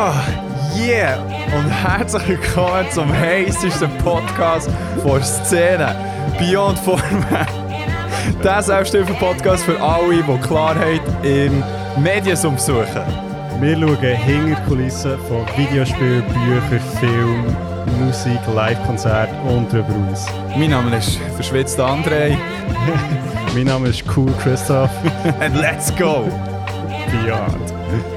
Yeah! Und herzlich willkommen zum heißesten Podcast von Szene Beyond Format. Der Selbsthilfe-Podcast für alle, die Klarheit im Mediensum suchen. Wir schauen hinter die Kulissen von Videospielen, Büchern, Film, Musik, Live-Konzert und darüber hinaus. Mein Name ist verschwitzter André. Mein Name ist Cool Christoph. And let's go! Beyond.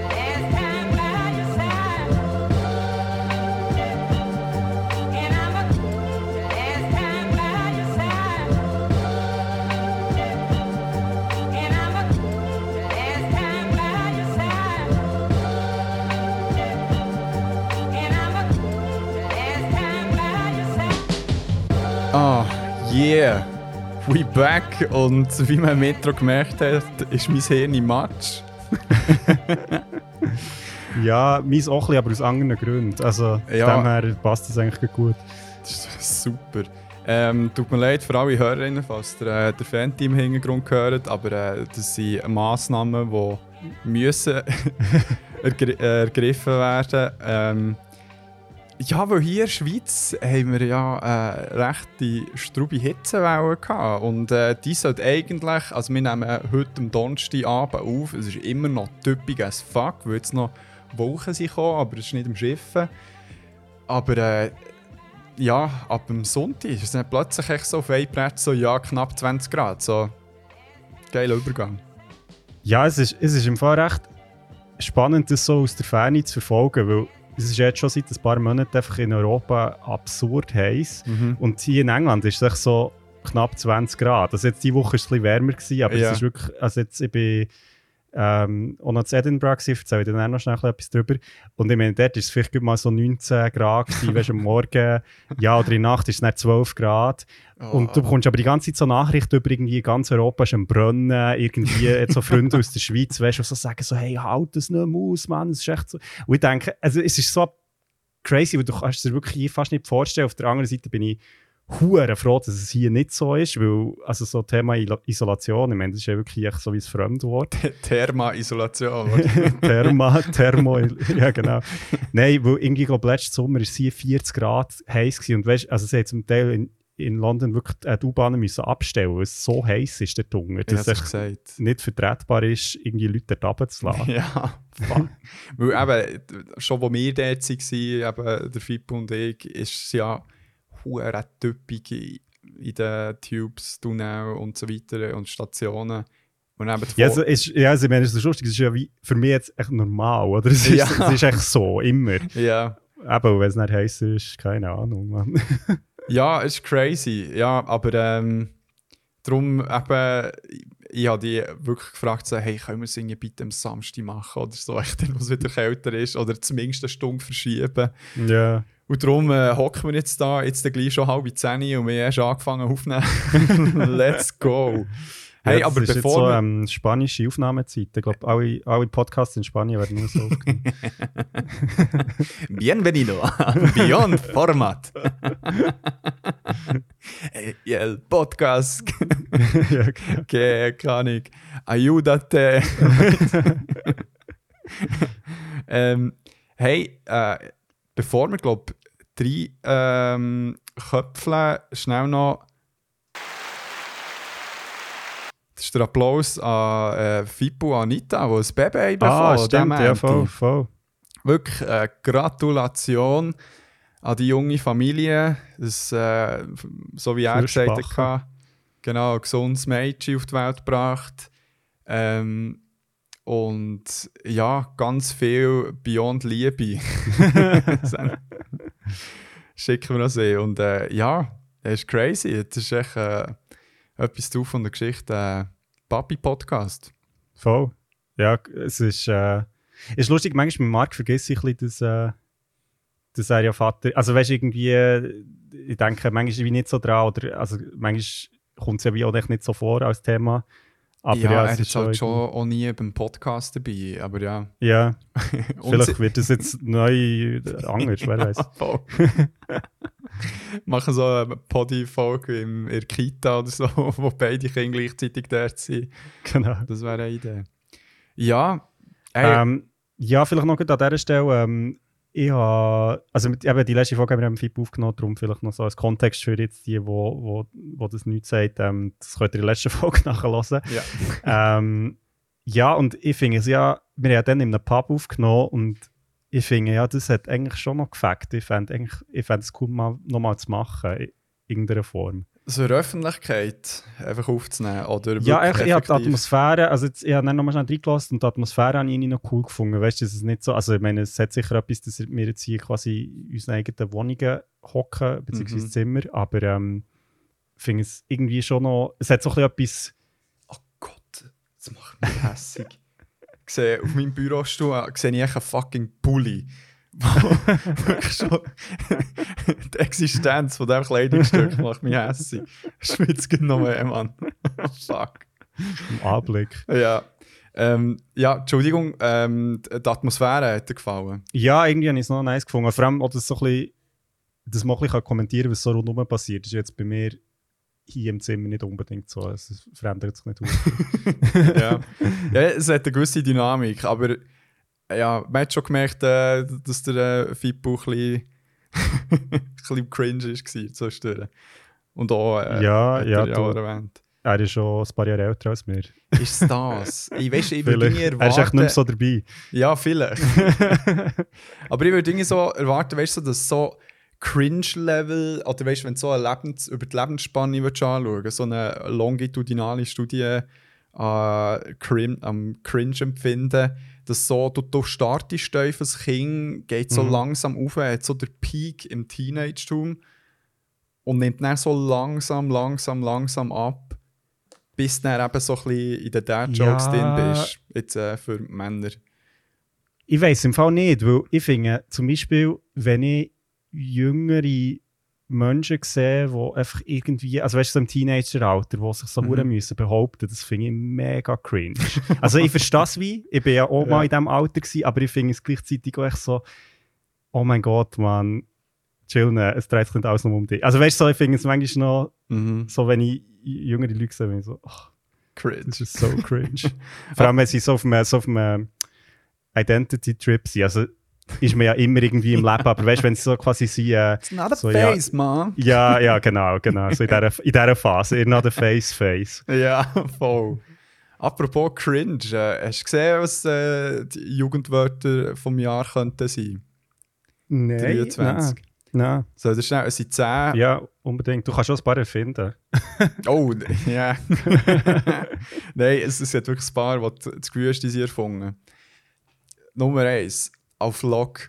Yeah, we back und wie man im Metro gemerkt hat, ist mein Hirn im Matsch. Ja, meins auch ein bisschen, aber aus anderen Gründen. Also von dem her passt das eigentlich gut. Das ist super. Tut mir leid für alle Hörerinnen, falls der Fan-Team im Hintergrund hört, aber das sind Massnahmen, die müssen ergriffen werden. Ja, weil hier in der Schweiz haben wir ja rechte strube Hitzewelle gehabt. Und die sollte eigentlich, also wir nehmen heute am Donnerstagabend auf, es ist immer noch typisch as fuck, weil jetzt noch Wolken sind gekommen, aber es ist nicht am Schiffen. Aber ja, ab dem Sonntag ist es dann plötzlich echt so auf ein Brett so, ja, knapp 20 Grad, so geiler Übergang. Ja, es ist im Fall recht spannend, das so aus der Ferne zu verfolgen, weil es ist jetzt schon seit ein paar Monaten einfach in Europa absurd heiß. Und hier in England ist es echt so knapp 20 Grad. Also jetzt diese Woche war es ein bisschen wärmer gewesen, aber es ist wirklich, also jetzt, ich bin auch noch zu Edinburgh gewesen, erzähle dann auch noch schnell etwas drüber. Und ich meine, dort ist es vielleicht mal so 19 Grad gewesen, weißt du, am Morgen, ja, oder in der Nacht ist es dann 12 Grad. Und du bekommst aber die ganze Zeit so Nachrichten über irgendwie ganz Europa ist am Brennen, irgendwie jetzt so Freunde aus der Schweiz, weißt du, so sagen so, hey, halt das nicht mehr aus, Mann, es ist echt so. Und ich denke, also es ist so crazy, weil du kannst es dir wirklich fast nicht vorstellen. Auf der anderen Seite bin ich hure froh, dass es hier nicht so ist, weil also so Thema Isolation, ich meine, das ist ja wirklich echt so wie ein Fremdwort. Therma-Isolation. Thermo, ja genau. Nein, weil irgendwie, glaube letzten Sommer war es hier 40 Grad heiß gewesen und weißt, also sie haben zum Teil in London wirklich die U-Bahnen müssen abstellen, weil es so heiß ist, der Tunger, dass es nicht vertretbar ist, irgendwie Leute dort runterzulassen. Ja, fuck. Weil eben, schon wo wir dort waren, eben der Fippo und ich, ist es ja hure typisch in den Tubes, Tunnel und so weiter und Stationen. Und ja, also ich meine, es ist lustig, es ist ja wie für mich jetzt echt normal, oder? Es ist echt so, immer. Ja. Aber wenn es nicht heißer ist, keine Ahnung, Mann. Ja, es ist crazy. Ja, aber darum eben, ich habe die wirklich gefragt, so, hey, können wir es bitte am Samstag machen oder so, echt, wenn es wieder kälter ist oder zumindest eine Stunde verschieben. Ja. Und darum hocken wir jetzt da, jetzt gleich schon 9:30 und wir haben erst angefangen aufzunehmen. Let's go! Hey, ja, aber ist bevor jetzt so spanische Aufnahmezeit. Ich glaube, alle Podcasts in Spanien werden nur so aufgenommen. Bienvenido a Beyond Format. El podcast que kann ich ayúdate. Hey, bevor wir, glaube ich, 3 Köpfeln schnell noch. Das ist der Applaus an Fippo und Anita, die ein Baby bekommen. Stimmt, ja, voll. Wirklich Gratulation an die junge Familie. Das, so wie er gesagt hat, genau, ein gesundes Mädchen auf die Welt gebracht. Und ja, ganz viel Beyond Liebe. Schicken wir noch sehen. Und ja, das ist crazy. Das ist echt etwas drauf von der Geschichte. Papi-Podcast. Voll. Ja, es ist lustig, manchmal mit Marc vergesse ich ein bisschen, dass er ja Vater... Also weißt du, irgendwie, ich denke, manchmal wie nicht so dran, oder also manchmal kommt es ja wie auch nicht so vor als Thema. Aber ja, er ist halt schon auch nie beim Podcast dabei, aber ja. Ja, vielleicht wird das jetzt neu anders, wer weiß. Machen so eine Poddy-Folge in der Kita oder so, wo beide Kinder gleichzeitig dort sind. Genau. Das wäre eine Idee. Ja. Ja, vielleicht noch an dieser Stelle, Also die letzte Folge haben wir im FIP aufgenommen, darum vielleicht noch so als Kontext für jetzt die, wo das nichts sagt, das könnt ihr in der letzten Folge nachhören. Ja. Ja, und ich finde es ja, wir haben ja dann in einem Pub aufgenommen und ich finde ja, das hat eigentlich schon noch gefällt. Ich fände es cool, nochmal zu machen, in irgendeiner Form. So eine Öffentlichkeit einfach aufzunehmen, oder ja, ich habe die Atmosphäre, also jetzt, ich habe dann nochmal schnell reingelassen und die Atmosphäre habe ich noch cool gefunden. Weißt du, es ist nicht so, also ich meine, es hat sicher etwas, dass wir jetzt hier quasi in unseren eigenen Wohnungen hocken, beziehungsweise Zimmer, aber ich finde es irgendwie schon noch, es hat so ein bisschen etwas... Oh Gott, das macht mich hässig. Ich sehe auf meinem Bürostuhl sehe ich einen fucking Pulli. Wirklich schon die Existenz von diesem Kleidungsstück macht mich hässig. Schwitzt noch mehr, Mann. Fuck. Im Anblick. Ja. Ja, Entschuldigung, die Atmosphäre hat dir gefallen? Ja, irgendwie habe ich es noch nice gefunden. Vor allem, dass so ein bisschen, dass man ein bisschen kommentieren kann, was so rundherum passiert. Das ist jetzt bei mir hier im Zimmer nicht unbedingt so. Es verändert sich nicht aus. Ja, es hat eine gewisse Dynamik, aber ja, man hat schon gemerkt, dass der Fippo ein bisschen cringe war zwischendurch. Und auch hat er auch erwähnt. Er ist schon ein paar Jahre älter als mir. Ist es das? Ich würde irgendwie erwarten... Er ist echt nicht mehr so dabei. Ja, vielleicht. Aber ich würde irgendwie so erwarten, weißt du, dass so Cringe-Level, oder weißt du, wenn du so über die Lebensspanne anschauen, so eine longitudinale Studie am Cringe-Empfinden, dass so, du startest auf ein Kind, geht so langsam auf, hat so der Peak im Teenagetum und nimmt dann so langsam ab, bis du dann eben so ein bisschen in den Dad-Jokes drin bist, jetzt für Männer. Ich weiss im Fall nicht, weil ich finde, zum Beispiel, wenn ich jüngere Menschen sehe, die einfach irgendwie, also weißt du, so im Teenager-Alter, die sich so müssen behaupten, das finde ich mega cringe. Also ich verstehe es wie, ich bin ja auch mal in diesem Alter gewesen, aber ich finde es gleichzeitig auch echt so, oh mein Gott, man, chillen, es dreht sich nicht alles nur um dich. Also weißt du, so, ich finde es manchmal noch, so wenn ich jüngere Leute sehe, bin ich so, cringe. Das ist so cringe. Vor allem, wenn sie so auf einem Identity-Trip sind, also ist man ja immer irgendwie im Leben, aber weißt du, wenn sie so quasi sind... It's not a face, man. Ja, genau. So in dieser Phase, in not a face. Ja, voll. Apropos cringe, hast du gesehen, was die Jugendwörter vom Jahr könnten sein? Nein. 23. Nein. So, das schnell, es sind 10. Ja, unbedingt. Du kannst schon ein paar erfinden. Oh, ja. Nein, es hat wirklich ein paar, die das Gefühl hast, die sie erfunden. Nummer 1. Auf Lock.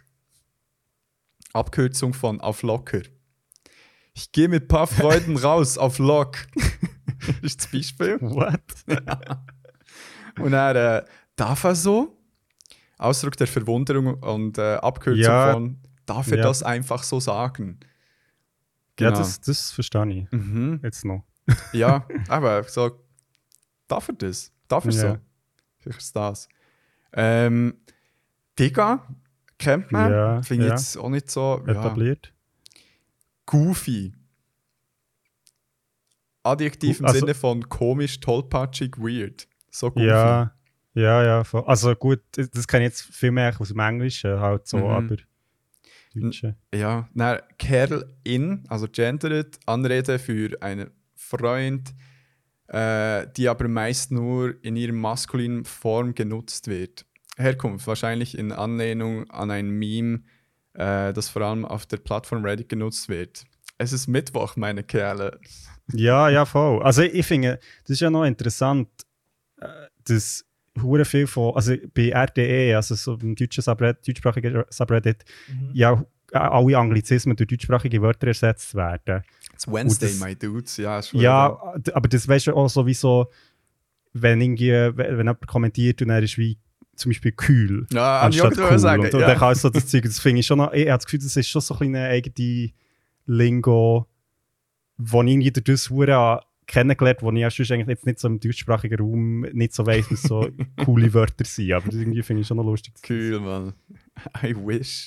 Abkürzung von auf locker. Ich gehe mit ein paar Freunden raus auf Lock. Das ist das Beispiel. What? Ja. Und dann darf er so? Ausdruck der Verwunderung und Abkürzung von darf er das einfach so sagen? Genau. Ja, das verstehe ich. Jetzt noch. Ja, aber so darf er das? Darf er so? Vielleicht ist das. Digga, kennt man. Finde ich jetzt auch nicht so... Etabliert. Goofy. Adjektiv im Sinne von komisch, tollpatschig, weird. So goofy. Ja. Also gut, das kann ich jetzt viel mehr aus dem Englischen halt so, aber Deutsche. Ja, na, Kerl-in, also gendered, Anrede für einen Freund, die aber meist nur in ihrer maskulinen Form genutzt wird. Herkunft, wahrscheinlich in Anlehnung an ein Meme, das vor allem auf der Plattform Reddit genutzt wird. Es ist Mittwoch, meine Kerle. Ja, voll. Also ich finde, das ist ja noch interessant, dass hure viel von, also bei RDE, also so im deutschsprachigen Subreddit, ja alle Anglizismen durch deutschsprachige Wörter ersetzt werden. It's Wednesday, my dudes. Ja, aber das weißt du auch sowieso, wenn jemand kommentiert und er ist wie zum Beispiel kühl, anstatt cool. Sagen, und dann kann so das Zeug, das finde ich schon noch, ich habe das Gefühl, das ist schon so ein eine eigene Lingo, wo ich irgendwie durch das hure kennengelernt, wo ich ja sonst eigentlich jetzt nicht so im deutschsprachigen Raum nicht so weiss, was so coole Wörter sind, aber das irgendwie finde ich schon noch lustig. Cool, Mann. I wish.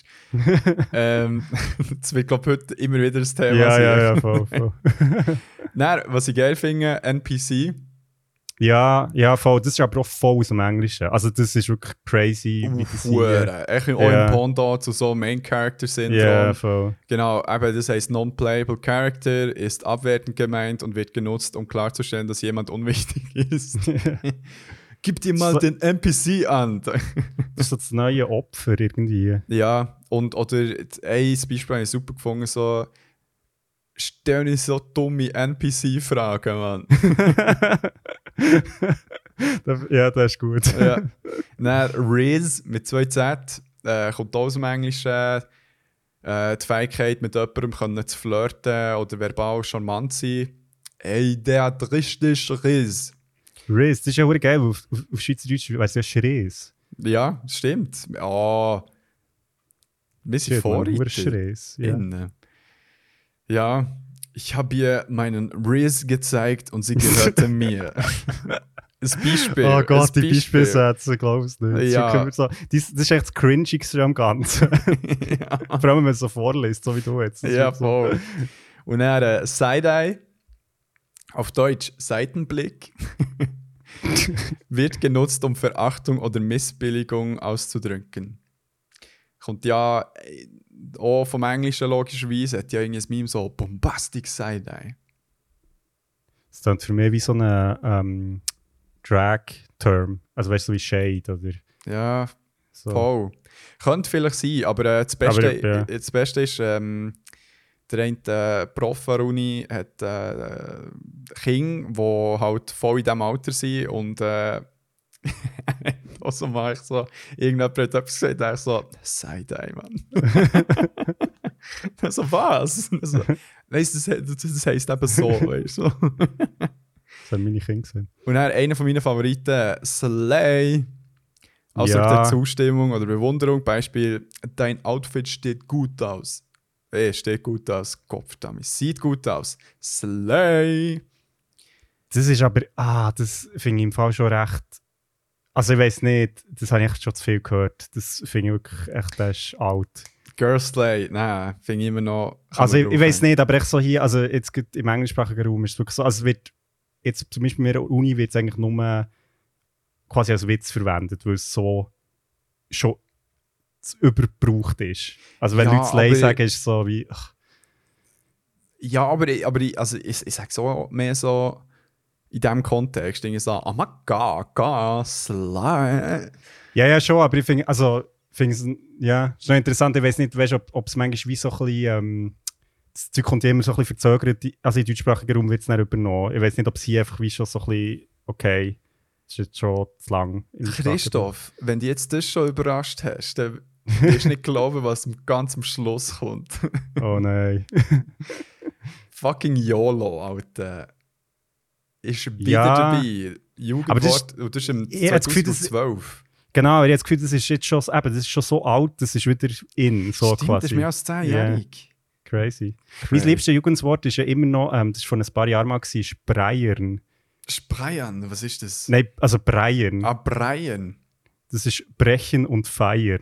Das wird, glaube ich, heute immer wieder das Thema sein. Ja, voll. Dann, was ich geil finde, NPC. Ja, voll. Das ist aber auch voll aus dem Englischen. Also das ist wirklich crazy, wie das hier... Echt auch im Pendant zu so Main-Character-Syndrom. Ja, voll. Genau, aber das heißt Non-Playable Character ist abwertend gemeint und wird genutzt, um klarzustellen, dass jemand unwichtig ist. Gib dir mal den NPC an. Das ist so das neue Opfer irgendwie. Ja, oder ein Beispiel habe ich super gefunden, so stell nicht so dumme NPC-Fragen, Mann. Ja, das ist gut. Ja. Dann Riz mit 2Z kommt aus dem Englischen. Die Fähigkeit, mit jemandem zu flirten oder verbal charmant zu sein. Ey, der hat richtig Riz. Riz, das ist ja auch geil, weil auf Schweizerdeutsch weiss ich ja Schreis. Ja, stimmt. Oh. Wir sind Vorreiter. Ja. Ja, ich habe ihr meinen Riz gezeigt und sie gehörte mir. Ein Beispiel. Oh Gott, die Beispielsätze, glaubst du nicht. Ja. Das ist echt das Cringigste am Ganzen. Ja. Vor allem, wenn man es so vorliest, so wie du jetzt. Ja, voll. Und dann Side-Eye, auf Deutsch Seitenblick, wird genutzt, um Verachtung oder Missbilligung auszudrücken. Kommt ja auch vom Englischen logischerweise, hat ja irgendwie ein Meme so Bombastic Side-Eye. Das klingt für mich wie so ein Drag-Term. Also weißt du, so wie Shade oder... Ja, so. Voll. Könnte vielleicht sein, aber das Beste ist, der eine Prof an der Uni hat Kinder, die halt voll in diesem Alter sind und also mache ich so, irgendjemand hat etwas gesagt, der so, Side-Eye, Mann. So, was? Also, weißt du, das heisst eben so, weißt du. Das haben meine Kinder gesehen. Und dann einer von meinen Favoriten, Slay. Also Ja. der Zustimmung oder Bewunderung. Beispiel, dein Outfit steht gut aus. Steht gut aus. Kopfdammt, sieht gut aus. Slay. Das ist aber, das finde ich im Fall schon recht. Also ich weiss nicht, das habe ich echt schon zu viel gehört. Das finde ich wirklich echt, das ist alt. Girl Slay, nein, finde ich immer noch. Also ich weiss nicht, aber echt so hier, also jetzt im englischsprachigen Raum ist es wirklich so, also es wird, jetzt zum Beispiel bei mir Uni wird es eigentlich nur quasi als Witz verwendet, weil es so schon übergebraucht ist. Also wenn Leute Slay sagen, ist es so wie... Ach. Ja, aber ich sage so mehr so in diesem Kontext, ich so, oh my god, Slay. Ja, schon, aber ich finde, es ja, ist noch interessant, ich weiß nicht, ob es manchmal wie so ein bisschen, das Zeug kommt ja immer so ein bisschen verzögert, also im deutschsprachigen Raum wird es nicht übernommen. Ich weiß nicht, ob es hier einfach wie schon so ein bisschen, okay, das ist jetzt schon zu lang. Christoph, wenn du jetzt das schon überrascht hast, dann wirst du nicht glauben, was ganz am Schluss kommt. Oh nein. Fucking YOLO, Alter. Ist wieder dabei. Jugendwort, und das ist im 2012. Genau, aber ich habe das Gefühl, das ist jetzt schon, das ist schon so alt, das ist wieder in, so Stimmt, quasi. Das ist mehr als 10-jährig. Crazy. Mein liebstes Jugendwort ist ja immer noch, das war vor ein paar Jahren mal, Spreiern. Spreiern, was ist das? Nein, also Breiern. Ah, Breien. Das ist Brechen und Feiern.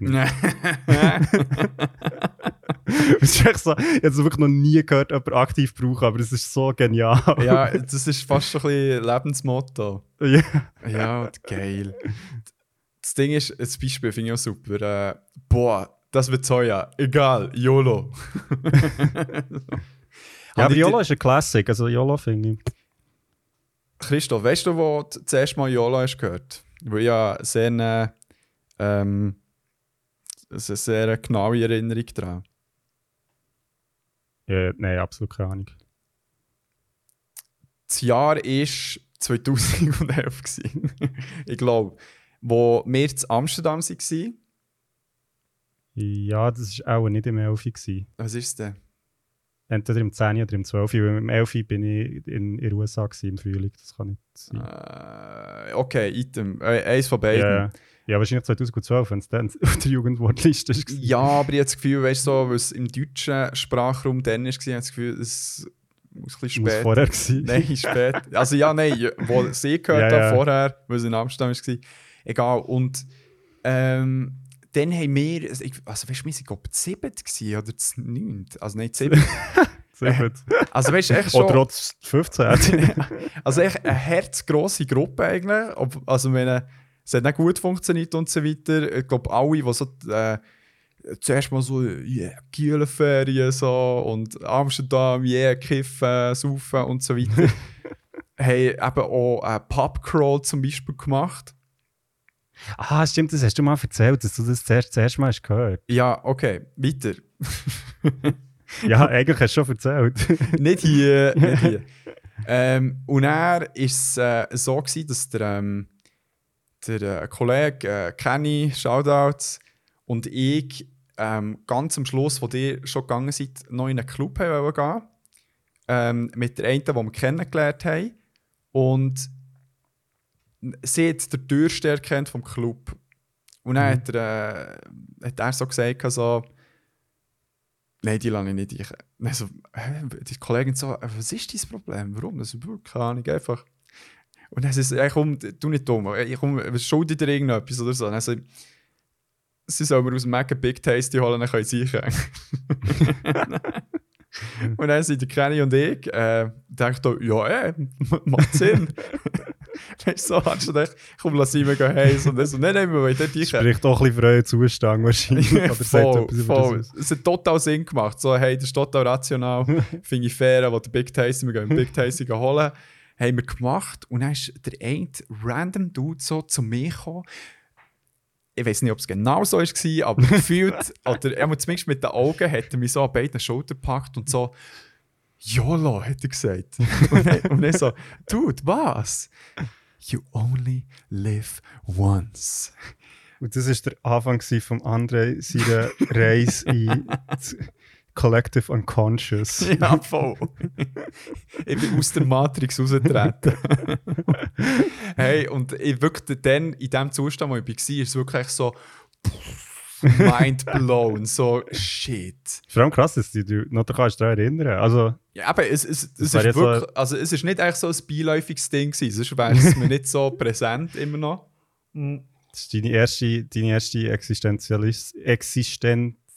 Das ist echt so, ich habe es wirklich noch nie gehört, jemand aktiv brauchen, aber das ist so genial. Ja, das ist fast schon ein bisschen Lebensmotto. Ja. Ja, geil. Das Ding ist, das Beispiel finde ich auch super. Boah, das wird teuer. Egal, YOLO. Ja, aber YOLO ist ein Classic, also YOLO finde ich. Christoph, weißt du, wo du das erste Mal YOLO hast gehört? Weil ich ja eine sehr genaue Erinnerung daran. Ja, nein, absolut keine Ahnung. Das Jahr war 2011. Ich glaube, wo wir in Amsterdam waren. Ja, das war auch nicht im 11. Was ist es denn? Entweder im 10. oder im 12. Weil im 11. bin ich in den USA im Frühling. Das kann nicht sein. Okay, Item. Eins von beiden. Ja, wahrscheinlich 2012, wenn es dann auf der Jugendwortliste war. Ja, aber ich habe das Gefühl, weißt du, so, weil es im deutschen Sprachraum dann war, ich habe das Gefühl, es muss ein bisschen spät. Muss vorher sein. Nein, spät. Also ja, nein, wo sie gehört habe, vorher, weil es in Amsterdam war. Egal. Und dann haben wir, also weißt du, wir waren glaube ich 7 oder 9. Also nein, 7. Sehr gut. Also weißt du, echt schon... Oder trotz 15. Also echt eine herzgrosse Gruppe eigentlich. Also meine, es hat nicht gut funktioniert und so weiter. Ich glaube, alle, die so... zuerst mal so, Kielenferien so und Amsterdam, kiffen, saufen und so weiter. Haben eben auch einen Pubcrawl zum Beispiel gemacht. Ah, stimmt, das hast du mal erzählt, dass du das zuerst mal hast gehört. Ja, okay, weiter. Ja, eigentlich hast du schon erzählt. Nicht hier, nicht hier. Und dann war es so gewesen, dass der Kollege Kenny, Shoutouts, und ich ganz am Schluss, wo ihr schon gegangen seid, noch in einen Club gehen. Mit der einen, die wir kennengelernt haben. Und sie hat den Türsteher kennt vom Club. Und dann hat er so gesagt, so, nein, die lasse ich nicht rein. Dann so, die Kollegin so, was ist dein Problem? Warum? Das ist wirklich keine Ahnung, einfach. Und dann ist es, komm, du nicht dumm, schulde dir irgendetwas oder so. Also, sie sollen mir aus dem Mac ein Big Tasty holen, dann können sie rein. Und dann sind der Kenny und ich, dachten, ja, macht Sinn. Weißt du, so, hast du gedacht, komm, lass ihn gehen heiß. Und dann so, nein, wir wollen dort rein. Spricht auch ein bisschen für euren Zustand wahrscheinlich. voll. Es hat total Sinn gemacht. So, hey, das ist total rational. Finde ich fair, wo der Big Tasty, wir gehen Big Tasty holen. Haben wir gemacht. Und dann ist der eine random Dude so zu mir gekommen. Ich weiß nicht, ob es genau so war, aber gefühlt, oder zumindest mit den Augen, hat er mich so an beiden Schultern gepackt und so YOLO, hat er gesagt. Und dann so, Dude, was? You only live once. Und das war der Anfang von André seiner Reise in Collective Unconscious. Ja, voll. Ich bin aus der Matrix rausgetreten. Hey, und ich wirklich dann, in dem Zustand, wo ich war, ist es wirklich so mind blown, so shit. Vor allem krass, dass du noch daran erinnern. Also, ja, aber es ist wirklich, so, also es ist nicht eigentlich so ein beiläufiges Ding gewesen, sonst wäre es mir nicht so präsent immer noch. Das ist deine erste existenzielle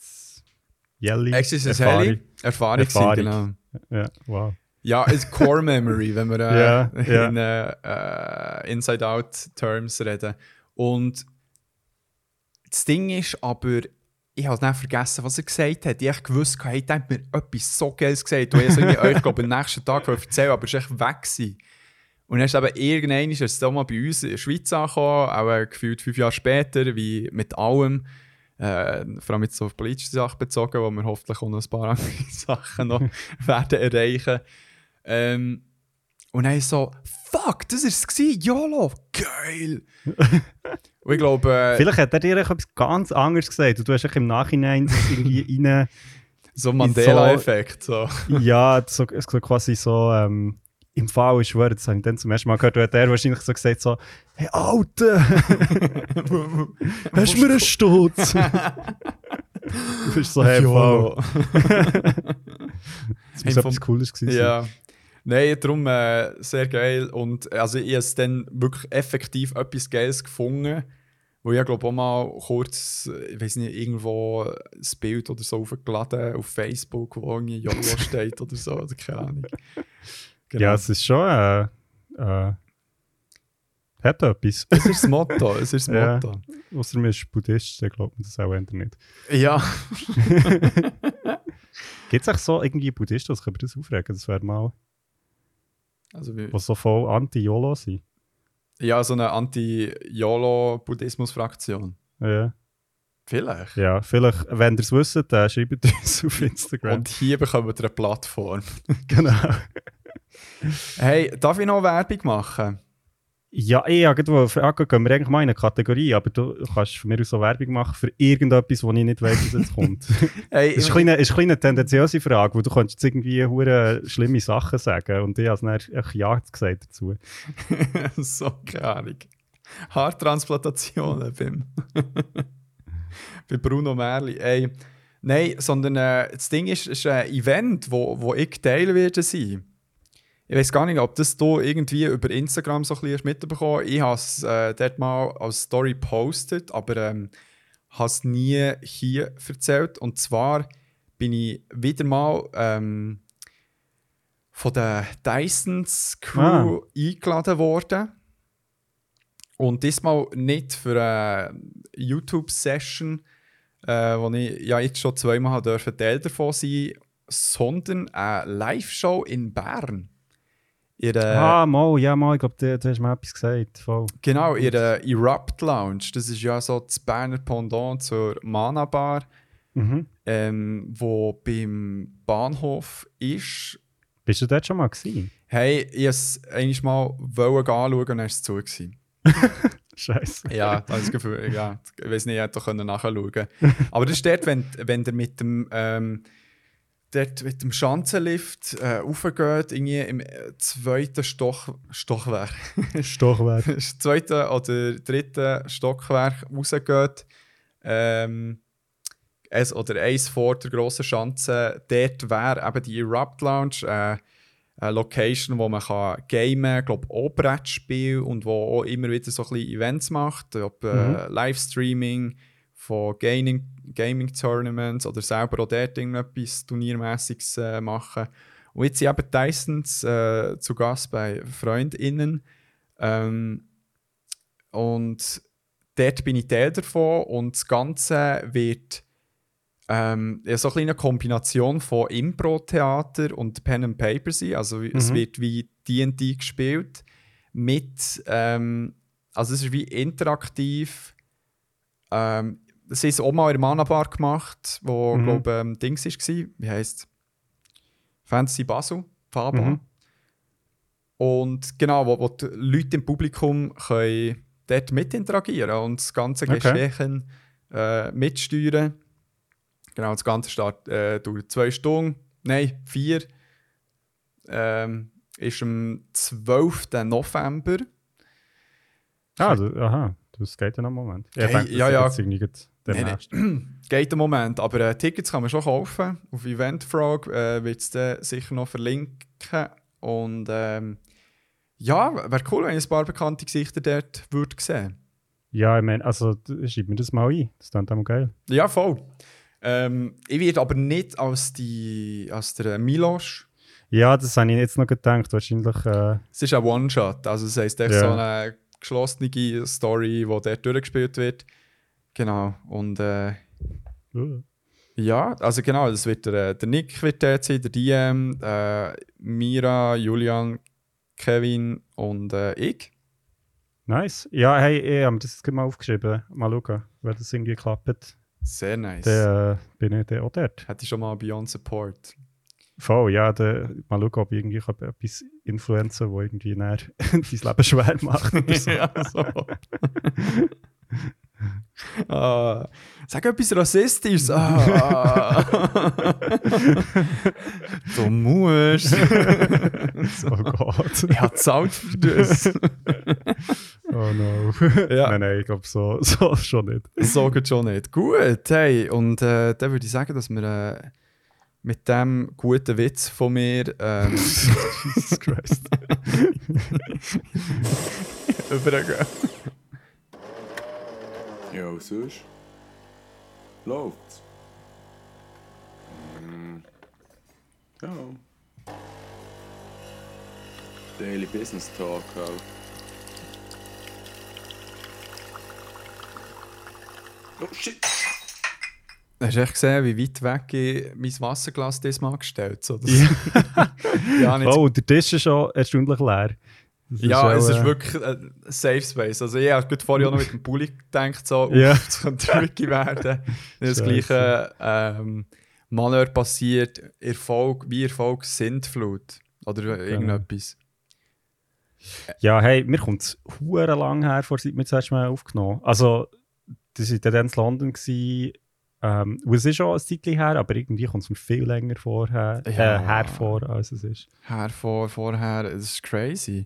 Erfahrung. Genau. Ja, wow. Ja, es ist Core Memory, wenn wir in Inside-Out-Terms reden. Und das Ding ist aber, ich habe nicht vergessen, was er gesagt hat. Ich habe gewusst, hey, der hat mir etwas so Geiles gesagt. Und ich habe euch, glaube ich, am nächsten Tag erzählen, aber es war echt weg gewesen. Und dann ist eben irgendwann ist es mal bei uns in der Schweiz angekommen, auch gefühlt 5 Jahre später, wie mit allem. Vor allem jetzt so auf politische Sachen bezogen, wo wir hoffentlich auch noch ein paar andere Sachen noch werden erreichen. Und dann ist so, fuck, das war es, YOLO, geil! Und ich glaube... Vielleicht hat er dir etwas ganz anderes gesagt und du hast im Nachhinein irgendwie rein... So Mandela-Effekt. So. Ja, so quasi so... Im Fall, ich schwöre, das habe ich dann zum ersten Mal gehört, hat er wahrscheinlich so gesagt so, hey Alter, hast du mir einen Sturz? Du bist so, hey, wow. Das muss etwas Cooles gewesen sein. Ja. Nein, darum sehr geil. Und also ich habe dann wirklich effektiv etwas Geiles gefunden, wo ich glaube auch mal kurz, ich weiß nicht, irgendwo ein Bild oder so aufgeladen auf Facebook, wo irgendwie YOLO steht oder so, oder keine Ahnung. Genau. Ja, es ist schon hat etwas. Es ist das Motto, es ist das Motto. Ja, ausser man ist Buddhist, dann glaubt man das auch eher nicht. Ja. Gibt es auch so irgendwie Buddhisten, was können wir das aufregen? Das wäre mal... Also was so voll anti-YOLO sind. Ja, so eine Anti-YOLO-Buddhismus-Fraktion. Ja. Vielleicht. Ja, vielleicht, wenn ihr es wisst, schreibt uns auf Instagram. Und hier bekommen wir eine Plattform. Genau. Hey, darf ich noch Werbung machen? Ja, ich wollte fragen, gehen wir eigentlich mal in eine Kategorie, aber du kannst von mir aus so Werbung machen für irgendetwas, wo ich nicht weiß, was jetzt kommt. Hey, das ist eine kleine tendenziöse Frage, wo du jetzt irgendwie hure schlimme Sachen sagen und ich habe dann ja gesagt dazu. So, keine Ahnung. Haartransplantationen bei Bruno Merli. Ey, nein, sondern das Ding ist ein Event, wo ich Teil werde sein. Ich weiß gar nicht, ob das hier irgendwie über Instagram so ein bisschen mitbekommen. Ich habe es dort mal als Story gepostet, aber habe es nie hier erzählt. Und zwar bin ich wieder mal von der Dysons Crew eingeladen worden. Und diesmal nicht für eine YouTube-Session, wo ich ja jetzt schon zweimal Teil davon sein durfte, sondern eine Live-Show in Bern. Ich glaube, du hast mir etwas gesagt. Voll. Genau, ihre Erupt Lounge. Das ist ja so das Berner Pendant zur Mana Bar, wo beim Bahnhof ist. Bist du dort schon mal gewesen? Hey, ich wollte es einmal anschauen und dann war es zu. Gewesen. Scheiße. Ja, das ist Gefühl, ja, ich weiß nicht, ich hätte nachschauen können. Aber das ist dort, wenn ihr mit dem Schanzenlift raufgeht, irgendwie im zweiten Stockwerk. Das zweite oder dritte Stockwerk rausgeht. Oder eins vor der grossen Schanze. Dort wäre eben die Erupt Lounge eine Location, wo man gamen kann, glaube auch Brettspiel und wo auch immer wieder so ein bisschen Events macht, ob Livestreaming von Gaming-Tournaments oder selber auch dort irgendetwas Turniermässiges machen. Und jetzt sind eben Dysons zu Gast bei FreundInnen. Und dort bin ich Teil davon und das Ganze wird so eine kleine Kombination von Impro-Theater und Pen and Paper sein. Also es wird wie D&D gespielt mit, also es ist wie interaktiv. Das haben sie auch mal in der Mana Bar gemacht, wo glaube Dings war. Wie heisst es? Fantasy Basel, Faba. Und genau, wo die Leute im Publikum können dort mit interagieren und das ganze Geschehen mitsteuern. Genau, das Ganze dauert 2 Stunden, nein, 4. Ist am 12. November. Das geht ja noch einen Moment. Geht einen Moment, aber Tickets kann man schon kaufen. Auf Eventfrage wird es dann sicher noch verlinken. Und wäre cool, wenn ich ein paar bekannte Gesichter dort würde sehen. Ja, ich meine, also schreib mir das mal ein. Das klingt auch geil. Ja, voll. Ich werde aber nicht als der Miloš. Ja, das habe ich jetzt noch gedacht. Wahrscheinlich. Es ist ein One-Shot. Also, das heisst, so eine geschlossene Story, die dort durchgespielt wird. Genau. Und ja, also genau, das wird der Nick wird dort sein, der DM, Mira, Julian, Kevin und ich. Nice. Ja, hey, ich habe mir das jetzt mal aufgeschrieben. Mal schauen, wenn das irgendwie klappt. Sehr nice. Dann bin ich dann auch dort. Hätte ich schon mal Beyond Support. Voll, ja. Mal schauen, ob ich irgendwie etwas influenzen, das irgendwie dein Leben schwer macht. Oder so. Ja, so. Sag etwas Rassistisches. Du musst. Oh Gott. Ich habe gezahlt für das. Oh no. Ja. Nein, ich glaube, so schon nicht. So geht schon nicht. Gut, hey. Und dann würde ich sagen, dass wir mit dem guten Witz von mir Jesus Christ. übergehen. Ja, was sonst? Läuft's? Ja. Daily Business Talk halt. Oh shit! Hast du echt gesehen, wie weit weg ich mein Wasserglas diesmal gestellt habe? Ja, oh, der Tisch ist schon erstaunlich leer. Ja, es ist wirklich ein Safe Space. Also ich habe vorher auch noch mit dem Pulli gedacht, so, das könnte tricky werden. Das gleiche Malheur passiert, Erfolg Sintflut oder irgendetwas. Ja, hey, mir kommt es verdammt lang her, seit wir das erste Mal aufgenommen haben. Also, das war dann in London. Es ist schon ein Zeitchen her, aber irgendwie kommt es mir viel länger hervor, als es ist. Vorher, das ist crazy.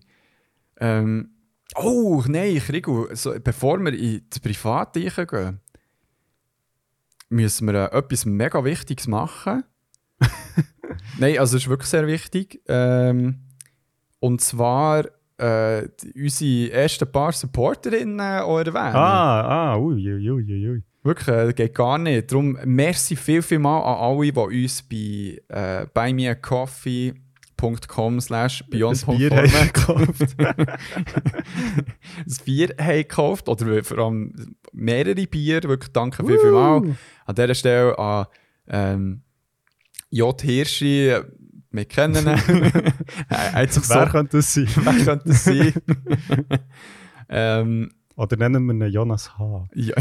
Oh, nein, Krigo, bevor wir in das Private gehen, müssen wir etwas mega Wichtiges machen. Nein, also es ist wirklich sehr wichtig. Und zwar unsere ersten paar Supporterinnen auch erwähnen. Ui. Wirklich, das geht gar nicht. Darum merci viel mal an alle, die uns bei buymeacoffee.ch patreon.com/beyond.format gekauft. das Bier haben gekauft, oder vor allem mehrere Bier, wirklich danke vielmals. An dieser Stelle an J. Hirschi, wir kennen ihn. Wer könnte das sein? Wer könnte das sein? Oder nennen wir ihn Jonas H. Ja.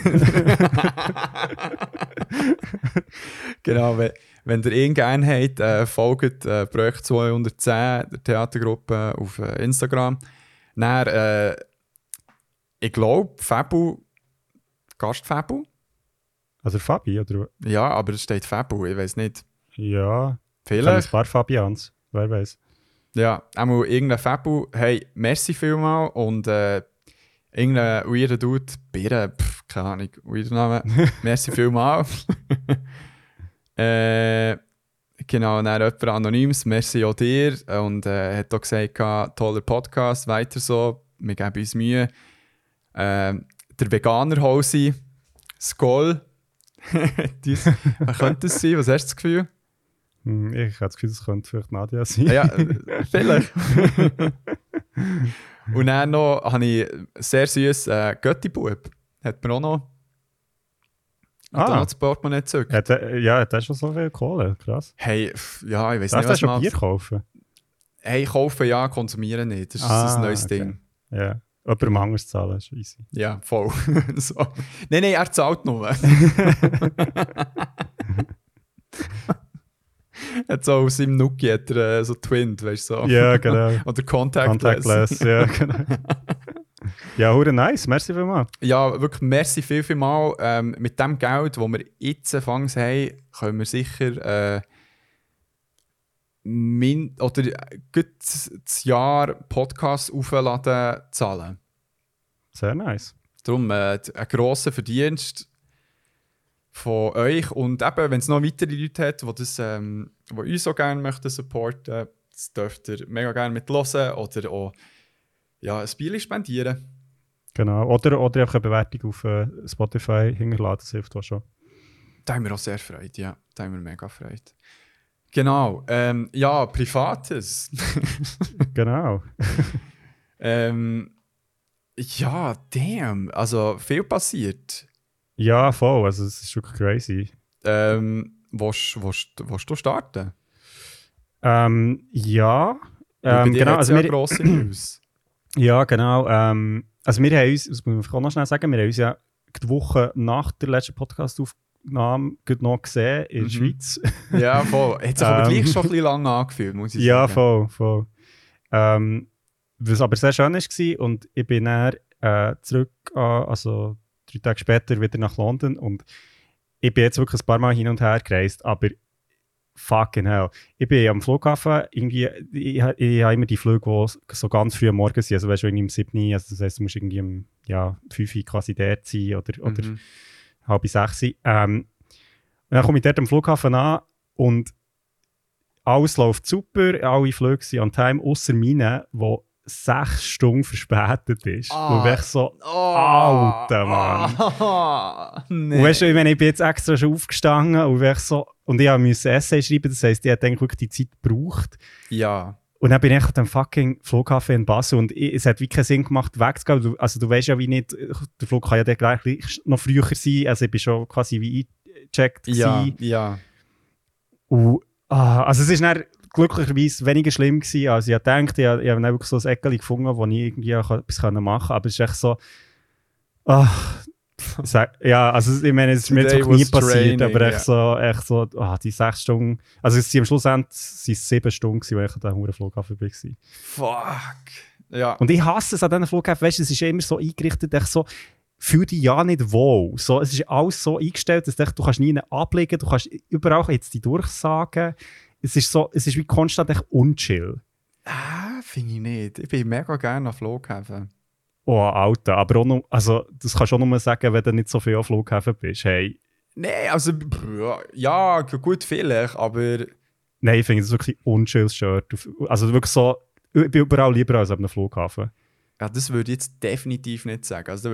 Genau, wenn ihr ihn gerne habt, folgt Projekt 210, der Theatergruppe auf Instagram. Dann, ich glaube, Fabu, Gastfabu. Also Fabi, oder? Ja, aber es steht Fabu, ich weiß nicht. Ja, Vielleicht. ein paar Fabians, wer weiß. Ja, einmal irgendein Fabu. Hey, merci vielmal und irgendein weirder Dude, Birre, keine Ahnung, weirder Name. Merci vielmal. Genau, dann jemand Anonymes, merci auch dir. Und hat auch gesagt, toller Podcast, weiter so, wir geben uns Mühe. Der Veganer Hausi, Skoll. Wer könnte das sein? Was hast du das Gefühl? Ich habe das Gefühl, das könnte vielleicht Nadia sein. Ja, vielleicht. Und dann noch habe ich sehr süß Götti-Bub. Hat mir auch noch. Hat auch noch das Portemonnaie gezückt. Hat er schon so viel Kohle? Krass. Hey, ja, ich weiß Darf nicht, er was schon man... Bier kaufen? Hey, kaufen ja, konsumieren nicht. Das ist ein neues okay. Ding. Ja, jemandem anders zahlen ist easy. Ja, voll. So. Nein, er zahlt nur. Hat so aus seinem Nuki hat er so Twint, weißt du so. Ja, genau. Oder Contactless. Contactless, ja, genau. Ja, hure nice, merci vielmals. Ja, wirklich merci viel. Mit dem Geld, das wir jetzt anfangs haben, können wir sicher gut das Jahr Podcast aufladen zahlen. Sehr nice. Darum ein grosser Verdienst von euch. Und eben, wenn es noch weitere Leute hat, die uns so gerne möchten supporten, das dürft ihr mega gerne mithören oder auch ein Bier spendieren. Genau. Oder einfach eine Bewertung auf Spotify hinterladen, das hilft auch schon. Da haben wir auch sehr Freude, ja. Da haben wir mega Freude. Genau. Ja, Privates. Genau. Ja, damn. Also viel passiert. Ja, voll. Also es ist wirklich crazy. Willst du starten? Ja. Genau, Also wir, grosse News. ja, genau. Also wir haben uns, das muss ich auch noch schnell sagen, wir haben uns ja die Woche nach der letzten Podcast-Aufnahme noch gesehen in der Schweiz. Ja, voll. Hat sich aber gleich schon ein bisschen lange angefühlt, muss ich sagen. Ja, voll. Was aber sehr schön war, und ich bin dann zurück, also 3 Tage später wieder nach London, und ich bin jetzt wirklich ein paar Mal hin und her gereist, aber fucking hell. Ich bin am Flughafen, irgendwie, ich habe immer die Flüge, die so ganz früh am Morgen sind, also weißt du, irgendwie um 7 Uhr, also das heisst, du musst irgendwie um 5 Uhr quasi dort sein oder 5:30. Und dann komme ich dort am Flughafen an und alles läuft super, alle Flüge sind on time, ausser meine, wo 6 Stunden verspätet ist. Und ich so, Alter, Mann. Nee. Und weißt du, ich bin jetzt extra schon aufgestanden und ich musste Essay schreiben, das heisst, ich habe wirklich die Zeit gebraucht. Ja. Und dann bin ich am fucking Flughafen in Basel und es hat wie keinen Sinn gemacht, wegzugehen. Also du weißt ja wie nicht, der Flug kann ja dann gleich noch früher sein, also ich bin schon quasi wie eingecheckt gewesen. Ja. Und, also es ist dann glücklicherweise weniger schlimm gewesen, als ich dachte. Ich habe dann wirklich so ein Eckchen gefunden, wo ich irgendwie etwas machen konnte. Aber es ist echt so... ja, also ich meine, es ist mir jetzt auch nie passiert, aber echt so die 6 Stunden... Also es sind am Schluss sind es 7 Stunden, als ich an diesem Flughafen war. Fuck. Ja. Und ich hasse es an diesen Flughäfen, weißt du, es ist immer so eingerichtet, echt so... Fühl dich ja nicht wohl. So, es ist alles so eingestellt, dass du kannst nie ablegen, du kannst überall jetzt die Durchsagen. Es ist wie konstant echt unchill. Finde ich nicht. Ich bin mega gerne auf Flughäfen. Oh, Alter. Aber auch noch, also, das kannst du auch nur sagen, wenn du nicht so viel am Flughafen bist. Hey. Nein, also, ja, gut vielleicht, aber... Nein, ich finde das wirklich unchill Shirt. Also wirklich so, ich bin überall lieber als auf einem Flughafen. Ja, das würde ich jetzt definitiv nicht sagen. Also,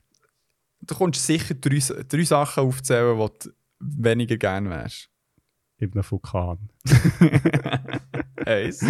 du kommst sicher 3 Sachen aufzählen, die du weniger gerne wärst. in einem Vulkan. Eins.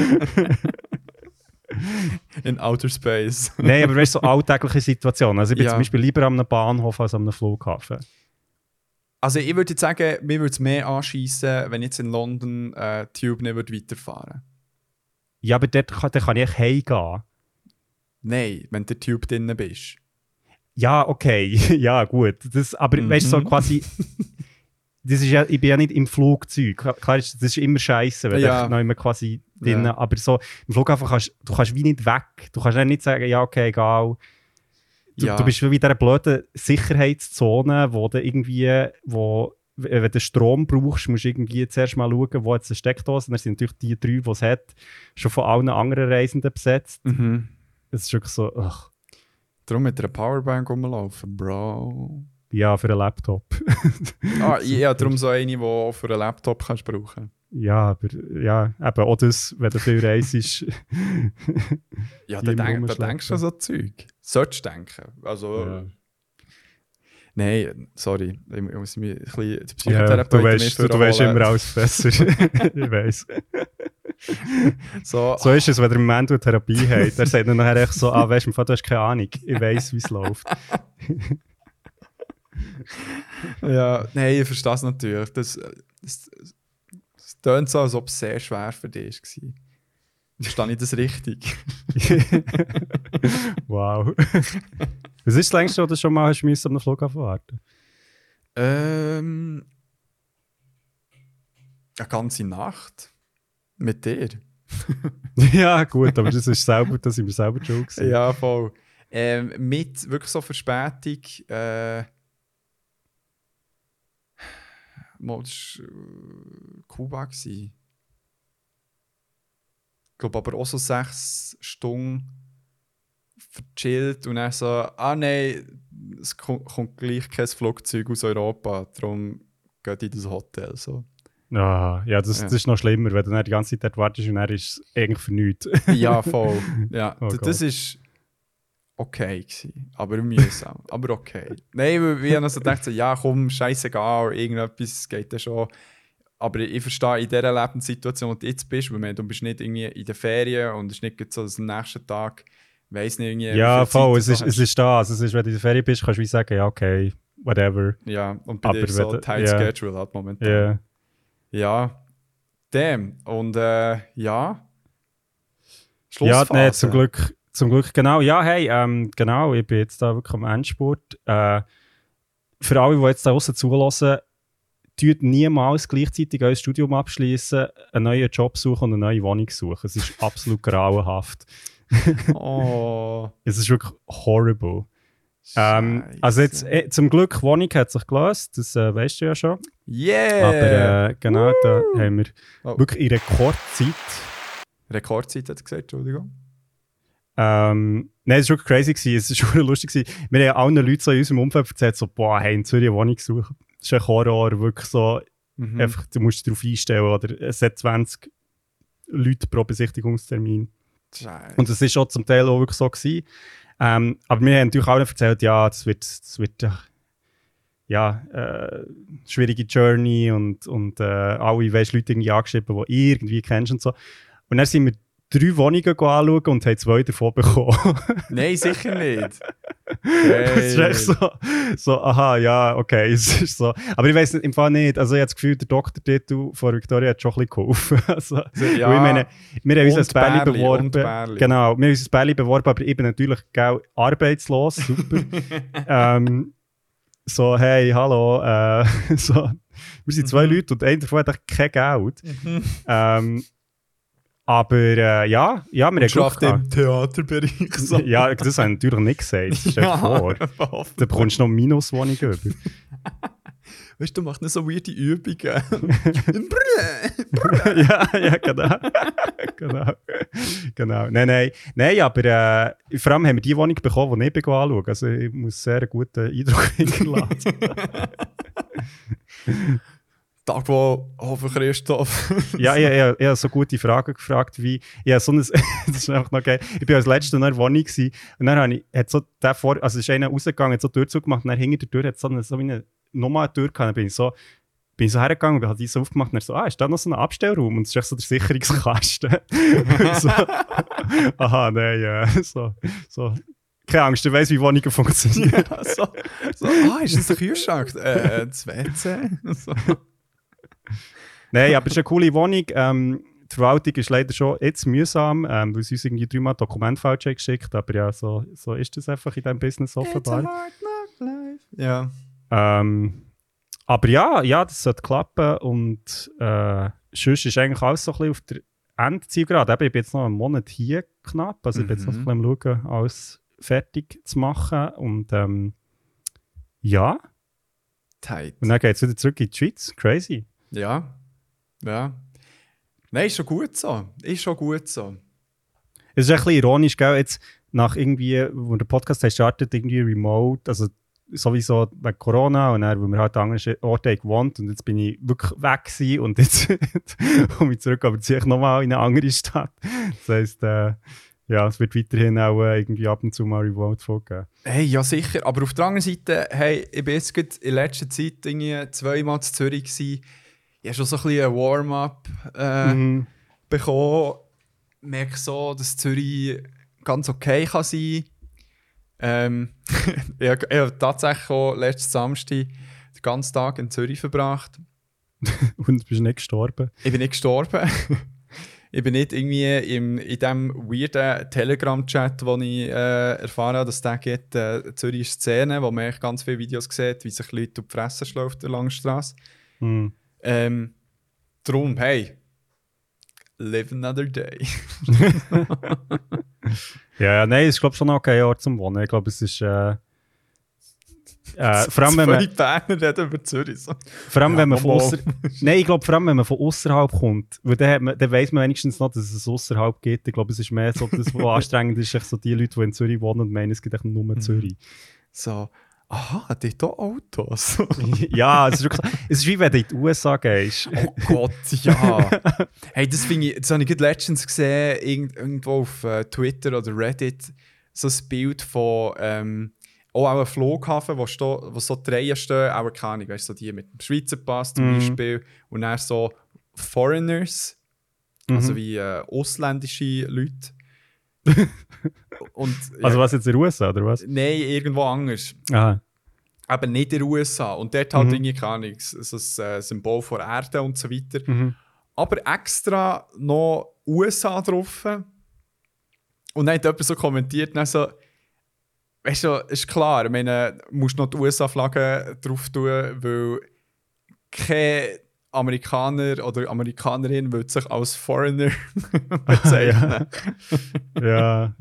In Outer Space. Nein, aber weißt du, so alltägliche Situationen. Also ich bin Ja. zum Beispiel lieber an einem Bahnhof als an einem Flughafen. Also ich würde jetzt sagen, mir würde es mehr anschiessen, wenn ich jetzt in London Tube nicht weiterfahren würde. Ja, aber dort kann ich heimgehen. Nein, wenn du in der Tube drin bist. Ja, okay. Ja, gut. Aber weißt du, so quasi... Das ist ja, ich bin ja nicht im Flugzeug. Klar, das ist immer scheiße, wenn Ja. du noch immer quasi drin. Ja. Aber so im Flughafen kannst du wie nicht weg. Du kannst ja nicht sagen, ja, okay, egal. Du bist wie in dieser blöden Sicherheitszone, wo du irgendwie, wenn du Strom brauchst, musst du irgendwie zuerst mal schauen, wo jetzt eine Steckdose ist. Dann sind natürlich die 3, die es hat, schon von allen anderen Reisenden besetzt. Mhm. Das ist wirklich so, ugh. Darum mit einer Powerbank rumlaufen, Bro. Ja, für einen Laptop. Ja, darum so eine, die du auch für einen Laptop kannst brauchen. Ja, aber ja, eben auch das, wenn du viel reist, Ja, Die da immer denkst rumschleppen. du an so Zeug. Solltest du denken. Also, Ja. Nein, sorry. Ich muss mich ein bisschen die Ja, Psychotherapeuten du weißt immer alles besser. Ich weiss. So, So ist es, wenn der Moment eine Therapie hat. Er sagt dann nachher echt so, weißt du, du hast keine Ahnung. Ich weiss, wie es läuft. ja, nein, ich verstehe es natürlich. Das tönt so, als ob es sehr schwer für dich war. Verstehe ich das richtig? Wow. Was ist das längste, was du schon mal hast müssen, an einem Flughafen warten? Eine ganze Nacht. Mit dir. Ja, gut, aber das sind wir selber schon gewesen. Ja, voll. Mit wirklich so Verspätung. Das war Kuba. Ich glaube aber auch so 6 Stunden verchillt und dann so, nein, es kommt gleich kein Flugzeug aus Europa, darum geht in das Hotel. So. Ja, das ist noch schlimmer, wenn du dann die ganze Zeit dort wartest und dann ist es eigentlich für nichts. Ja, voll. Ja, Oh das war okay gewesen, aber mühsam. Aber okay. Nein, weil ich habe so gedacht, so, ja komm, scheißegal, irgendetwas geht ja schon. Aber ich verstehe in dieser Lebenssituation, wo du jetzt bist, weil du bist nicht irgendwie in den Ferien und es ist nicht so, dass am nächsten Tag, weiss nicht, irgendwie... Ja, wie viel voll, Zeit es ist das. Es ist, wenn du in der Ferie bist, kannst du wie sagen, ja, okay, whatever. Ja, und bei dir Aber ist so wenn Tight ja. Schedule halt momentan. Ja. Ja, damn. Und ja... Ja, Schlussphase. nee, zum Glück, genau. Ja, hey, genau, ich bin jetzt da wirklich am Endspurt. Für alle, die jetzt da draussen zuhören, tut niemals gleichzeitig euer Studium abschließen, einen neuen Job suchen und eine neue Wohnung suchen. Es ist absolut grauenhaft. Oh, Es ist wirklich horrible. Scheisse. Also jetzt, zum Glück, Wohnung hat sich gelöst, das weißt du ja schon. Yeah! Aber genau, da haben wir Oh. wirklich in Rekordzeit. Rekordzeit hat er gesagt, Entschuldigung. Nein, es war wirklich crazy gewesen. Es war schon lustig gewesen. Wir haben allen Leuten so in unserem Umfeld erzählt, so, boah, hey, in Zürich eine Wohnung suchen. Das ist ein Horror, wirklich so, einfach, du musst dich darauf einstellen, oder es hat 20 Leute pro Besichtigungstermin. Scheiße. Und das war auch zum Teil auch wirklich so gewesen. Aber wir haben natürlich auch erzählt, ja, das wird schwierige Journey und alle, weisst, Leute irgendwie angeschrieben, die irgendwie kennst und so. Und dann sind wir 3 Wohnungen anschauen und haben 2 davon bekommen. Nein, sicher nicht. Es ist echt so, aha, ja, okay, es ist so. Aber ich weiss im Fall nicht, also ich habe das Gefühl, der Doktortitel von Victoria hat schon ein bisschen geholfen. Also, Ja, weil ich meine, wir haben uns als Bärli und beworben. Bärli. Genau, wir haben uns als Bärli beworben, aber ich bin natürlich arbeitslos, super. So, hey, hallo, so, wir sind 2 Leute und einer davon hat echt kein Geld. Aber ja, wir haben Glück Schafft gehabt. im Theaterbereich so. Ja, das habe ich natürlich nicht gesagt. Stell dir vor. Da bekommst du noch Minuswohnungen über. Weißt du, machst nicht so weirde Übungen. ja, genau. Nein, aber vor allem haben wir die Wohnung bekommen, die ich anschauen. Also ich muss sehr einen guten Eindruck hinterlassen. Tag, wo hoffe Christoph. Ja, ich habe so gute Fragen gefragt, wie... Ja, so ein, das ist einfach noch geil. Ich war als letzter in einer Wohnung gewesen, und dann hat so der also ist einer rausgegangen, hat so die Tür zugemacht und dann hinter der Tür hat so wie eine, nochmal eine Tür gehabt. Dann bin bin ich so hergegangen und habe die so aufgemacht und er so, ist da noch so ein Abstellraum? Und es ist echt so der Sicherungskasten. So, aha, nein, so. Keine Angst, du weißt, wie Wohnungen funktionieren. Ja, ist das ein Kühlschrank? Das WC? So. Nein, aber es ist eine coole Wohnung. Die Verwaltung ist leider schon jetzt mühsam, weil sie uns irgendwie 3-mal Dokumente falsch haben geschickt. Aber ja, so ist das einfach in diesem Business offenbar. It's a hard knock life. Ja. Aber ja, das sollte klappen. Und sonst ist eigentlich alles so ein bisschen auf der Endzielgerade. Ich bin jetzt noch einen Monat hier knapp. Also ich bin jetzt noch ein bisschen am Schauen, alles fertig zu machen. Und ja. Tight. Und dann geht es wieder zurück in die Schweiz. Crazy. Ja. Nein, ist schon gut so. Es ist ein bisschen ironisch, gell? Jetzt nach irgendwie, wo der Podcast startet, irgendwie remote, also sowieso wegen Corona und dann, weil wir halt an anderen Orten gewohnt und jetzt bin ich wirklich weg gewesen und jetzt komme ich zurück, aber ziehe ich nochmal in eine andere Stadt. Das heisst, ja, es wird weiterhin auch irgendwie ab und zu mal remote vorgeben. Hey, ja sicher, aber auf der anderen Seite, hey, ich bin jetzt in letzter Zeit irgendwie 2-mal in Zürich gewesen. Ich habe schon so ein bisschen ein Warm-up bekommen. Ich merke so, dass Zürich ganz okay kann sein kann. Ich habe tatsächlich auch letzten Samstag den ganzen Tag in Zürich verbracht. Und bist nicht gestorben? Ich bin nicht gestorben. Ich bin nicht irgendwie in diesem weirden Telegram-Chat, wo ich erfahren habe, dass es den gibt, Zürich Szene, wo man echt ganz viele Videos sieht, wie sich Leute auf die Fresse schlagen auf der Langstrasse. Darum, hey, live another day. Ja, nein, es ist glaube ich schon noch ein Ort zum Wohnen. Ich glaube, es ist vor allem, wenn man Berner reden über Zürich. So. Vor allem, wenn man von Nein, ich glaube, vor allem, wenn man von außerhalb kommt, weil dann weiss man wenigstens noch, dass es außerhalb gibt. Ich glaube, es ist mehr so, das, was anstrengend ist, so die Leute, die in Zürich wohnen und meinen, es gibt nur Zürich. So, aha, die hier Autos. Ja, es ist wirklich so, es ist wie wenn du in die USA gehst. Oh Gott, ja. Hey, das habe ich gerade letztens gesehen, irgendwo auf Twitter oder Reddit, so ein Bild von auch ein Flughafen, wo so die Reihen stehen, auch keine Ahnung, weißt du, so die mit dem Schweizer Pass zum Beispiel, und dann so Foreigners, also wie ausländische Leute. Und, also was jetzt in den USA, oder was? Nein, irgendwo anders. Aha. Aber nicht in den USA. Und dort halt irgendwie, keine Ahnung, so ein Symbol von Erde und so weiter. Aber extra noch USA drauf. Und dann hat jemand so kommentiert, dann so, weißt du, ist klar, ich meine, du musst noch die USA-Flagge drauf tun, weil kein Amerikaner oder Amerikanerin will sich als Foreigner bezeichnen. Ja.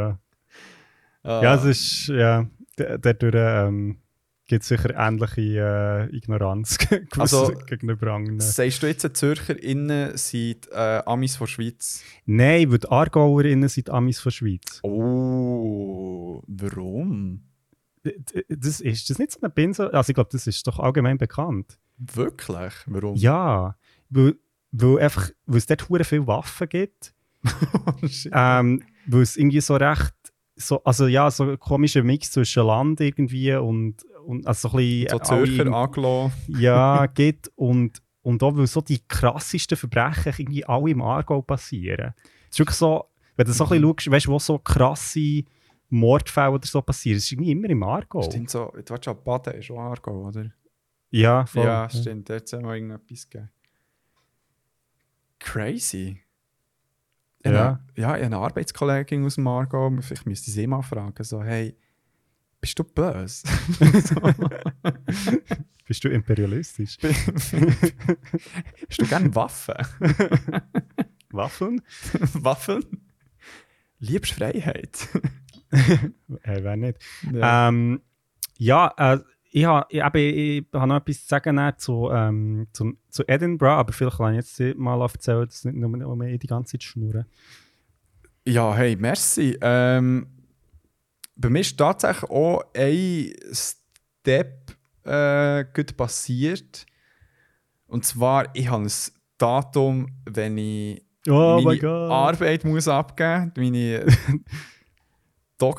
Ja, es ist, ja, dadurch gibt es sicher ähnliche Ignoranz gegenüber anderen. Sagst du jetzt, die ZürcherInnen sind Amis von der Schweiz? Nein, weil die AargauerInnen sind Amis von der Schweiz. Oh, warum? Ist das nicht so eine Pinsel? Also ich glaube, das ist doch allgemein bekannt. Wirklich? Warum? Ja, weil es dort verdammt viele Waffen gibt. Weil es irgendwie so recht, so ein komischer Mix zwischen Land irgendwie und also so ein bisschen... So Zürcher Aglo. Ja, gibt und auch, weil so die krassesten Verbrechen irgendwie alle im Aargau passieren. Es ist wirklich so, wenn du so ein bisschen schaust, weißt du, wo so krasse Mordfälle oder so passieren, es ist irgendwie immer im Aargau. Stimmt so, du weißt schon, Baden ist auch Aargau, oder? Ja, voll. Ja, stimmt, dort soll mal irgendetwas geben. Crazy. Ja. Ich habe eine Arbeitskollegin aus dem Aargau, vielleicht müsste ich sie mal fragen, so, hey, bist du böse? Bist du imperialistisch? Hast du gerne Waffen? Waffen? Waffen? Liebst Freiheit? Hey, wer nicht? Ja. Ich habe noch etwas zu sagen zu Edinburgh, aber vielleicht kann ich jetzt mal erzählen, dass nicht nur mehr die ganze Zeit schnurren. Ja, hey, merci. Bei mir ist tatsächlich auch ein Step gut passiert. Und zwar, ich habe ein Datum, wenn ich meine Arbeit muss abgeben muss, meine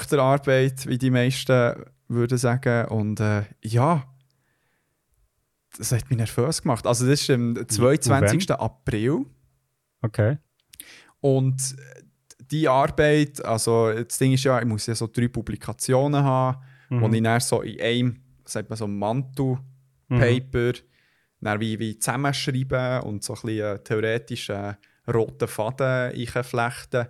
Doktorarbeit, wie die meisten würden sagen. Und ja, das hat mich nervös gemacht. Also das ist am 22. April. Okay. Und die Arbeit, also das Ding ist ja, ich muss ja so 3 Publikationen haben, wo ich dann so in einem, sagt man so Mantel-Paper, dann wie zusammenschreiben und so ein bisschen einen theoretischen roten Faden einflechten.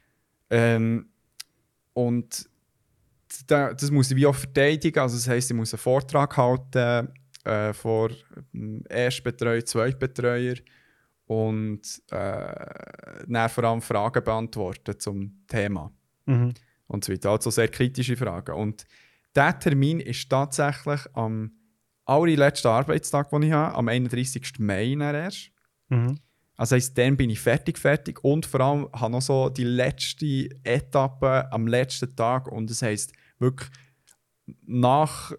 Und das muss ich wie auch verteidigen. Also das heisst, ich muss einen Vortrag halten vor Erstbetreuer, Zweitbetreuer und dann vor allem Fragen beantworten zum Thema. Und so weiter. Also sehr kritische Fragen. Und dieser Termin ist tatsächlich am allerletzten Arbeitstag, den ich habe, am 31. Mai erst. Also heisst, dann bin ich fertig und vor allem habe noch so die letzte Etappe am letzten Tag und das heisst wirklich nach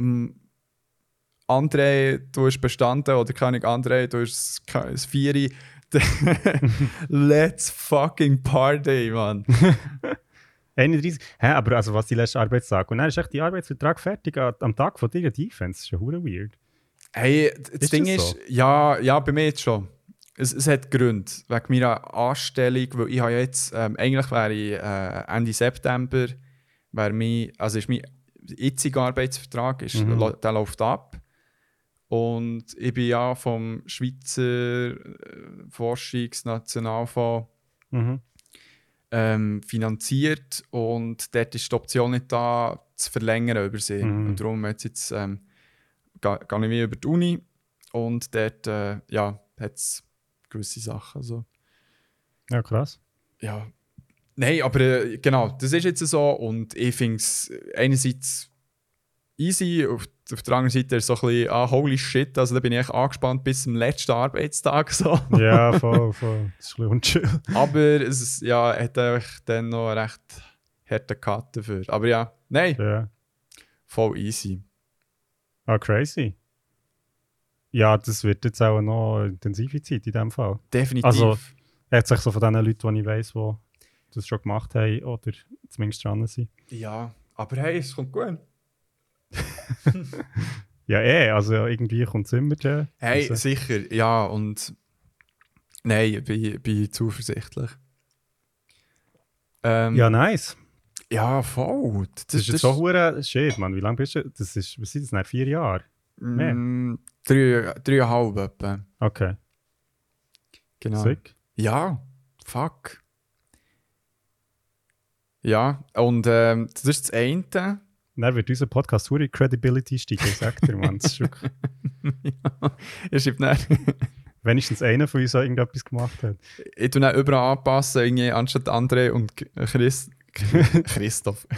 André, du hast bestanden oder keine Ahnung, André, du hast das 4. Let's fucking party, man. 31. Aber also was die letzte Arbeitstag? Und dann ist echt die Arbeitsvertrag fertig am Tag von dir Defense. Das ist ja hure weird. Hey, das Ding das ist, so? ja, bei mir jetzt schon. Es hat Gründe, wegen meiner Anstellung, weil ich habe jetzt, eigentlich wäre ich Ende September, ist mein jetziger Arbeitsvertrag, der läuft ab. Und ich bin ja vom Schweizer Forschungsnationalfonds finanziert und dort ist die Option nicht da, zu verlängern über sie. Und darum gehe ich wie über die Uni und dort hat es gewisse Sachen. Also. Ja, krass. Ja. Nein, aber genau, das ist jetzt so und ich finde es einerseits easy, auf der anderen Seite ist es so ein bisschen, holy shit, also da bin ich echt angespannt bis zum letzten Arbeitstag. So. Ja, voll. Das ist ein bisschen unchill. Aber es ist, hat eigentlich dann noch einen recht harten Cut dafür. Aber ja, nein, voll easy. Ah, crazy. Ja, das wird jetzt auch noch eine intensive Zeit in diesem Fall. Definitiv. Also, jetzt sich so von den Leuten, die ich weiss, die das schon gemacht haben oder zumindest dran sind. Ja, aber hey, es kommt gut. Ja, also irgendwie kommt es immer. Hey, also. Sicher, ja, und nein, bin zuversichtlich. Ja, nice. Ja, voll. Das ist jetzt so hure shit, Mann. Wie lange bist du? Was sind das? Nach 4 Jahre? Mehr? 3,5 etwa. Okay. Genau. Sick. Ja, fuck. Ja, und das ist das eine. Dann wird unser Podcast hure Credibility steigen, sagt er, Mann. Das ist wirklich... Ja, ich schreibe dann... Wenigstens einer von uns irgendetwas gemacht hat. Ich tue dann überall anpassen, irgendwie anstatt André und Christoph.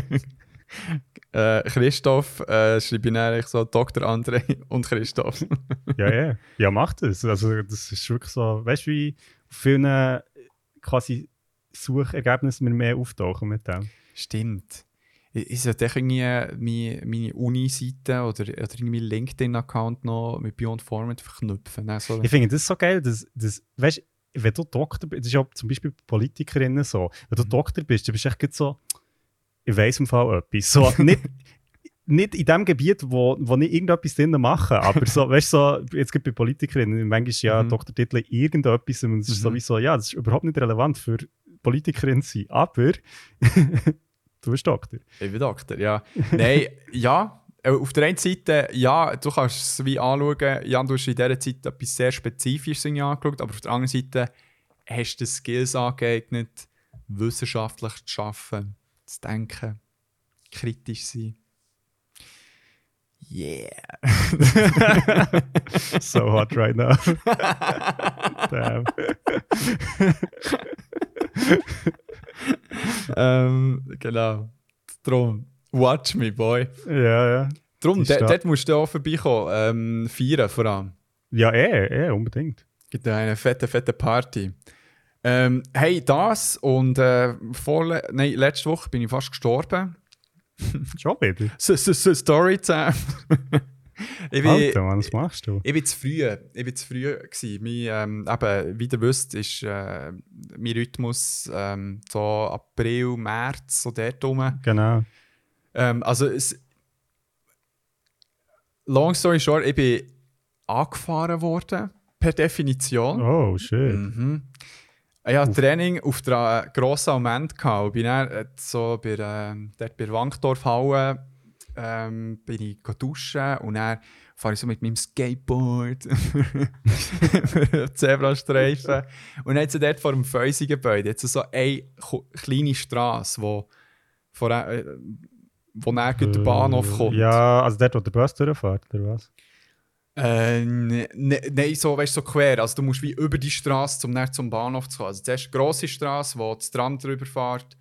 Christoph schreibe ich dann eigentlich so Dr. André und Christoph. Ja. Ja, macht das. Also das ist wirklich so, weißt du, wie auf vielen quasi Suchergebnissen wir mehr auftauchen mit dem. Stimmt. Ich sollte irgendwie meine Uni-Seite oder irgendwie LinkedIn-Account noch mit Beyond Format verknüpfen. Also, Ich finde das so geil, dass weißt, wenn du Doktor bist, das ist ja zum Beispiel bei Politikerinnen so, wenn du Doktor bist, dann bist du echt so, ich weiss im Fall etwas. So, nicht in dem Gebiet, wo ich irgendetwas drin mache, aber so, weißt du, so, jetzt gibt es bei Politikerinnen, manchmal ist ja Doktortitel irgendetwas und es ist sowieso, ja, das ist überhaupt nicht relevant für Politikerin zu sein, aber du bist Doktor. Ich bin Doktor, ja. Nein, ja. Auf der einen Seite, ja, du kannst es wie anschauen, Jan, du hast in dieser Zeit etwas sehr Spezifisches angeschaut, aber auf der anderen Seite hast du die Skills angeeignet, wissenschaftlich zu arbeiten, zu denken, kritisch zu sein. Yeah! So hot right now. Damn. Genau. Drum, watch me, boy. Ja. Drum, dort musst du auch vorbeikommen. Feiern vor allem. Ja, unbedingt. Gibt eine fette Party. Hey, das und letzte Woche bin ich fast gestorben. Schon wieder? Storytime. Alter, Mann, was machst du? Ich war zu früh. Gewesen. Wie ihr wisst, ist mein Rhythmus so April, März, so dort rum. Genau. Long story short, ich bin angefahren worden, per Definition. Oh, shit. Ich hatte Training auf der grossen Moment gehabt. Ich bin dann so dort bei der Wankdorfhalle bin ich duschen und dann fahre ich so mit meinem Skateboard Zebrastreifen. Und dann hat sie dort vor dem Feusi-Gebäude jetzt so eine kleine Strasse, wo dann der Bahnhof kommt. Ja, also dort, wo der Bus durchfährt, oder was? Nein, so, weißt, so quer. Also du musst wie über die Straße, um näher zum Bahnhof zu kommen. Also zuerst eine grosse Straße, wo das Tram drüber fährt.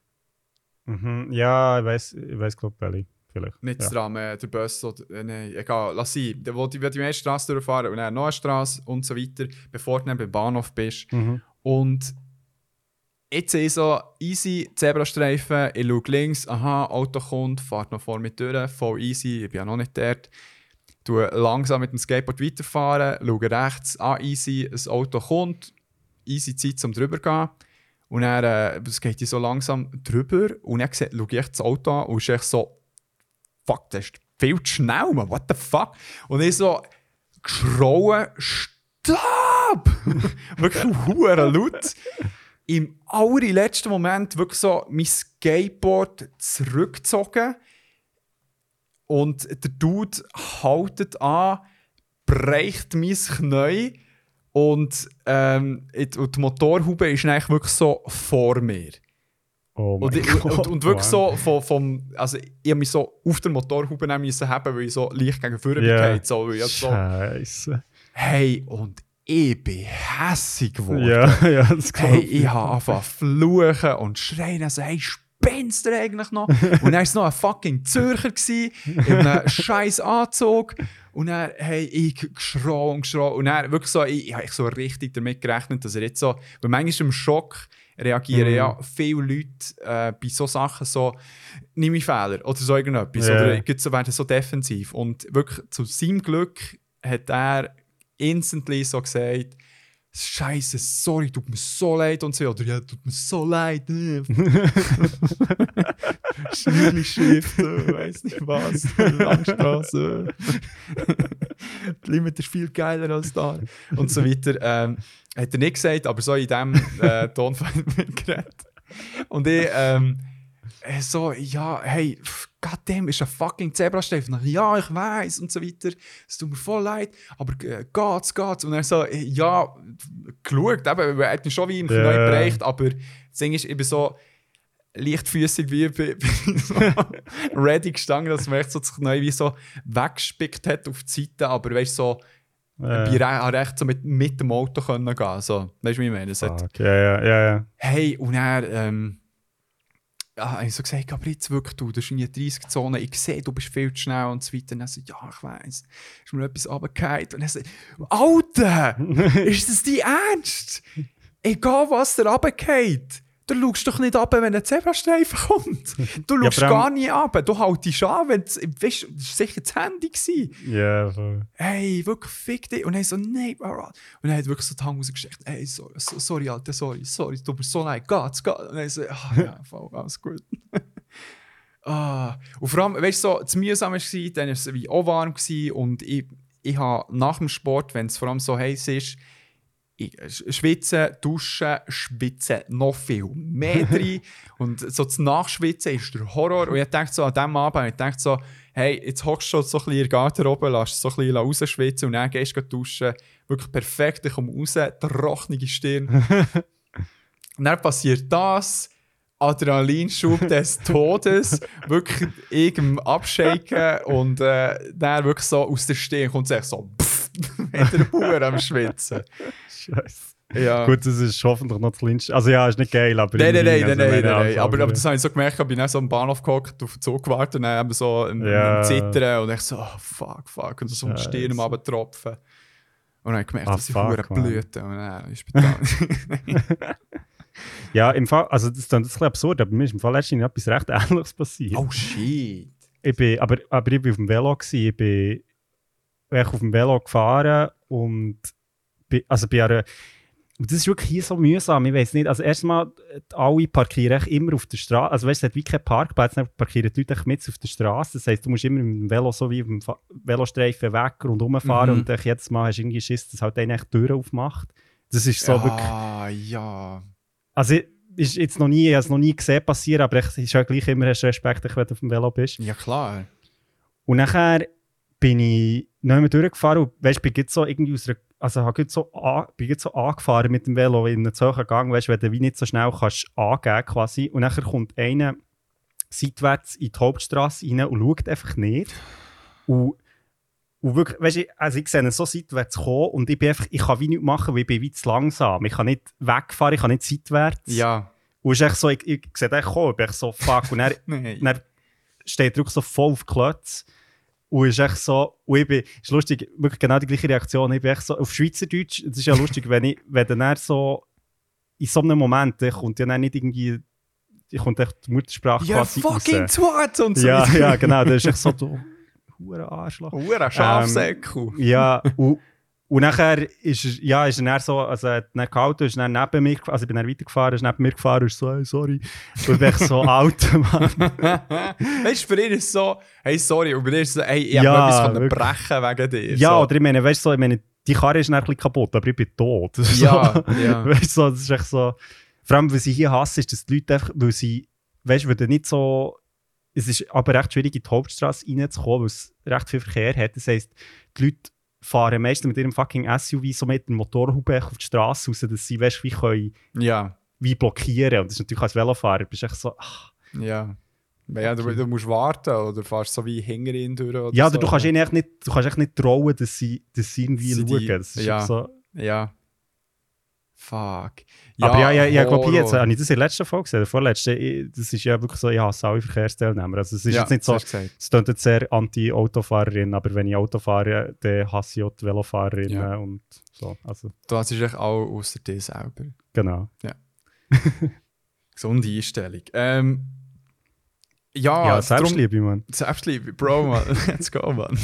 Ja, ich weiss glaube ich, vielleicht. Nicht das Tram, der Bus. Nein, egal, lass sein. Wo die erste Straße durchfahren und dann noch eine Straße und so weiter, bevor du dann beim Bahnhof bist. Und jetzt sehe ich so easy Zebrastreifen, ich schaue links, aha, Auto kommt, fährt noch vor mir durch, voll easy, ich bin ja noch nicht dort. Ich langsam mit dem Skateboard weiterfahren, schaue rechts, easy, ein Auto kommt, easy Zeit zum drüber gehen. Und dann geht ich so langsam drüber und dann schaue ich das Auto an und ist echt so, fuck, das ist viel zu schnell, man, what the fuck? Und ich so geschrauen, stopp! Wirklich hure laut. Im allerletzten Moment wirklich so mein Skateboard zurückgezogen. Und der Dude haltet an, bricht mein Knie und die Motorhaube ist eigentlich wirklich so vor mir. Oh mein Gott. Und wirklich so also ich habe mich so auf der Motorhaube haben, weil ich so leicht gegen vorne bin. So, Scheiße. Hey, und ich bin hässig geworden. Ja, das hey, ich habe angefangen zu fluchen und schreien, also hey, spinnst du eigentlich noch? Und dann war es noch ein fucking Zürcher in einem scheiß Anzug. Und dann hey, ich geschrauen. Und dann wirklich so, ich habe so richtig damit gerechnet, dass er jetzt so, weil manchmal im Schock reagieren ja viele Leute bei so Sachen so, nimm ich Fehler oder so irgendetwas. Oder so, werden so defensiv. Und wirklich zu seinem Glück hat er instantly so gesagt, Scheiße, sorry, tut mir so leid und so. Oder ja, tut mir so leid. Schwierigschrift, weiss nicht was. Langstrasse. Das Limit ist viel geiler als da. Und so weiter. Hat er nicht gesagt, aber so in diesem Ton geredet. Und ich so, ja, hey, goddamn, ist ein fucking Zebrastreifen. Ja, ich weiss und so weiter. Es tut mir voll leid, aber geht's. Und er so, ja, geschaut, eben, er hat mich schon wie im Knie bereicht, aber das Ding ist, ich bin so leichtfüßig wie so ready gestanden, dass man echt so das Knie wie so weggespickt hat auf die Seite, aber weißt so, ich recht so mit dem Auto können gehen. So, weißt du, wie ich meine? Ja. Hey, und er ich habe so gesagt, aber jetzt wirklich, du bist in der 30-Zone, ich sehe, du bist viel zu schnell und so weiter. Und er so, ja, ich weiss, ist mir etwas runtergefallen. Und er so, Alter, ist das dein Ernst? Egal, was dir runterfällt, du schaust doch nicht runter, wenn ein Zebrastreifen kommt. Du schaust gar nicht runter, du haltest an, wenn es, weißt du, das war sicher das Handy gewesen. Ja, voll. Hey, wirklich, fick dich. Und er so, nein, und er hat wirklich so die Hand rausgesteckt, hey, sorry, Alter, sorry, tut mir so leid, geht's. Und er so, ja, voll, alles gut. Und vor allem, weißt du, so, das Mühsame war, dann war es wie auch warm gewesen, und ich habe nach dem Sport, wenn es vor allem so heiß ist, schwitzen, duschen, schwitzen noch viel mehr drin. Und so das Nachschwitzen ist der Horror. Und ich dachte so an diesem Abend, ich dachte so, hey, jetzt hockst du schon so ein bisschen in der Garderobe, lass so ein bisschen rausschwitzen und dann gehst du duschen. Wirklich perfekt, ich komme raus, trockene Stirn. Und dann passiert das, Adrenalinschub des Todes, wirklich irgendein Abschaken und dann wirklich so aus der Stirn kommt es echt so, pfff, mit der Bauer am Schwitzen. Scheiße. Ja. Gut, das ist hoffentlich noch das Kleinste. Also ja, ist nicht geil, aber... Nein. Aber das habe ich so gemerkt, ich bin dann so am Bahnhof gehockt, auf den Zug gewartet und dann haben wir so ein Zittern und ich so, oh, fuck. Und so ein Stirn am Abentropfen. Und dann habe ich gemerkt, dass ich verdammt blüte. Und dann ist Spital. Ja, im Fall, also das ist ein bisschen absurd, aber mir ist im Fall letztens etwas recht Ähnliches passiert. Oh shit. Ich bin auf dem Velo gewesen. Ich bin auf dem Velo gefahren und Und das ist wirklich hier so mühsam, ich weiß nicht. Also erstmal, alle parkieren immer auf der Straße. Also weißt du, es hat wie keinen Parkplatz, dann parkieren die Leute mit auf der Straße. Das heisst, du musst immer mit dem Velo so wie auf dem Velostreifen weg und rumfahren und jedes Mal hast du irgendwie Schiss, dass halt einer die Tür aufmacht. Das ist so wirklich... ja. Also ich habe es noch nie gesehen passieren, aber es ist ja gleich immer hast du Respekt, wenn du auf dem Velo bist. Ja, klar. Und nachher bin ich nicht mehr durchgefahren und weißt, bin jetzt so irgendwie aus einer... Also bin jetzt so angefahren mit dem Velo in einen solchen Gang, weißt, wenn du wie nicht so schnell kannst angeben quasi. Und dann kommt einer seitwärts in die Hauptstrasse rein und schaut einfach nicht. Und wirklich, weißt, ich sehe ihn so seitwärts kommen und ich kann wie nichts machen, weil ich bin wie zu langsam. Ich kann nicht wegfahren, ich kann nicht seitwärts. Ja. Und es ist echt so, ich sehe den kommen, ich bin echt so, fuck. Und dann steht er wirklich so voll auf die Klötze. Und ist echt so, ist lustig, wirklich genau die gleiche Reaktion. Ich bin echt so, auf Schweizerdeutsch, es ist ja lustig, wenn dann so, in so einem Moment, kommt ja dann nicht irgendwie, kommt echt die Muttersprache quasi raus. Ja, fucking Twat und so. Ja, genau, das ist echt so, du hure Arschloch. Hure Schafsäckel. Ja, und nachher ist er dann so, also er hat dann gehalten, ist dann neben mir, also ich bin dann weitergefahren, ist neben mir gefahren und ist so, hey, sorry. Und ich bin echt so alt, Mann. Weißt du, für ihn ist es so, hey, sorry, und bei dir ist es so, hey, ich habe etwas brechen wegen dir. Ja, so. Oder ich meine, weißt du, die Karre ist dann ein bisschen kaputt, aber ich bin tot. Ja, ja. Weißt du, das ist echt so. Vor allem, was ich hier hasse, ist, dass die Leute einfach, weil du nicht so. Es ist aber recht schwierig, in die Hauptstraße reinzukommen, weil es recht viel Verkehr hat. Das heisst, die Leute fahren meistens mit ihrem fucking SUV so mit dem Motorhaube auf die Straße raus, dass sie weißt, wie können wie blockieren. Und das ist natürlich als Velofahrer, bist du echt so. Ach. Ja. Ja, du musst warten oder fährst so wie hinter ihn durch. Oder ja, oder so. du kannst echt nicht trauen, dass sie irgendwie schauen. Das ist so. Ja. Fuck. Ja, aber ja, glaube ich, jetzt habe ich das in der letzten Folge gesehen, der vorletzten, das ist ja wirklich so, ich hasse alle Verkehrsteilnehmer. Also es ist jetzt nicht so, es klingt jetzt sehr anti-Autofahrerin, aber wenn ich Auto fahre, dann hasse ich auch die Velofahrerinnen und so. Also. Du hast es echt auch außer dir selber. Genau. Ja. Gesunde Einstellung. Ja, Selbstliebe, Mann. Selbstliebe, Bro, Mann. Let's go, Mann.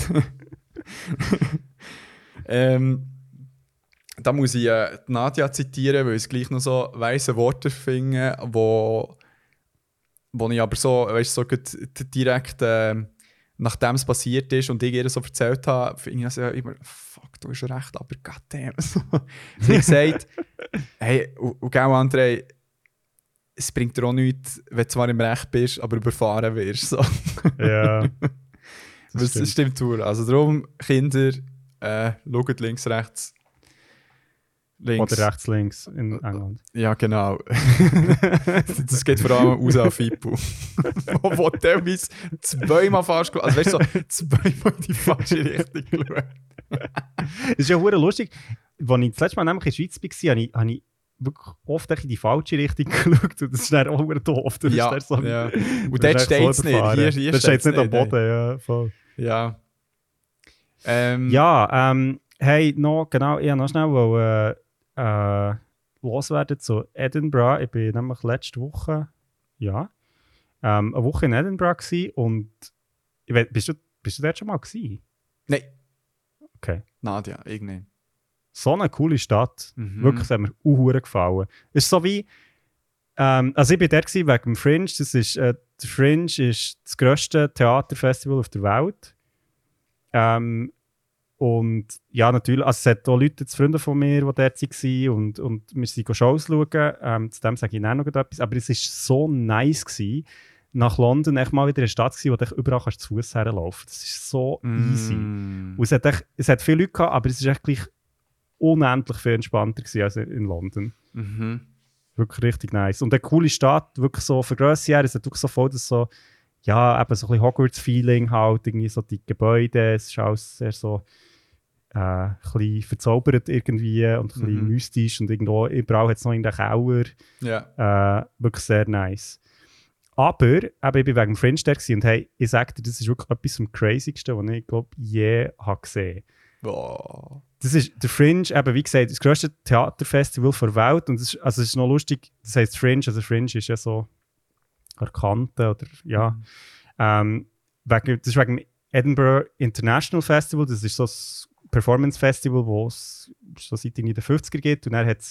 Da muss ich Nadja zitieren, weil ich gleich noch so weise Worte finde, wo ich aber so, weißt du, so direkt nachdem es passiert ist und ich ihr so erzählt habe, finde ich also immer, fuck, du hast recht, aber goddamn. Sie hat gesagt, hey, und gell, André, es bringt dir auch nichts, wenn du zwar im Recht bist, aber überfahren wirst. So. Ja. Das stimmt wohl. Also darum, Kinder, schaut links, rechts. Links. Oder rechts, links in England. Ja, genau. Das geht vor allem aus auf Fippo. Wo teilweise zweimal fast, also weißt du, so, zweimal in die falsche Richtung geschaut. Das ist ja verdammt lustig. Als ich das letzte Mal nämlich in der Schweiz war, habe ich wirklich oft in die falsche Richtung geschaut und das ist dann auch verdammt doof. Ja, so, ja. Und dort steht es nicht. Hier steht es nicht am Boden, ja, voll. Ja. Hey, noch, genau, ich wollte noch schnell loswerden zu Edinburgh. Ich bin nämlich letzte Woche, eine Woche in Edinburgh gewesen und bist du dort schon mal gewesen? Nein. Okay. Nadja, irgendwie. So eine coole Stadt. Wirklich, das hat mir auch gefallen. Es ist so wie, also ich war dort wegen dem Fringe. Das ist, der Fringe ist das grösste Theaterfestival auf der Welt. Und ja, natürlich, also es hat auch Leute, Freunde von mir, die dort waren und wir sind Shows schauen. Zu dem sage ich noch etwas. Aber es war so nice gewesen, nach London echt mal wieder eine Stadt gewesen, wo du überall kannst zu Fuß herlaufen. Das ist so easy. Und es hat viele Leute gehabt, aber es ist echt gleich unendlich viel entspannter gewesen als in London. Wirklich richtig nice. Und eine coole Stadt, wirklich so für Grösse her, es hat wirklich so voll das so, ja, eben so ein bisschen Hogwarts-Feeling halt, irgendwie so die Gebäude, es ist alles sehr so ein bisschen verzaubert irgendwie und ein bisschen mystisch und irgendwo, überall hat es noch in den Keller. Ja. Wirklich sehr nice. Aber eben, ich war wegen dem Fringe da und hey, ich sage dir, das ist wirklich etwas vom Crazysten, was ich glaube je habe gesehen. Wow. Das ist der Fringe, eben wie gesagt, das grösste Theaterfestival der Welt und es ist noch lustig, das heisst Fringe, also Fringe ist ja so Arkante oder ja. Das ist wegen dem Edinburgh International Festival, das ist so ein Performance Festival, das es schon seit in den 50er gibt und dann hat es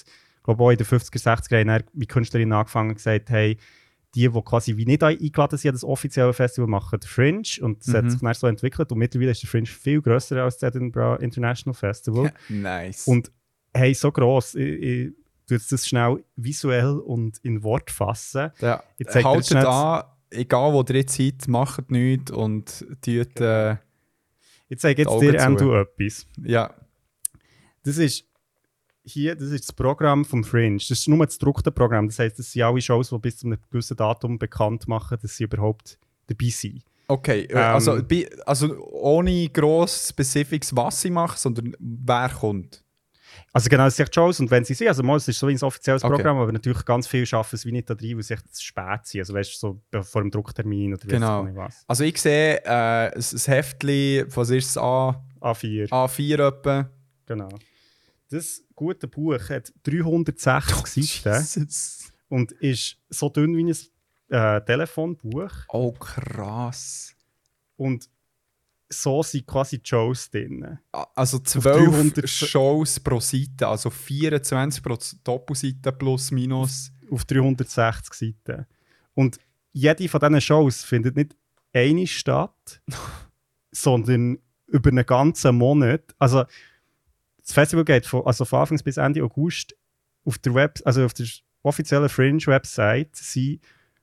glaube auch in den 50er, 60er Jahren haben wie Künstlerinnen angefangen und gesagt, hey, die quasi wie nicht eingeladen sind an das offizielle Festival, machen den Fringe und das hat sich dann so entwickelt und mittlerweile ist der Fringe viel grösser als das Edinburgh International Festival. Nice. Und hey, so gross, ich tue jetzt das schnell visuell und in Wort fassen. Ja. Ich zeig dir Haltet schnell- an, egal wo ihr jetzt seid, macht nichts und tut, Ich zeige jetzt die dir, Augen zu. Endo, etwas. ja. Das ist das Programm vom Fringe. Das ist nur das gedruckte Programm. Das heisst, das sind alle Shows, die bis zu einem gewissen Datum bekannt machen, dass sie überhaupt dabei sind. Okay, also ohne gross Specifics, was sie machen, sondern wer kommt. Also genau, es sind echt Shows und wenn sie sind, also mal, es ist so wie ein offizielles Okay. Programm, aber natürlich ganz viel schaffen es wie nicht da drin, weil sie echt zu spät sind. Also weißt du, so vor dem Drucktermin oder Genau. weiss ich nicht was. Also ich sehe ein Heftchen, was ist es, A4. A4 etwa. Genau. Das gute Buch hat 360 Seiten Jesus. und ist so dünn wie ein Telefonbuch. Oh, krass. Und so sind quasi die Shows drin. Also 12 300 Shows pro Seite, also 24 pro Doppelseite plus minus. Auf 360 Seiten. Und jede von diesen Shows findet nicht eine statt, sondern über einen ganzen Monat. Also das Festival geht von Anfang bis Ende August auf der offiziellen Fringe-Website sind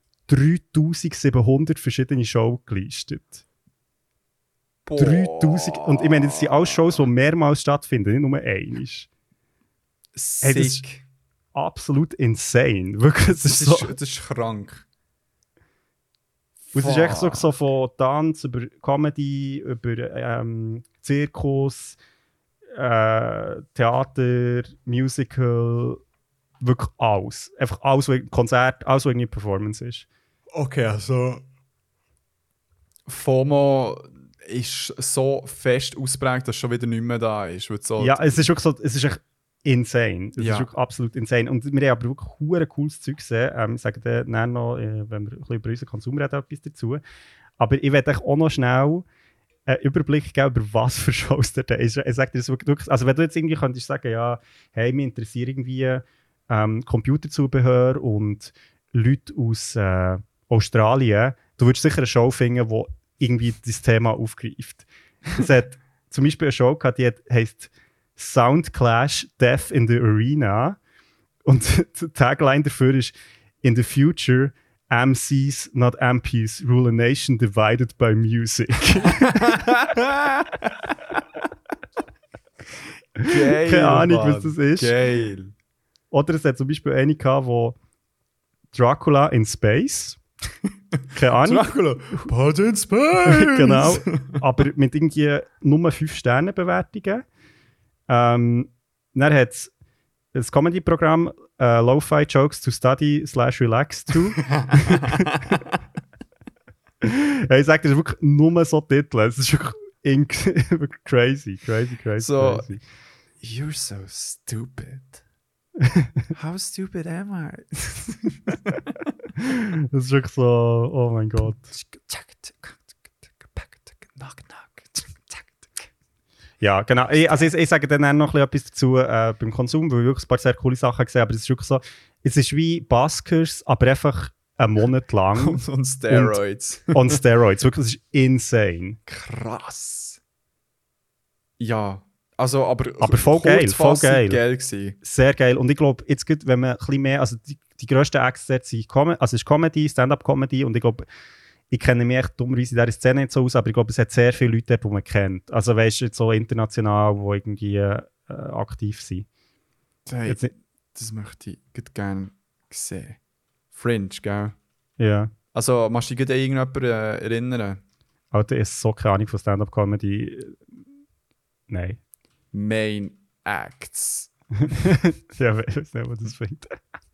3700 verschiedene Shows gelistet. 3000. Und ich meine, das sind alle Shows, die mehrmals stattfinden, nicht nur einmal. Sick. Hey, das ist absolut insane. Wirklich, das ist so. Das ist krank. Und es ist echt so von Tanz über Comedy, über Zirkus, Theater, Musical, wirklich alles. Einfach alles, was Konzert, alles, was irgendwie Performance ist. Okay, also FOMO ist so fest ausprägt, dass schon wieder nicht mehr da ist. Weil so Ja, es ist wirklich so, es ist echt insane. Es Ja. ist wirklich absolut insane. Und wir haben aber wirklich hure cooles Zeug gesehen. Ich sage dann nachher noch, wenn wir ein bisschen über unseren Konsum reden, etwas dazu. Aber ich werde auch noch schnell einen Überblick geben, über was für Shows da ist. Ich sage dir das wirklich, also wenn du jetzt irgendwie könntest sagen, ja, hey, mich interessiert irgendwie Computerzubehör und Leute aus Australien, du würdest sicher eine Show finden, die irgendwie das Thema aufgreift. Es hat zum Beispiel eine Show gehabt, die heisst Sound Clash Death in the Arena. Und die Tagline dafür ist: In the future, MCs, not MPs, rule a nation divided by music. geil, Keine Ahnung, Mann. was das ist. Geil. Oder es hat zum Beispiel eine gehabt, wo Dracula in Space. Keine Ahnung. Dracula, Part in Space! Genau. Aber mit irgendwie nur 5 Sterne Bewertungen. Dann hat es das Comedy-Programm Lo-Fi Jokes to Study/Relax to. Ja, ich sage, das ist wirklich nur so Titel. Es ist wirklich, wirklich crazy. So- Crazy. You're so stupid. How stupid am I? Das ist wirklich so, oh mein Gott. Ja, genau. Ich sage dann auch noch etwas dazu beim Konsum, weil ich wirklich ein paar sehr coole Sachen gesehen habe. Aber es ist wirklich so, es ist wie Buskers, aber einfach einen Monat lang Und Steroids. on Steroids. Wirklich, das ist insane. Krass. Ja, also aber voll geil, voll kurzfassend geil. geil gewesen. Sehr geil. Und ich glaube, jetzt gut, wenn man ein bisschen mehr, also die grössten Acts dort sind es ist Comedy, Stand-up-Comedy und ich glaube, ich kenne mich echt dummerweise in dieser Szene nicht so aus, aber ich glaube, es hat sehr viele Leute dort, die man kennt. Also weißt du, jetzt so international, die irgendwie aktiv sind. Hey, Jetzt nicht, das möchte ich gerne sehen. Fringe, gell? ja. Also, machst du dich an irgendjemanden erinnern? Alter, ich habe so keine Ahnung von Stand-up-Comedy. Nein. Main Acts. Ja, ich weiß nicht, was das findet.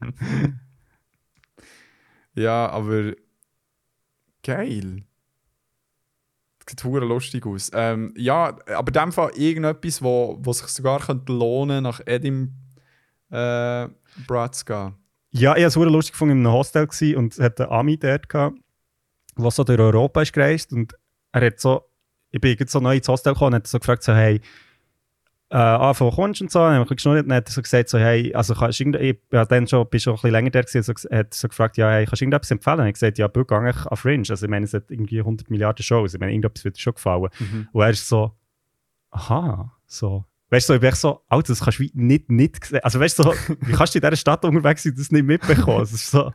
Ja, aber geil. Das sieht verdammt lustig aus. Ja, aber in dem Fall irgendetwas, wo sich sogar könnte lohnen nach Edinburgh zu gehen. Ja, ich war es lustig gefunden, in einem Hostel gewesen, und es hat einen Ami dort gehabt, der so durch Europa ist gereist und er hat so, ich bin jetzt so neu ins Hostel gekommen und hat so gefragt, so, hey, von kommst und so, dann haben wir geschnurrt, dann hat er so gesagt, so, hey, also kannst du ich ja, dann schon, bist schon ein bisschen länger da gewesen, so, hat so gefragt, ja, hey, kannst du irgendetwas empfehlen? Und ich gesagt, ja, Böck eigentlich an Fringe, also ich meine, es hat irgendwie 100 Milliarden Shows, ich meine, irgendetwas wird dir schon gefallen. Und er ist so, aha, so, weißt du, so, ich bin so, Alter, das kannst du nicht sehen, also weißt du, so, wie kannst du in dieser Stadt unterwegs sein, das nicht mitbekommen? Es ist so,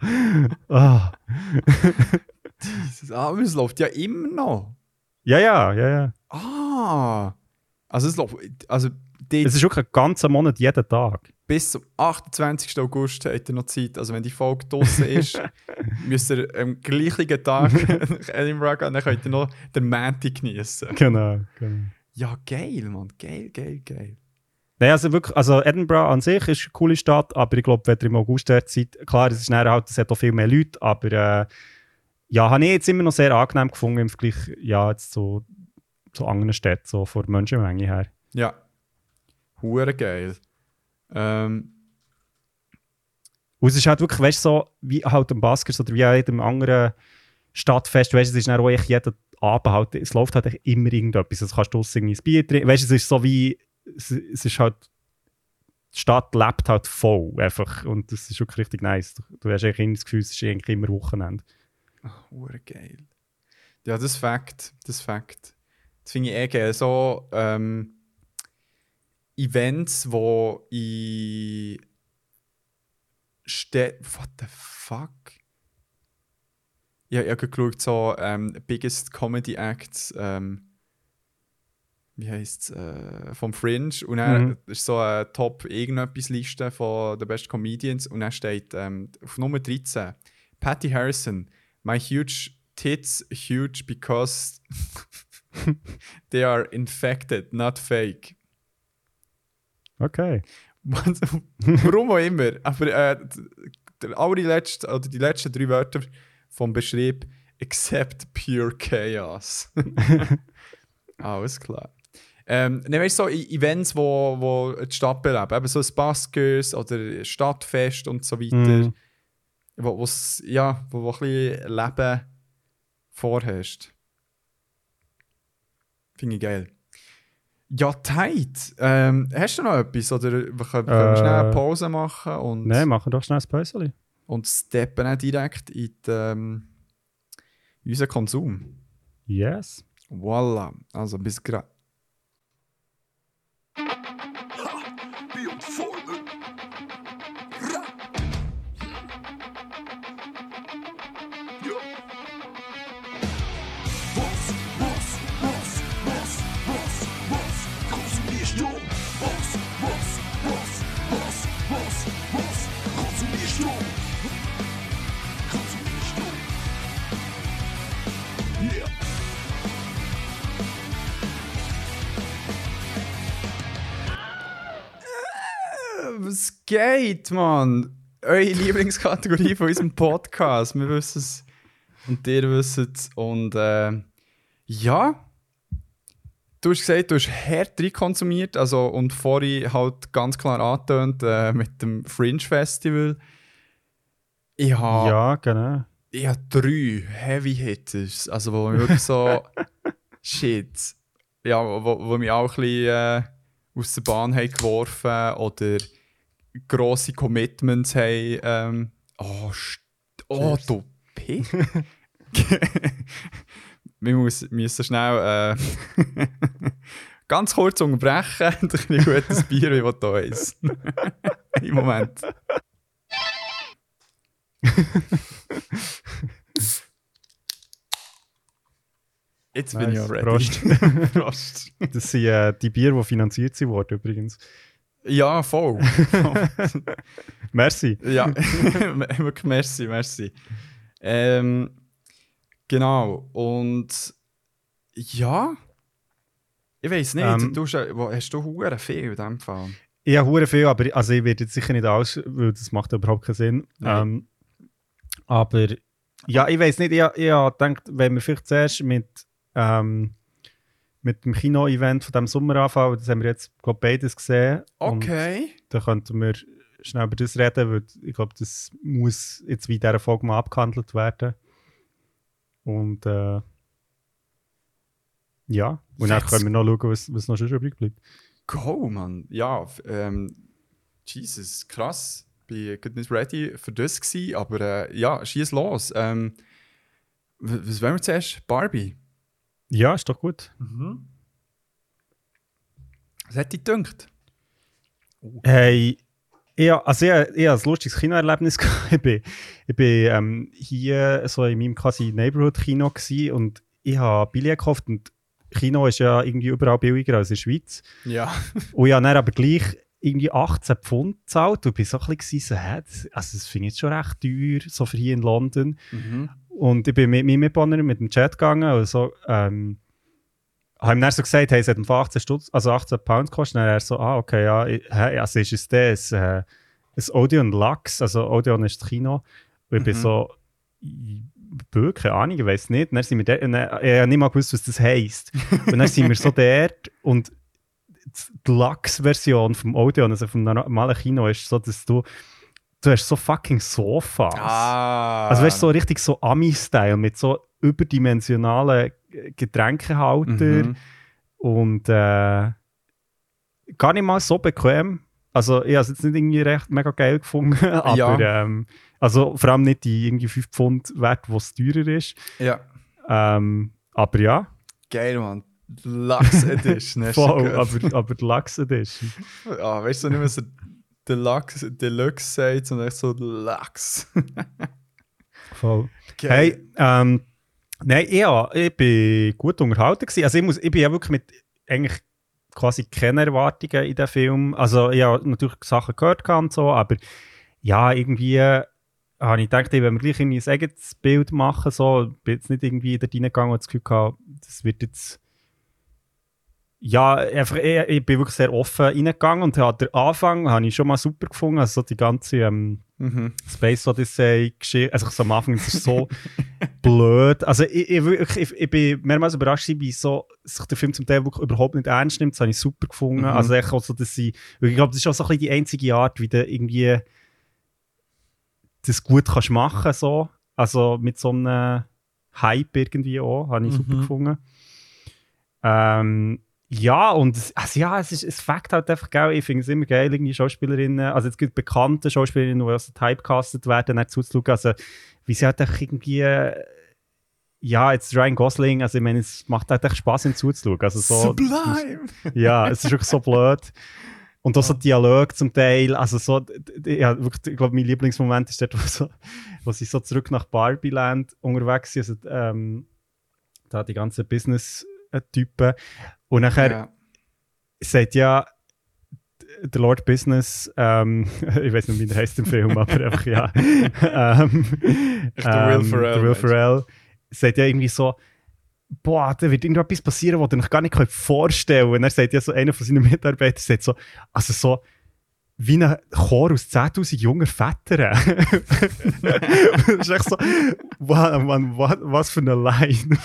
Aber es läuft ja immer noch. Ja. Also es läuft, also Es ist wirklich einen ganzen Monat, jeden Tag. bis zum 28. August hat er noch Zeit. Also wenn die Folge draussen ist, müsst ihr am gleichen Tag nach Edinburgh gehen, dann könnt ihr noch den Montag genießen. Genau. Ja, geil, Mann. Geil. Nein, also wirklich, also Edinburgh an sich ist eine coole Stadt, aber ich glaube, wenn ihr im August dort seid, klar, es ist nachher halt, es hat auch viel mehr Leute, aber ja, habe ich jetzt immer noch sehr angenehm gefunden im Vergleich jetzt zu anderen Städten, so von der Menschenmenge her. Ja. Hure geil. Und es ist halt wirklich, weißt du, so wie halt am Baskers oder wie an jedem anderen Stadtfest, weißt du, es ist dann auch echt jeden Abend halt, es läuft halt echt immer irgendetwas. Also kannst du draussen irgendwie ein Bier trinken, weißt du, es ist so wie, es ist halt, die Stadt lebt halt voll einfach und das ist wirklich richtig nice. Du hast eigentlich immer das Gefühl, es ist eigentlich immer Wochenende. Hure geil. Ja, das Fakt. Das finde ich geil. So, Events, wo in what the fuck? Ich habe geschaut, so Biggest Comedy Acts, wie heisst es, vom Fringe. Und dann ist so eine Top-Irgendetwas-Liste von den Best Comedians. Und dann steht auf Nummer 13 Patty Harrison. My huge tits huge because they are infected, not fake. Okay. Warum auch immer. Aber die letzten 3 Wörter vom Beschrieb except pure chaos. Alles klar. Weißt du, so Events, wo die Stadt beleben, eben so ein Baskers oder Stadtfest und so weiter, wo ein bisschen Leben vorherrscht. Finde ich geil. Ja, tight. Hast du noch etwas? Oder wir können schnell eine Pause machen? Und Nein, machen doch schnell ein Päuschen. Und steppen auch direkt in unseren Konsum. Yes. Voilà. Also bis gerade. Wie und vorne. Ra. Ja. Was konsumierst du? Was konsumierst du? Yeah. Was geht, Mann? Eure Lieblingskategorie von unserem Podcast. Wir wissen es und ihr wisst es. Und ja, du hast gesagt, du hast hart konsumiert, also, und vorhin halt ganz klar angetönt mit dem Fringe Festival. Ja, genau. Ich habe 3 Heavy Hitters, also wo mich wirklich so shit, ja, wo mich auch ein bisschen aus der Bahn haben geworfen oder grosse Commitments haben. Du Pick. Wir müssen schnell ganz kurz unterbrechen durch ein gutes Bier, wie was da ist. Im Moment. Jetzt bin ich auch ready. Prost. Prost. Das sind die Bier, die finanziert wurden übrigens. Ja, voll. Merci. Ja, wirklich merci. Genau, und ja, ich weiß nicht, hast du hure viel in diesem Fall? Ich habe hure viel, aber also ich werde jetzt sicher nicht alles, weil das macht überhaupt keinen Sinn. Aber ja, ich weiß nicht, ich habe gedacht, wenn wir vielleicht zuerst mit dem Kino-Event von diesem Sommer anfangen, das haben wir jetzt, glaube ich, beides gesehen. Okay. Und dann könnten wir schnell über das reden, weil ich glaube, das muss jetzt wie in dieser Folge mal abgehandelt werden. Und ja, und dann können wir noch schauen, was noch schon übrig bleibt. Go, Mann. Ja, Jesus, krass. Bin gut nicht ready für das gewesen, aber ja, schieß los. Was wollen wir zuerst? Barbie. Ja, ist doch gut. Was hat dich gedacht? Hey, ich hatte ein lustiges Kinoerlebnis gehabt. Ich bin hier so in meinem quasi Neighborhood-Kino gewesen und ich habe Billett gekauft und Kino ist ja irgendwie überall billiger als in der Schweiz. Ja. Und ich habe dann aber gleich irgendwie 18 Pfund gezahlt und bin so ein bisschen so, das finde ich jetzt schon recht teuer, so für hier in London. Und ich bin mit meinem Mitbewohner mit dem Chat gegangen und so, habe ihm dann so gesagt, hey, es hat 18 Pounds gekostet. Und dann er so, okay, ja, also ist es das, ein Odeon Lux, also Odeon ist das Kino. Und ich bin so, keine Ahnung, ich weiß nicht. Und dann sind wir dort, und ich habe nicht mal gewusst, was das heisst. Und dann sind wir so dort und die Lux-Version vom Odeon, also vom normalen Kino, ist so, dass du hast so fucking Sofas. Also weißt du, so richtig so Ami-Style mit so überdimensionalen Getränkehalter und gar nicht mal so bequem. Also ich habe es jetzt nicht irgendwie recht mega geil gefunden, aber also vor allem nicht die irgendwie 5 Pfund wert, was teurer ist. Ja. Aber ja. Geil, Mann. Lux Edition. Voll, aber die Lux Edition. Ja, weißt du nicht mehr so Deluxe sagt, sondern echt so Lux. Voll. Geil. Hey, nein, ich bin gut unterhalten gewesen. Also ich bin ja wirklich mit eigentlich quasi keine Erwartungen in den Film. Also ich habe natürlich Sachen gehört und so, aber ja, irgendwie habe ich gedacht, ich will mir gleich irgendwie ein eigenes Bild machen. So. Ich bin jetzt nicht irgendwie da reingegangen und das Gefühl gehabt, das wird jetzt... Ja, einfach, ich bin wirklich sehr offen reingegangen und den Anfang habe ich schon mal super gefunden. Also so die ganze Space Odyssey-Geschichte. Also so am Anfang ist es so blöd. Also ich bin mehrmals überrascht, wie so sich der Film zum Teil wirklich überhaupt nicht ernst nimmt. Das habe ich super gefunden. Also ich auch so, dass ich glaube, das ist auch so ein bisschen die einzige Art, wie du irgendwie das gut kannst machen. So. Also mit so einem Hype irgendwie auch. Habe ich super gefunden. Ja, und es fängt halt einfach geil. Ich finde es immer geil, irgendwie Schauspielerinnen, also jetzt gibt es bekannte Schauspielerinnen, die also typecastet werden, dann zuzuschauen. Also, wie sie halt echt irgendwie, jetzt Ryan Gosling, also ich meine, es macht halt echt Spaß, ihm zuzuschauen. Also so, Sublime! Ja, es ist wirklich so blöd. Und auch so Dialog zum Teil, also so, ich glaube, mein Lieblingsmoment ist dort, wo sie so zurück nach Barbie-Land unterwegs sind, also da die ganzen Business-Typen. Und nachher sagt ja der Lord Business, ich weiß nicht, wie der heißt im Film, aber einfach ja. Der Will Ferrell sagt ja irgendwie so, boah, da wird irgendwas passieren, was ihr euch gar nicht vorstellen könnt. Und er sagt ja so, einer von seinen Mitarbeitern sagt so, also so, wie ein Chor aus 10'000 junger Vätern. Das ist echt so, wow, Mann, was für eine Line.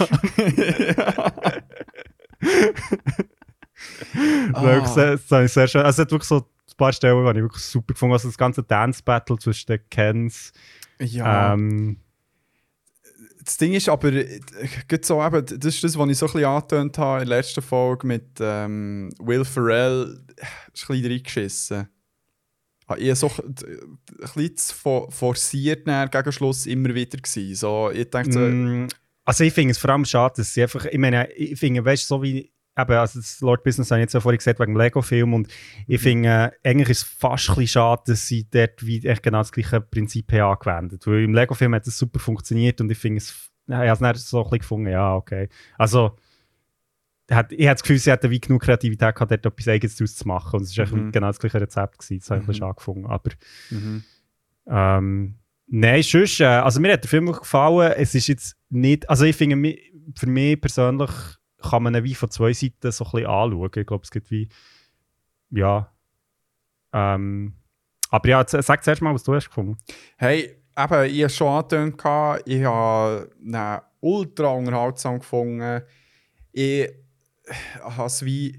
Das habe ich sehr schön. Also es hat wirklich so ein paar Stellen, die ich wirklich super gefunden. Also das ganze Dance-Battle zwischen den Kens. Ja. Das Ding ist aber, so eben, das ist das, was ich so ein bisschen angetönt habe in der letzten Folge mit Will Ferrell, ist ein bisschen reingeschissen. Ich war so ein bisschen zu forciert gegen Schluss immer wieder gewesen. So, ich denke so, also ich finde es vor allem schade, dass sie einfach, ich meine, ich finde, weißt du, so wie, eben, also das Lord Business habe ich jetzt ja vorhin gesagt, wegen dem Lego-Film und ich finde, eigentlich ist es fast ein bisschen schade, dass sie dort wie echt genau das gleiche Prinzip haben angewendet. Weil im Lego-Film hat es super funktioniert und ich finde es, ich habe es dann so ein bisschen gefunden, ja, okay. Also, ich habe das Gefühl, sie hatten wie genug Kreativität gehabt, dort etwas Eigenes daraus zu machen und es war genau das gleiche Rezept gewesen, das habe ich ein bisschen angefangen, aber nein, sonst, also mir hat der Film gefallen, es ist jetzt nicht, also ich finde, für mich persönlich kann man ihn wie von zwei Seiten so ein bisschen anschauen. Ich glaube, es gibt wie, ja, aber ja, sag zuerst mal, was du hast gefunden. Hey, eben, ich habe schon angetönt, ich habe ihn ultra unterhaltsam gefunden. Ich habe es wie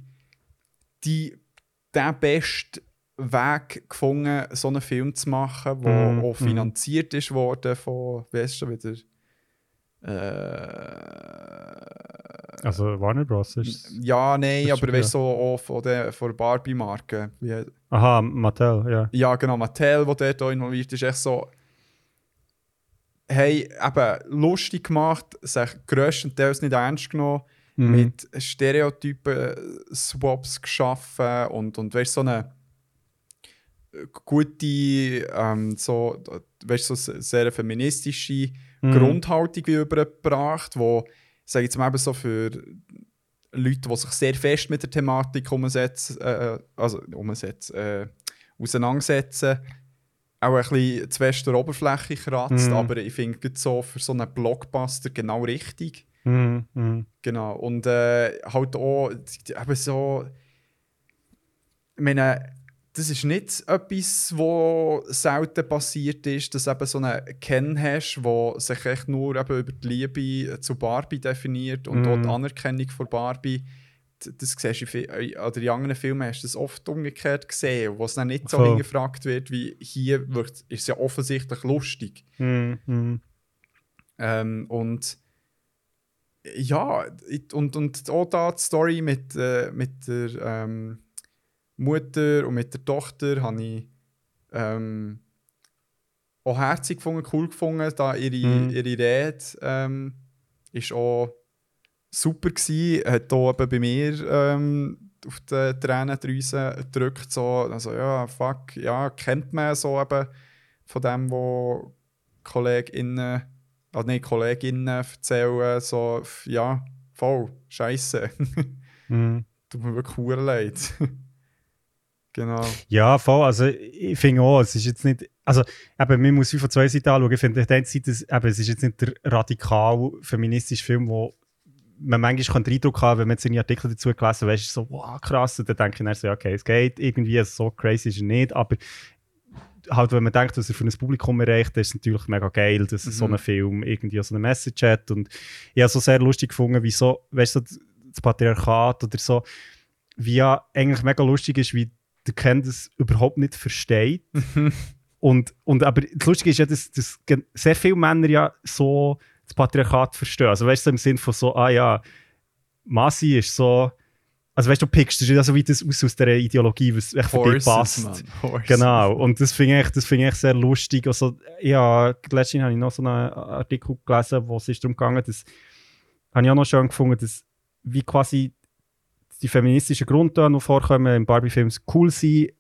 den besten Weg gefunden, so einen Film zu machen, der auch finanziert ist worden von, wie heißt schon wieder? Also Warner Bros. Ist Ja, nein, das aber schon, weißt du, so auch von der Barbie-Marke. aha, Mattel, ja. Ja, genau, Mattel, der dort auch involviert ist, echt so. Hey, eben lustig gemacht, sich grösstenteils nicht ernst genommen, mit Stereotypen-Swaps geschaffen und weißt, so eine gute, so, weißt, so sehr feministische Grundhaltung wie übergebracht, wo, sage ich jetzt mal, eben so für Leute, die sich sehr fest mit der Thematik auseinandersetzen, auch ein bisschen zu fest der Oberfläche kratzt, aber ich finde gerade so für so einen Blockbuster genau richtig. Genau. Und halt auch eben so, ich meine, das ist nicht etwas, was selten passiert ist, dass du eben so einen Ken hast, der sich echt nur eben über die Liebe zu Barbie definiert und auch die Anerkennung von Barbie. Das siehst du oder in anderen Filmen hast du das oft umgekehrt gesehen, wo es dann nicht so Voll. hingefragt wird, wie hier ist es ja offensichtlich lustig. Und ja, und auch da die Story mit der Mutter und mit der Tochter habe ich auch herzig gefunden, cool gefunden. Da ihre Rede ist auch super gewesen. Hat auch eben bei mir auf die Tränendrüse gedrückt. So, also ja, fuck, ja, kennt man so eben von dem, wo Kolleginnen erzählen, so, ja, voll, scheisse. Tut mir wirklich verdammt leid. Genau. Ja, voll. Also ich finde auch, es ist jetzt nicht, also eben, man muss es von zwei Seiten anschauen. Ich finde, auf der einen Seite, es ist jetzt nicht der radikal feministische Film, wo man manchmal den Eindruck haben, wenn man jetzt einen Artikel dazu gelesen hat, so, wow, krass, und dann denke ich dann so, okay, es geht irgendwie, so crazy ist er nicht, aber halt, wenn man denkt, was er für ein Publikum erreicht, ist es natürlich mega geil, dass so ein Film irgendwie so eine Message hat. Und ich habe so sehr lustig gefunden, wie so, weißt du, das Patriarchat oder so, wie ja eigentlich mega lustig ist, wie der Ken das überhaupt nicht versteht. und aber das Lustige ist ja, dass sehr viele Männer ja so das Patriarchat verstehen. Also weißt du, im Sinn von so, ah ja, Masi ist so, also weißt du, pickst du ja so wie das aus der Ideologie, was echt für dich passt. Genau, und das finde ich sehr lustig. Also, ja, letztens habe ich noch so einen Artikel gelesen, wo es darum ging, das habe ich auch noch schön gefunden, dass wie quasi die feministischen Grundtöne, die vorkommen in Barbie-Filmen, cool sind,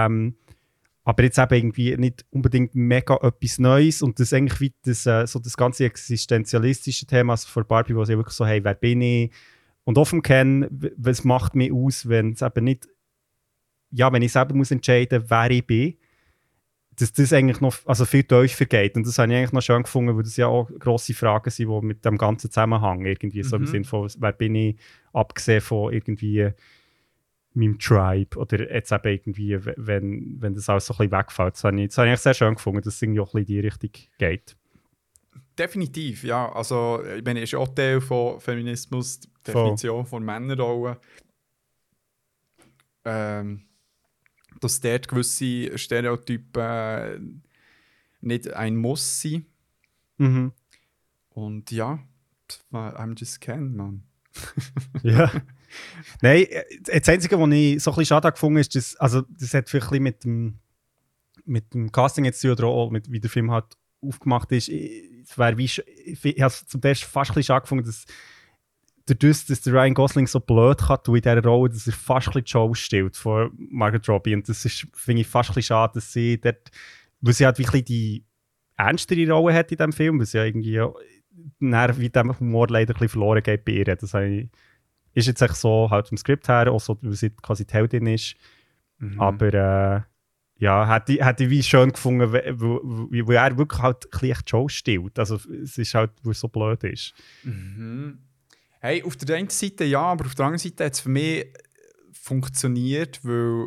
aber jetzt eben irgendwie nicht unbedingt mega etwas Neues und das eigentlich wie das, so das ganze existenzialistische Thema also von Barbie, wo sie wirklich so, hey, wer bin ich? Und offen kennen, was macht mich aus, wenn es eben nicht, ja, wenn ich selber muss entscheiden, wer ich bin, dass das eigentlich noch also viel tiefer geht. Und das habe ich eigentlich noch schön gefunden, weil das ja auch grosse Fragen sind, die mit dem ganzen Zusammenhang irgendwie so im Sinne von, wer bin ich, abgesehen von irgendwie meinem Tribe oder jetzt eben irgendwie, wenn das alles so ein bisschen wegfällt. Das habe ich eigentlich sehr schön gefunden, dass es irgendwie auch ein bisschen in die Richtung geht. Definitiv, ja. Also, ich meine, es ist auch Teil von Feminismus, die Definition von Männerrollen. Dass dort gewisse Stereotypen nicht ein Muss sind. Und ja, I'm just Ken, man. Ja. Nein, das Einzige, was ich so ein bisschen schade gefunden habe, ist, dass, also das hat vielleicht ein bisschen mit dem Casting jetzt oder auch mit wie der Film halt aufgemacht ist, ich habe es zum Teil fast ein bisschen schade gefunden, dass dadurch, dass der Ryan Gosling so blöd kann tun in dieser Rolle, dass er fast ein bisschen die Show stiehlt von Margot Robbie. Und das ist, finde ich, fast ein bisschen schade, dass sie dort, weil sie halt wirklich die ernstere Rolle hat in diesem Film, weil sie ja irgendwie wie dem Humor leider ein bisschen verloren geht bei ihr. Das ist jetzt echt so, halt vom Skript her, auch so, weil sie quasi die Heldin ist. Aber ja, hätte ich wie schön gefunden, weil er wirklich halt ein bisschen die Show stiehlt. Also es ist halt, weil es so blöd ist. Hey, auf der einen Seite ja, aber auf der anderen Seite hat es für mich funktioniert, weil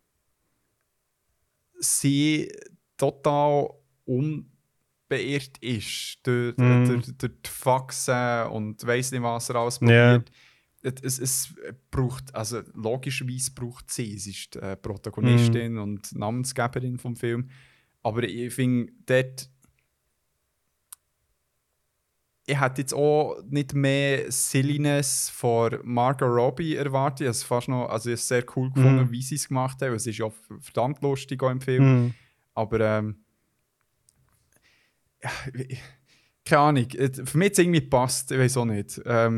sie total unbeirrt ist durch die Faxen und weiss nicht, was er alles probiert. Es braucht, also logischerweise braucht sie ist die Protagonistin und Namensgeberin vom Film. Aber ich finde dort ich hätte jetzt auch nicht mehr Silliness von Margot Robbie erwartet. Also fast noch, also ich habe es sehr cool gefunden, wie sie es gemacht haben. Es ist ja verdammt lustig auch im Film. Aber ja, keine Ahnung. Für mich hat es irgendwie gepasst. Ich weiß auch nicht.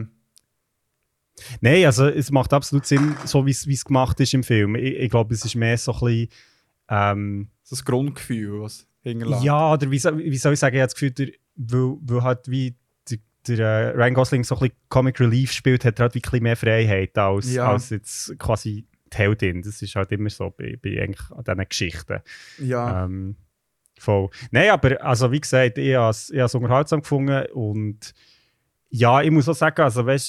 Nein, also es macht absolut Sinn, so wie es gemacht ist im Film. Ich glaube, es ist mehr so ein bisschen... das Grundgefühl, was hinterlässt. Ja, oder wie soll ich sagen, ich habe das Gefühl, weil halt wie der Ryan Gosling so ein bisschen Comic Relief spielt, hat er halt wirklich mehr Freiheit als jetzt quasi die Heldin. Das ist halt immer so bei eigentlich an diesen Geschichten. Ja. Voll. Nein, aber also wie gesagt, ich habe es unterhaltsam gefunden und ja, ich muss auch sagen, also weißt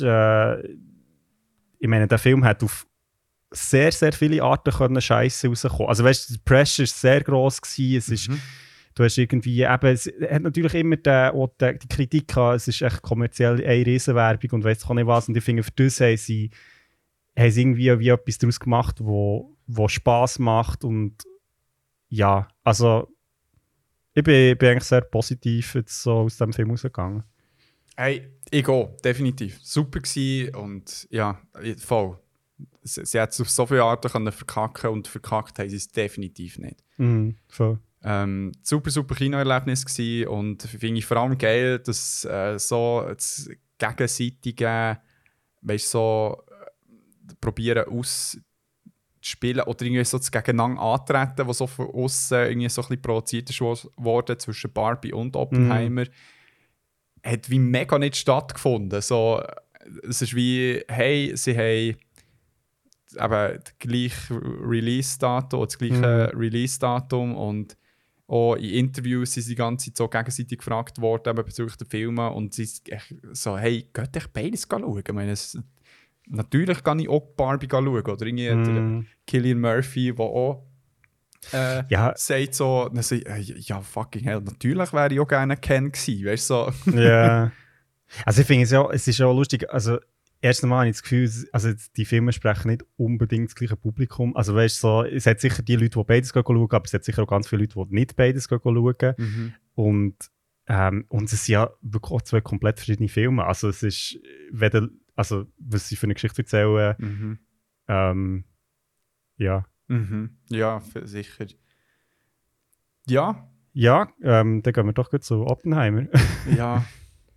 ich meine, der Film hat auf sehr, sehr viele Arten können Scheiße rauskommen. Also weißt du, der Pressure war sehr gross gewesen. Es ist, du hast irgendwie eben, es hat natürlich immer die Kritik gehabt, es ist echt kommerziell eine Riesenwerbung und weiss auch nicht was. Und ich finde, für das haben sie irgendwie wie etwas daraus gemacht, wo Spass macht. Und ja, also ich bin eigentlich sehr positiv jetzt so aus dem Film rausgegangen. Hey, ich auch, definitiv. Super gewesen und ja, voll. Sie hat es auf so viele Arten können verkacken und verkackt haben sie es definitiv nicht. Voll. Super, super Kinoerlebnis gewesen und finde ich vor allem geil, dass so das gegenseitige, weißt so probieren auszuspielen oder irgendwie so das Gegeneinander antreten, was so von außen irgendwie so ein bisschen provoziert ist worden zwischen Barbie und Oppenheimer, hat wie mega nicht stattgefunden. So, es ist wie, hey, sie haben eben das gleiche Release-Datum, das gleiche Release-Datum und auch in Interviews sind sie die ganze Zeit so gegenseitig gefragt worden eben bezüglich der Filme und sie sind so, hey, geht euch beides schauen? Ich meine, natürlich kann ich auch Barbie schauen oder irgendwie der Cillian Murphy, der auch sagt so, ja fucking hell, natürlich wäre ich auch gerne Ken gewesen, weißt du, so. Ja. Also ich finde es ist ja auch lustig, also erst einmal habe ich das Gefühl, also die Filme sprechen nicht unbedingt das gleiche Publikum. Also weißt so, es hat sicher die Leute, die beides schauen, aber es hat sicher auch ganz viele Leute, die nicht beides schauen. Und es sind ja wirklich auch zwei komplett verschiedene Filme. Also es ist, also was sie für eine Geschichte erzählen, ja. Ja, sicher. Ja. Ja, dann gehen wir doch gut zu Oppenheimer. Ja.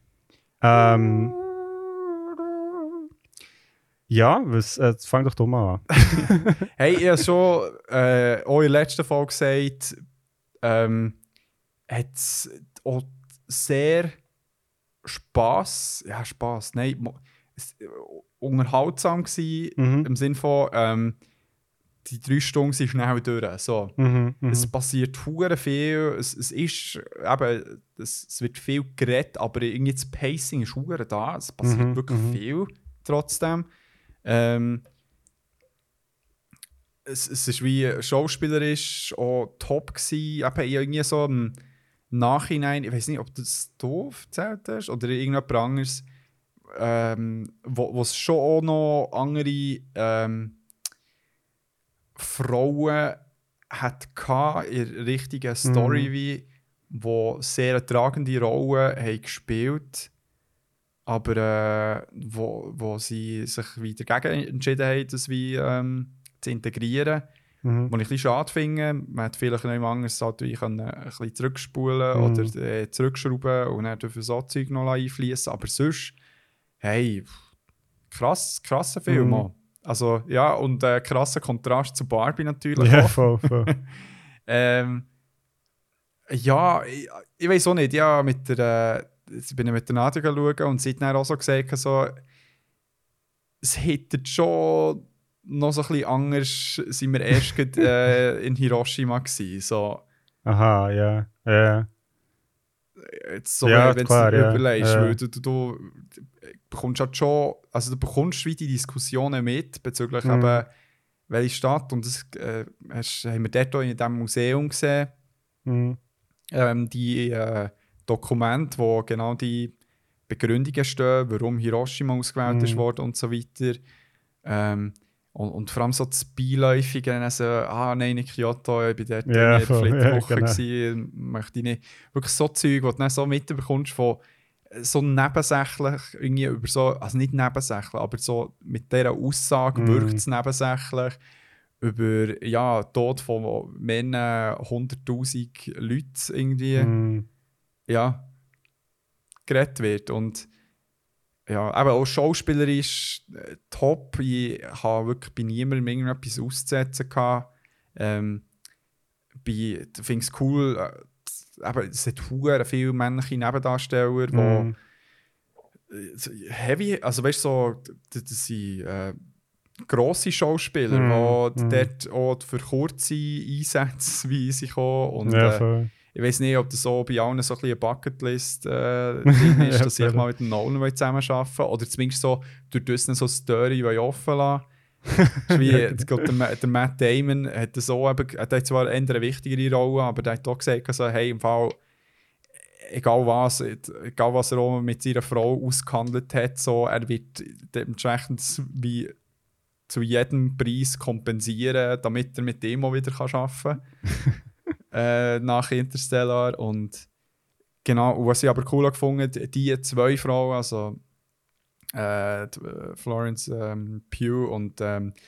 Ja, fang doch mal an. Hey, ich habe schon auch in der letzten Folge gesagt, hat es auch sehr unterhaltsam gewesen, im Sinne von, die 3 Stunden sind schnell durch. So. Es passiert verdammt viel, es ist eben, es wird viel geredet, aber irgendwie das Pacing ist verdammt da, es passiert wirklich viel trotzdem. Es ist wie schauspielerisch auch top gewesen, eben irgendwie so im Nachhinein, ich weiß nicht, ob das du erzählt hast oder irgendjemand anderes, wo es schon auch noch andere Frauen hat in der richtigen Story, wie, wo sehr eine tragende Rolle haben gespielt, aber wo sie sich wieder dagegen entschieden haben, das wie zu integrieren. Was ich ein bisschen schade finde. Man hätte vielleicht noch jemand anderes ein bisschen zurückspulen oder zurückschrauben und dann dürfen so Zeug noch einfließen. Aber sonst, hey, krasser Film. Also, ja, und krasser Kontrast zu Barbie natürlich. Ja, voll. Ja, ich weiß auch nicht. Ja, ich bin mit der Nadia schauen und sie hat dann auch so gesagt, so, es hätte schon noch so ein bisschen anders, sind wir erst in Hiroshima gewesen. So. Aha, ja. Jetzt so, ja, wenn du dir überlegst, weil du bekommst halt schon, also du bekommst wie die Diskussionen mit bezüglich eben, welche Stadt, und das haben wir dort auch in diesem Museum gesehen, die Dokumente, wo genau die Begründungen stehen, warum Hiroshima ausgewählt ist worden und so weiter. Und vor allem so das Beiläufige, also, nein, nicht Kyoto, ich bin dort in der Flitterwoche gewesen, möchte ich nicht. Wirklich so Zeug, wo du dann so mitbekommst von, so nebensächlich, irgendwie über so, also nicht nebensächlich, aber so mit dieser Aussage wirkt es nebensächlich, über ja, Tod von mehreren 100'000 Leuten irgendwie ja, geredet wird. Und ja, aber auch schauspielerisch top. Ich habe wirklich bei niemandem irgendetwas auszusetzen gehabt. Ich finde es cool, aber es hat verdammt viele männliche Nebendarsteller, die heavy, also weißt du, so, das sind grosse Schauspieler, die dort auch für kurze Einsätze wie sie kommen. Und ich weiß nicht, ob das so bei allen so ein bisschen eine Bucketlist drin ist, dass ich mal mit dem Nolan zusammenarbeiten will. Oder zumindest so durch das so eine Story offen lassen. Wie, der Matt Damon hat so eben, er hat zwar eine wichtigere Rolle, aber der hat auch gesagt, also, hey, im Fall, egal was er auch mit seiner Frau ausgehandelt hat, so, er wird dementsprechend wie zu jedem Preis kompensieren, damit er mit dem auch wieder arbeiten kann. Nach Interstellar. Und genau, und was ich aber cool gefunden habe, die zwei Frauen, also Florence Pugh und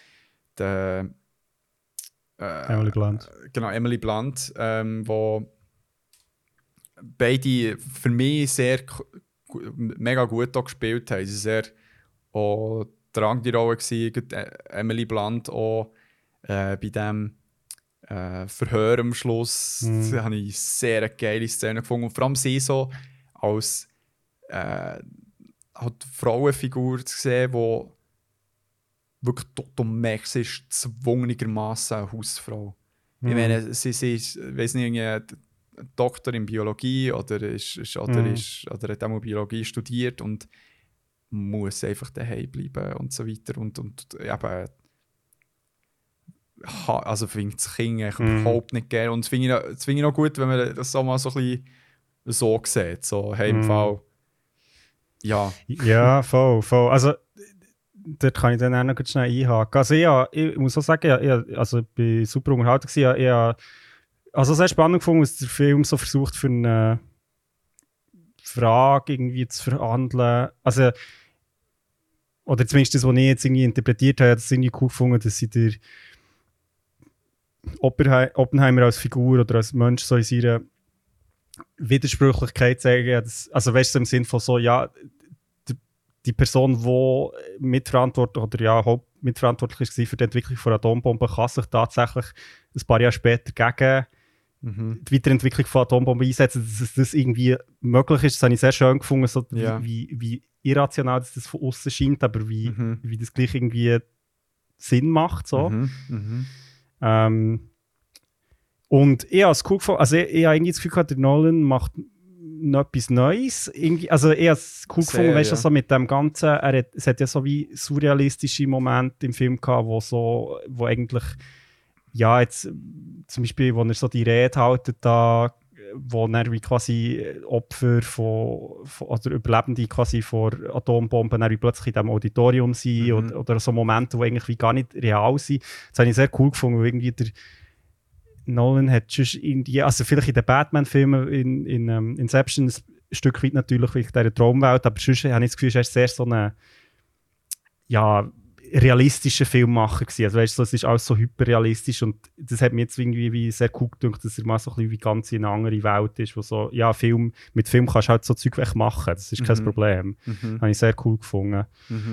Emily Blunt. Genau, Emily Blunt, wo beide für mich mega gut auch gespielt haben. Sie waren sehr auch tragende Rolle gewesen. Emily Blunt auch bei diesem Verhör am Schluss. Da habe ich sehr eine geile Szene gefunden. Und vor allem sie so als halt Frauenfigur zu sehen, die wirklich du merkst, sie ist zwungenermassen eine Hausfrau. Ich meine, sie ist, ich weiß nicht, ein Doktor in Biologie oder hat auch Biologie studiert und muss einfach daheim bleiben und so weiter. Und eben, also finde ich das Kind überhaupt nicht geil. Und das finde ich auch gut, wenn man das auch mal so ein bisschen so sieht. So, hey, im Fall. Ja. Ja, voll. Also, dort kann ich dann auch noch schnell einhaken. Also, ich muss auch sagen, ich bin super unterhalten gewesen. Also sehr spannend gefunden, was der Film so versucht, für eine Frage irgendwie zu verhandeln. Also, oder zumindest das, was ich jetzt irgendwie interpretiert habe, das irgendwie cool gefunden, dass sie der Oppenheimer als Figur oder als Mensch so in seiner Widersprüchlichkeit zeigen. Also weißt du, im Sinn von so, ja, die Person, die mitverantwortlich oder ja, mitverantwortlich war für die Entwicklung von Atombomben, kann sich tatsächlich ein paar Jahre später gegen die Weiterentwicklung von Atombomben einsetzen, dass das irgendwie möglich ist. Das habe ich sehr schön gefunden, so wie irrational das von außen scheint, aber wie das gleich irgendwie Sinn macht. So. Und ich habe es cool gefunden, also ich habe irgendwie das Gefühl gehabt, der Nolan macht noch etwas Neues. Irgendwie, also ich habe es cool gefunden, weißt du, so mit dem Ganzen, es hat ja so wie surrealistische Momente im Film gehabt, wo eigentlich, ja, jetzt zum Beispiel, wo er so die Rede haltet, da, wo er wie quasi Opfer oder Überlebende quasi vor Atombomben dann wie plötzlich in diesem Auditorium sind oder so Momente, die eigentlich wie gar nicht real sind. Das habe ich sehr cool gefunden, weil irgendwie der Nolan hat schon also vielleicht in den Batman-Filmen, in Inception ein Stück weit natürlich wegen dieser Traumwelt, aber sonst habe ich das Gefühl, er ist sehr so ein realistischer Filmmacher gewesen. Also weißt du, es ist alles so hyperrealistisch und das hat mir jetzt irgendwie wie sehr cool gedacht, dass er mal so ein bisschen wie ganz in eine andere Welt ist, wo so, ja, mit Film kannst du halt so Zeug machen, das ist kein Problem. Habe ich sehr cool gefunden.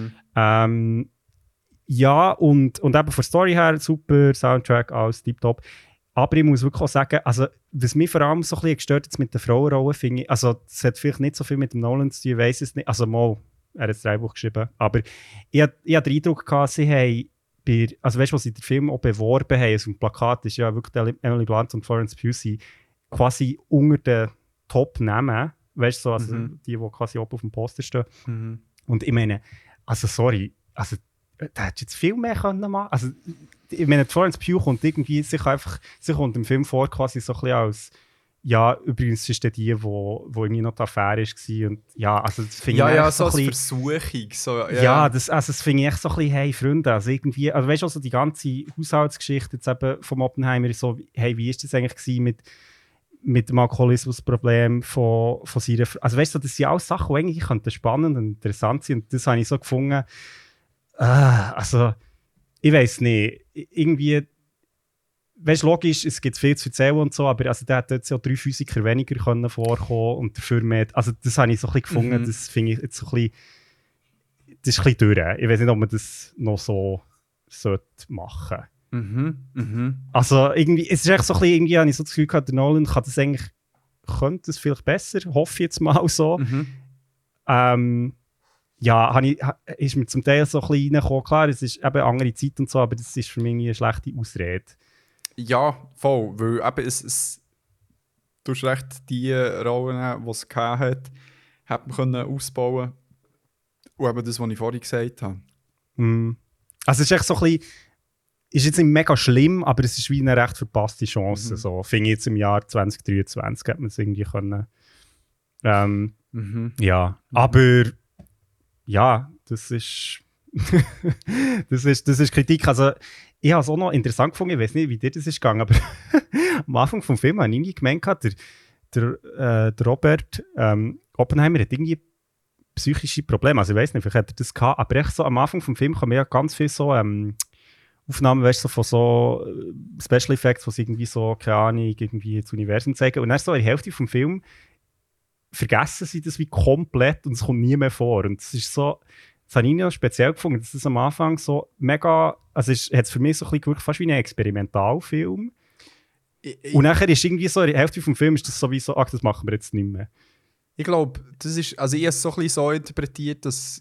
Ja, und eben von der Story her, super, Soundtrack, alles tiptop. Aber ich muss wirklich auch sagen, also, was mich vor allem so ein bisschen gestört hat mit der Frauenrolle, finde ich, also es hat vielleicht nicht so viel mit dem Nolan zu tun, ich weiss es nicht, also mal, er hat das Drehbuch geschrieben, aber ich hatte den Eindruck gehabt, sie haben also weißt du, was sie den Film auch beworben haben, also im Plakat ist ja wirklich Emily Blunt und Florence Pugh quasi unter den Top-Namen, weißt du, so, also die quasi oben auf dem Poster stehen. Und ich meine, also sorry, also da hättest du jetzt viel mehr können machen. Also, ich meine, Florence Pugh kommt irgendwie, sie kommt im Film vor quasi so ein bisschen als, ja, übrigens ist die wo irgendwie noch die Affäre war und ja, also das finde ich ja, so als Versuchung. So, ja, das finde ich echt so ein bisschen, hey Freunde, also irgendwie, also weißt du, also die ganze Haushaltsgeschichte jetzt eben vom Oppenheimer ist so, hey, wie ist das eigentlich gewesen mit dem Alkoholismusproblem von seiner also weißt du, das sind alles Sachen, die eigentlich könnten spannend und interessant sein und das habe ich so gefunden, also ich weiß nicht, irgendwie weißt du, logisch, es gibt viel zu erzählen und so, aber also, da hätten jetzt ja 3 Physiker weniger können vorkommen und dafür mehr, also das habe ich so ein bisschen gefunden, das finde ich jetzt so ein bisschen, das ist ein bisschen durch. Ich weiß nicht, ob man das noch so sollte machen. Also irgendwie, es ist echt so ein bisschen, irgendwie habe ich so das Gefühl gehabt, der Nolan kann das eigentlich, könnte es vielleicht besser, hoffe ich jetzt mal so. Ja, ist mir zum Teil so ein bisschen reingekommen. Klar, es ist eben eine andere Zeit und so, aber das ist für mich eine schlechte Ausrede. Ja, voll, weil eben du hast recht, die Rollen, die es gehabt hat man können ausbauen. Und eben das, was ich vorhin gesagt habe. Also es ist echt so ein bisschen, ist jetzt nicht mega schlimm, aber es ist wie eine recht verpasste Chance. So, finde ich jetzt im Jahr 2023 hätte man es irgendwie können. Ja, aber ja, das ist das ist Kritik. Also ich habe es auch noch interessant gefunden, ich weiß nicht, wie dir das ist gegangen, aber am Anfang des Films habe ich irgendwie gemeint, der Robert Oppenheimer hat irgendwie psychische Probleme. Also ich weiß nicht, vielleicht hat er das gehabt, aber echt so am Anfang des Films kommen ja ganz viele so Aufnahmen, weißt du, so von so Special Effects, die irgendwie so, keine Ahnung, irgendwie das Universum zeigen. Und dann so in der Hälfte des Films vergessen sie das wie komplett und es kommt nie mehr vor. Und es ist so, das habe ich noch speziell gefunden, dass es am Anfang so mega, also hat es für mich so ein bisschen gewirkt, fast wie ein Experimentalfilm. Und nachher ist irgendwie so, in der Hälfte des Films ist das sowieso, ach, das machen wir jetzt nicht mehr. Ich glaube, das ist, also ich habe es so ein bisschen so interpretiert, dass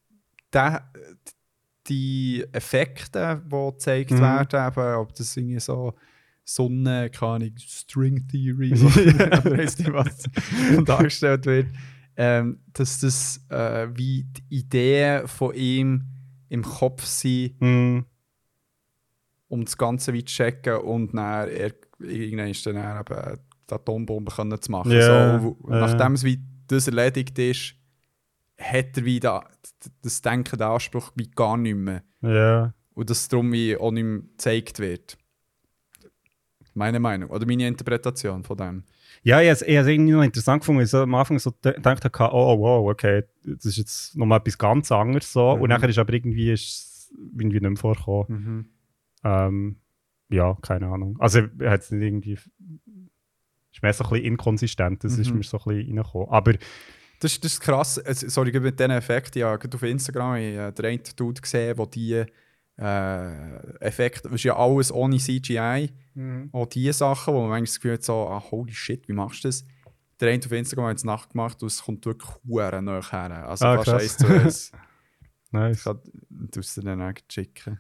die Effekte, die gezeigt werden, eben, ob das irgendwie so Sonne, keine Ahnung, String Theory oder weiss nicht was dargestellt wird, dass das wie die Ideen von ihm im Kopf sind, um das Ganze wie zu checken und dann irgendwann ist dann eben die Atombombe können zu machen. So, nachdem es wie das erledigt ist, hat er wie das Denken, den Anspruch wie gar nicht mehr. Ja. Und dass es darum wie auch nicht mehr gezeigt wird. Meine Meinung oder meine Interpretation von dem. Ja, ich habe es irgendwie noch interessant gefunden, weil ich so am Anfang so gedacht habe, oh wow, okay, das ist jetzt nochmal etwas ganz anderes. So. Und nachher ist aber irgendwie nicht mehr vorgekommen. Ja, keine Ahnung. Also er hat es nicht irgendwie... ist mir so ein bisschen inkonsistent, das ist mir so ein bisschen reingekommen. Aber... Das ist krass. Sorry, mit diesen Effekten, ja, auf Instagram habe ich den einen Dude gesehen, der die Effekte, das ist ja alles ohne CGI, auch diese Sachen, wo man manchmal das Gefühl hat, so, holy shit, wie machst du das? Der eine auf Instagram hat es nachgemacht und es kommt wirklich verdammt nahe her. Also fast 1:1. Nice. Ich kann es dir dann auch schicken.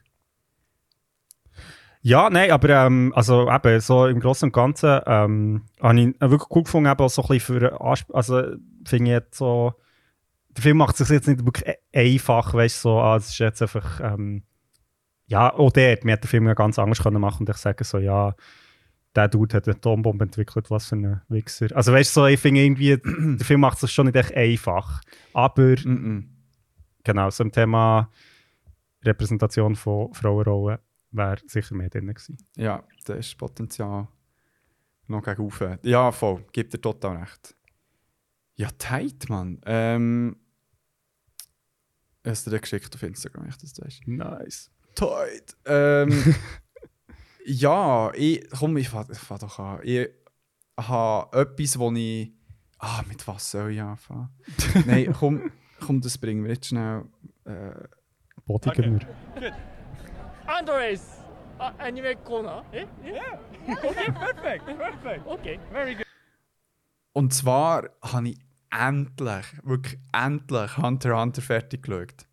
Ja, nein, aber also eben, so im Großen und Ganzen habe ich wirklich cool gefunden, eben auch so ein bisschen für also finde ich jetzt so, der Film macht es sich jetzt nicht wirklich einfach, weißt du, so, es ist jetzt einfach, ja, auch dort, man hätte den Film ja ganz anders können machen und ich sage so, ja, der Dude hat eine Atombombe entwickelt, was für ein Wichser. Also weißt du, so, ich finde irgendwie, der Film macht es sich schon nicht echt einfach, aber genau, so im Thema Repräsentation von Frauenrollen wäre sicher mehr drin gewesen. Ja, da ist Potenzial noch gegen rauf. Ja, voll, gibt dir total recht. Ja, tight, Mann. Hast du dir geschickt auf Instagram, ich das weißt. Nice. Tight. Ja, ich fahr doch an. Ich habe etwas, wo ich... mit was soll ich anfangen? Nein, komm, das bringen wir jetzt schnell. Bodygunner. Okay. Andres, anime corner. Yeah. Okay, perfect. Okay, very good. Und zwar habe ich wirklich endlich Hunter x Hunter fertig geschaut.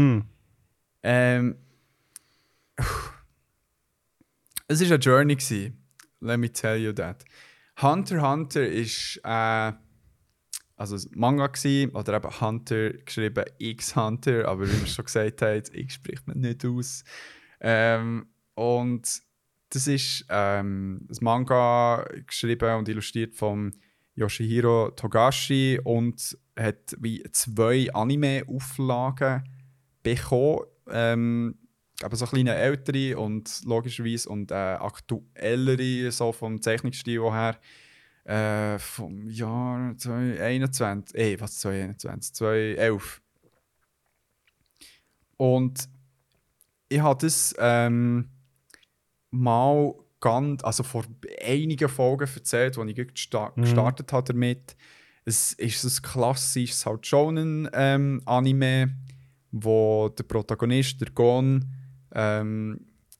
Es war eine Journey gewesen. Let me tell you that. Hunter x Hunter ist also Manga gewesen, oder eben Hunter geschrieben X Hunter, aber wie wir schon gesagt haben, X spricht man nicht aus. Und das ist ein Manga geschrieben und illustriert von Yoshihiro Togashi und hat wie 2 Anime-Auflagen bekommen. Aber so kleine ältere und logischerweise und aktuellere, so vom Zeichnungsstil her. vom Jahr 2021. 2011. Und ich habe das mal also vor einigen Folgen erzählt, als ich gestartet habe damit. Es ist ein klassisches halt Shonen-Anime, wo der Protagonist, der Gon, der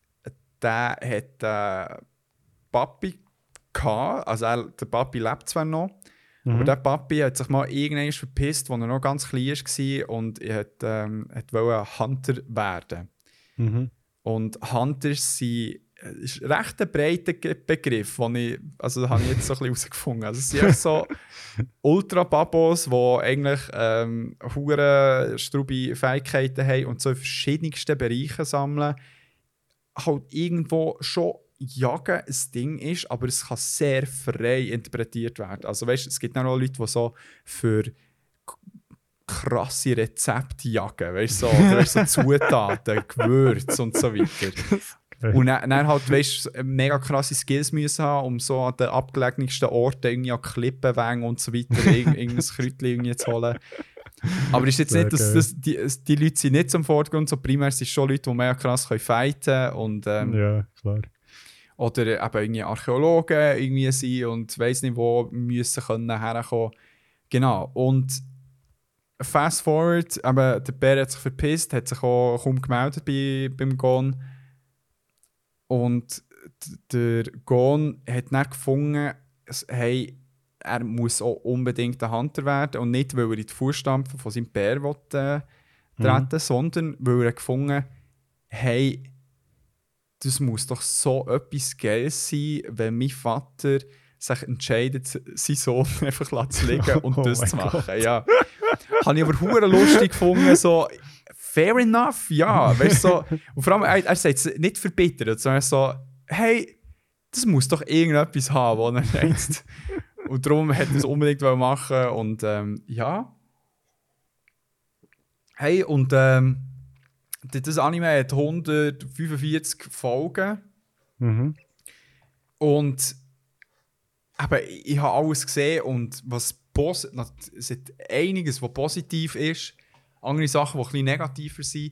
hat Papi gehabt. Also der Papi lebt zwar noch, aber der Papi hat sich mal irgendwann verpisst, als er noch ganz klein war und er wollte Hunter werden. Und Hunters sind ist ein recht breiter Begriff, den ich, also habe ich jetzt so ein bisschen herausgefunden. Also es sind einfach so Ultra-Babos, die eigentlich hure strube Fähigkeiten haben und so in verschiedensten Bereichen sammeln. Halt irgendwo schon Jagen ein Ding ist, aber es kann sehr frei interpretiert werden. Also weißt, es gibt auch Leute, die so für krasse Rezepte jagen, weißt, so Zutaten, Gewürze und so weiter. Und dann halt, weißt, mega krasse Skills müssen haben, um so an den abgelegensten Orten irgendwie an Klippenwängen und so weiter irgendein Kräutchen irgendwie zu holen. Aber es ist jetzt nicht, dass die Leute sind nicht zum Vordergrund, so primär sind es schon Leute, die mega krass fighten können und ja, klar. Oder eben irgendwie Archäologen irgendwie sein und weiss nicht wo müssen können herkommen. Genau. Und fast forward, aber der Bär hat sich verpisst, hat sich auch kaum gemeldet beim Gon. Und der Gon hat dann gefunden, hey, er muss auch unbedingt ein Hunter werden. Und nicht, weil er in die Fußstapfen von seinem Bär treten, sondern weil er gefunden hat, hey, das muss doch so etwas Geiles sein, wenn mein Vater sich entscheidet, seinen Sohn einfach zu legen und das zu machen. Ja. Habe ich aber hure lustig gefunden, so fair enough, ja. Weißt, so, und vor allem, er sagt es nicht verbittert, sondern so, hey, das muss doch irgendetwas haben, wo er jetzt. Und darum hätte er es unbedingt machen und ja. Hey, und das Anime hat 145 Folgen. Und aber ich habe alles gesehen und es hat einiges, was positiv ist, andere Sachen, die ein bisschen negativer sind.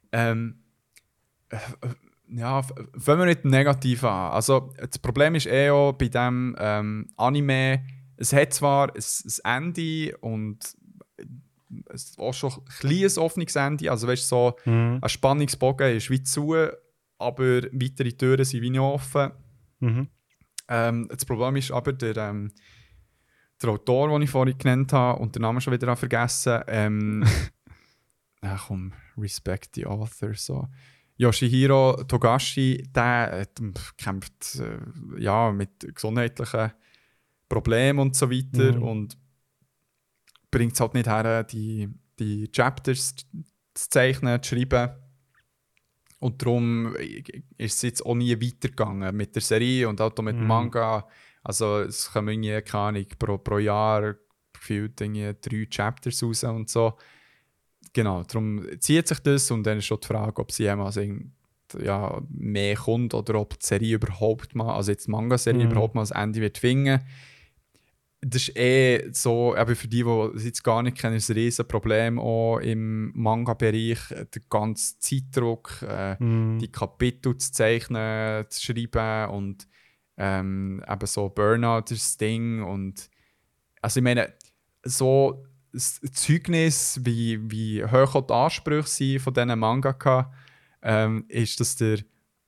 Ja, fangen wir nicht negativ an. Also, das Problem ist auch bei diesem Anime, es hat zwar ein Ende und auch schon ein kleines offenes Ende, also weißt, so ein Spannungsbogen ist wie zu, aber weitere Türen sind wie nicht offen. Das Problem ist aber, der Autor, den ich vorhin genannt habe und den Namen schon wieder vergessen, komm, respect the author, so. Yoshihiro Togashi, der kämpft mit gesundheitlichen Problemen und so weiter und bringt es halt nicht her, die Chapters zu zeichnen, zu schreiben. Und darum ist es jetzt auch nie weitergegangen mit der Serie und auch mit dem Manga. Also es kommen irgendwie, keine Ahnung, pro Jahr gefühlt 3 Chapters raus und so. Genau, darum zieht sich das und dann ist schon die Frage, ob sie jemals mehr kommt oder ob die Serie überhaupt mal, also jetzt die Manga-Serie überhaupt mal das Ende wird finden. Das ist so, aber für die es jetzt gar nicht kennen, ist ein riesen Problem auch im Manga-Bereich, der ganze Zeitdruck, die Kapitel zu zeichnen, zu schreiben und eben so Burnout ist das Ding und also ich meine, so das Zeugnis, wie hoch auch die Ansprüche sind von diesen Mangaka, ist, dass der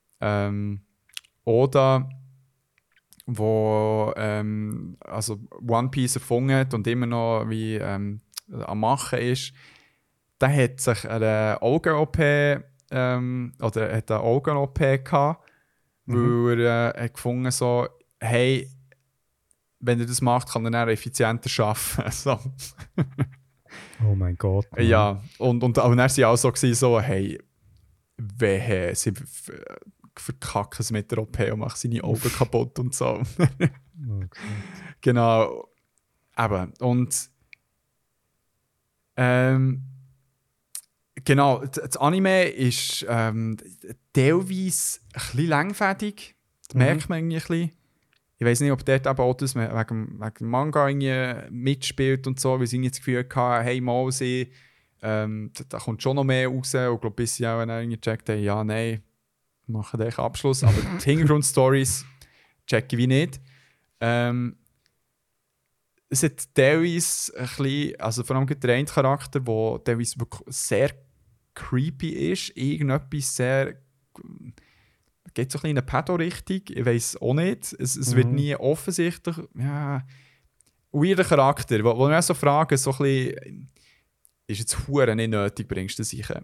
Oda, wo also One Piece erfunden hat und immer noch wie am Machen ist, der hat sich eine Augen-OP oder hat eine Augen-OP gehabt, weil er hat gefunden so, hey, wenn er das macht, kann er dann effizienter arbeiten. So. Oh mein Gott. Man. Ja, und dann war sie auch so, hey, wehe, sie verkacken es mit der OP und machen seine Augen kaputt und so. Oh genau. Eben. Und genau, das Anime ist teilweise ein bisschen langfädig. Das merkt man irgendwie ein bisschen. ich weiß nicht, ob dort eben auch das wegen dem Manga irgendwie mitspielt und so, weil sie irgendwie das Gefühl hatten, hey, mal sie, da kommt schon noch mehr raus. Und ich glaube, bis sie auch irgendwie gecheckt haben, ja, nein, machen den Abschluss. Aber die Hintergrundstories check ich wie nicht. Es hat teilweise ein bisschen, also vor allem der eine Charakter, der teilweise wirklich sehr creepy ist, irgendetwas sehr, geht so ein bisschen in eine Pedo-Richtung, ich weiß auch nicht, es wird nie offensichtlich, ja, weirder Charakter, wo wir so fragen, so ein bisschen, ist jetzt Huren nicht nötig, bringst du sicher.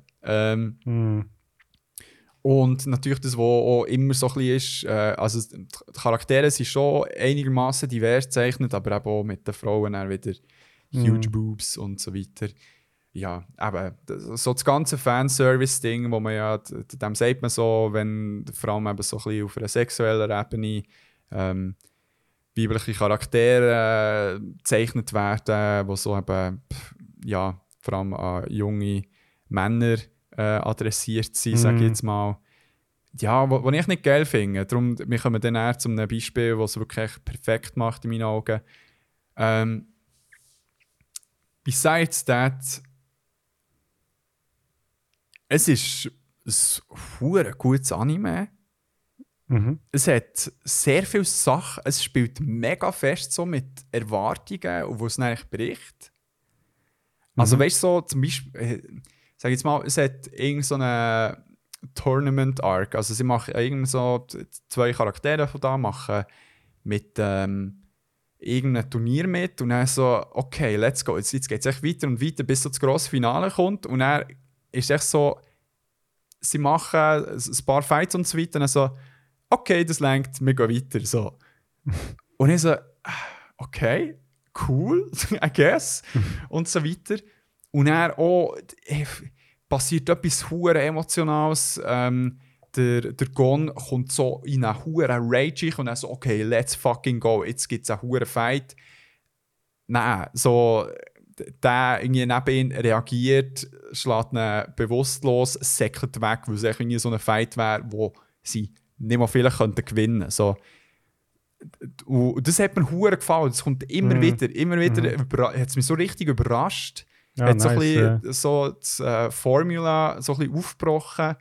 Und natürlich das, was auch immer so ein bisschen ist, also die Charaktere sind schon einigermaßen divers gezeichnet, aber eben auch mit den Frauen dann wieder huge Boobs und so weiter. Ja, eben, so das ganze Fanservice-Ding, wo man ja, dem sagt man so, wenn vor allem eben so ein bisschen auf einer sexuellen Ebene weibliche Charaktere gezeichnet werden, die so eben, ja, vor allem an junge Männer adressiert sind, sage ich jetzt mal. Ja, was ich nicht geil finde. Darum, wir kommen dann eher zu einem Beispiel, das es wirklich perfekt macht in meinen Augen. Besides that, es ist ein verdammt gutes Anime. Es hat sehr viele Sachen, es spielt mega fest so mit Erwartungen und wo es eigentlich bricht. Also weißt du, so zum Beispiel, sag jetzt mal, es hat irgend so eine Tournament-Arc, also sie machen irgendwie so 2 Charaktere von da, machen mit irgendeinem Turnier mit und dann so, okay, let's go, jetzt geht es echt weiter und weiter, bis so das grosse Finale kommt und dann ist es echt so, sie machen ein paar Fights und so weiter und dann so, okay, das reicht, wir gehen weiter, so. Und ich so, okay, cool, I guess, und so weiter. Und dann auch, passiert etwas hure Emotionales. Der Gon kommt so in einen hure Rage und dann so, okay, let's fucking go, jetzt gibt es einen hure Fight. Nein, so, der irgendwie neben ihn reagiert, schlägt ihn bewusstlos, säckelt weg, weil es irgendwie so ein Fight wäre, wo sie nicht mal vielleicht gewinnen könnten. So. Und das hat mir hure gefallen. Das kommt immer wieder hat es mich so richtig überrascht. Ja, hat so nice, ein bisschen so das Formula so ein bisschen aufgebrochen.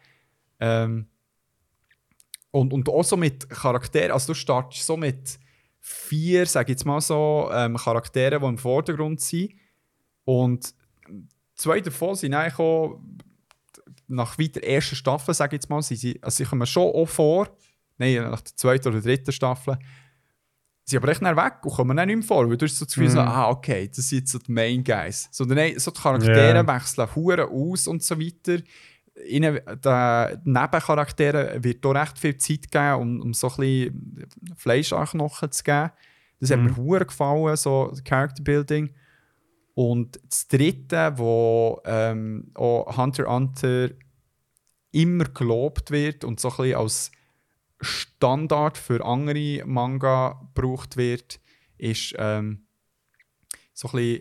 Und auch so mit Charakteren. Also du startest so mit 4, sage ich jetzt mal so, Charakteren, die im Vordergrund sind. Und 2 davon sind eigentlich auch nach weiter ersten Staffel, sage ich jetzt mal, sie kommen schon auch vor. Nein, nach der 2. oder 3. Staffel. Sie sind aber echt schnell weg und kommen dann nicht mehr vor, weil du hast so das Gefühl, so, okay, das sind jetzt so die Main Guys. So die Charaktere wechseln Huren aus und so weiter. Den Nebencharakteren wird auch recht viel Zeit geben, um so ein bisschen Fleisch an Knochen zu geben. Das hat mir Huren gefallen, so Character Building. Und das Dritte, wo auch Hunter x Hunter immer gelobt wird und so ein bisschen als Standard für andere Manga gebraucht wird, ist so ein bisschen,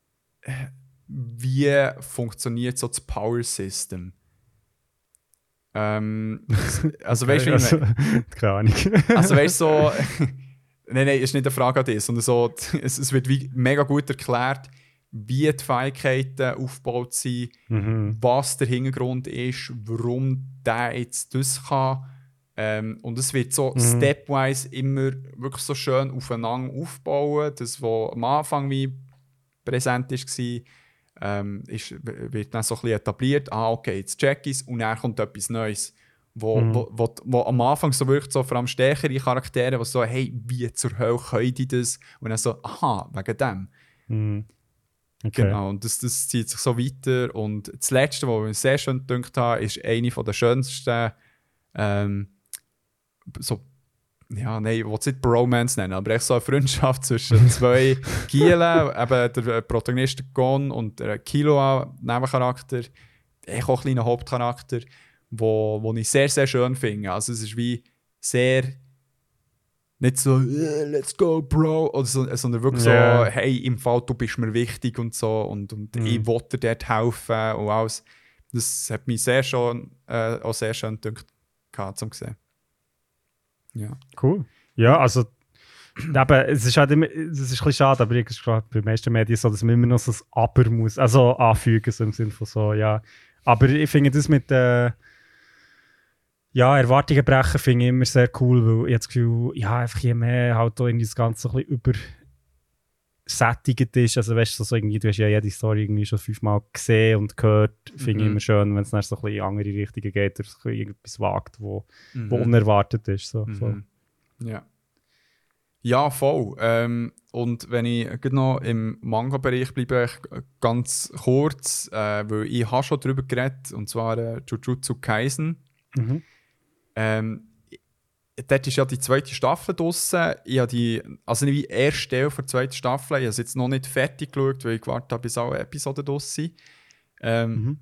wie funktioniert so das Power System. Also weißt du, keine Ahnung. also weißt du, so, nein, ist nicht eine Frage an dich, sondern so, es wird wie mega gut erklärt, wie die Fähigkeiten aufgebaut sind, was der Hintergrund ist, warum der jetzt das kann. Und es wird so stepwise immer wirklich so schön aufeinander aufbauen. Das, was am Anfang wie präsent war, wird dann so ein bisschen etabliert. Okay, jetzt check ich es und dann kommt etwas Neues. Wo am Anfang so wirklich so vor allem stärkere Charaktere, die so, hey, wie zur Hölle können die das? Und dann so, aha, wegen dem. Okay. Genau, und das zieht sich so weiter. Und das Letzte, was mir sehr schön gedacht habe, ist eine der schönsten so, ja, nein, ich will es nicht Bromance nennen, aber echt so eine Freundschaft zwischen 2 Gielen, eben der Protagonist Gon und der Killua, Nebencharakter, auch ein kleiner Hauptcharakter, wo ich sehr, sehr schön finde. Also es ist wie sehr, nicht so, let's go, Bro, oder so, sondern wirklich so, hey, im Fall, du bist mir wichtig und so und ich will dir dort helfen und alles. Das hat mich sehr schön, auch sehr schön gedacht, zum sehen. Ja. Cool. Ja, also Eben, es ist halt immer, es ist ein bisschen schade, aber ich glaube, bei den meisten Medien so, dass man immer noch so ein Aber muss, also anfügen, so im Sinne von so, ja. Aber ich finde das mit Erwartungen brechen finde ich immer sehr cool, weil ich habe das Gefühl, ja, einfach je mehr halt auch irgendwie das Ganze ein bisschen übersättigt ist, also weißt du, so irgendwie, du hast ja jede Story irgendwie schon 5-mal gesehen und gehört, finde ich immer schön, wenn es dann so ein bisschen in andere Richtungen geht, oder so irgendwas wagt, wo unerwartet ist, so. Ja. Ja, voll. Und wenn ich gerade noch im Manga-Bereich bleibe, ganz kurz, weil ich habe schon darüber geredet, und zwar Jujutsu Kaisen. Dort ist ja die zweite Staffel draussen. Ich habe also nicht wie erste Stelle für die zweite Staffel, ich habe es jetzt noch nicht fertig geschaut, weil ich gewartet habe, bis alle Episoden draussen sind.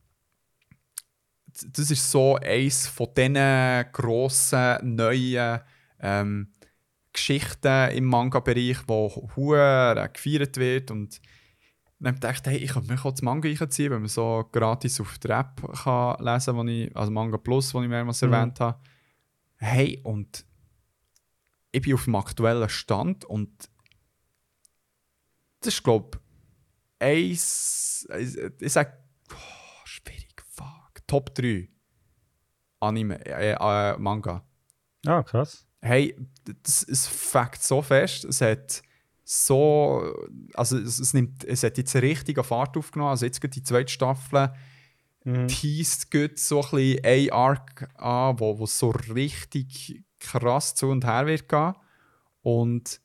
Das ist so eines von diesen grossen, neuen Geschichten im Manga-Bereich, die hure gefeiert wird. Und dann dachte ich, hey, ich könnte mich auch das Manga reinziehen, wenn man so gratis auf der App kann lesen kann, also Manga Plus, den ich mehrmals erwähnt habe. Hey, und ich bin auf dem aktuellen Stand und das ist, glaube ich, ich sage, schwierig, fuck, Top 3 Anime, Manga. Ah, krass. Hey, es fängt so fest, es hat so, also es hat jetzt eine richtige Fahrt aufgenommen, also jetzt geht die zweite Staffel, teast gut so ein bisschen ein Arc an, wo so richtig krass zu und her wird gehen. Und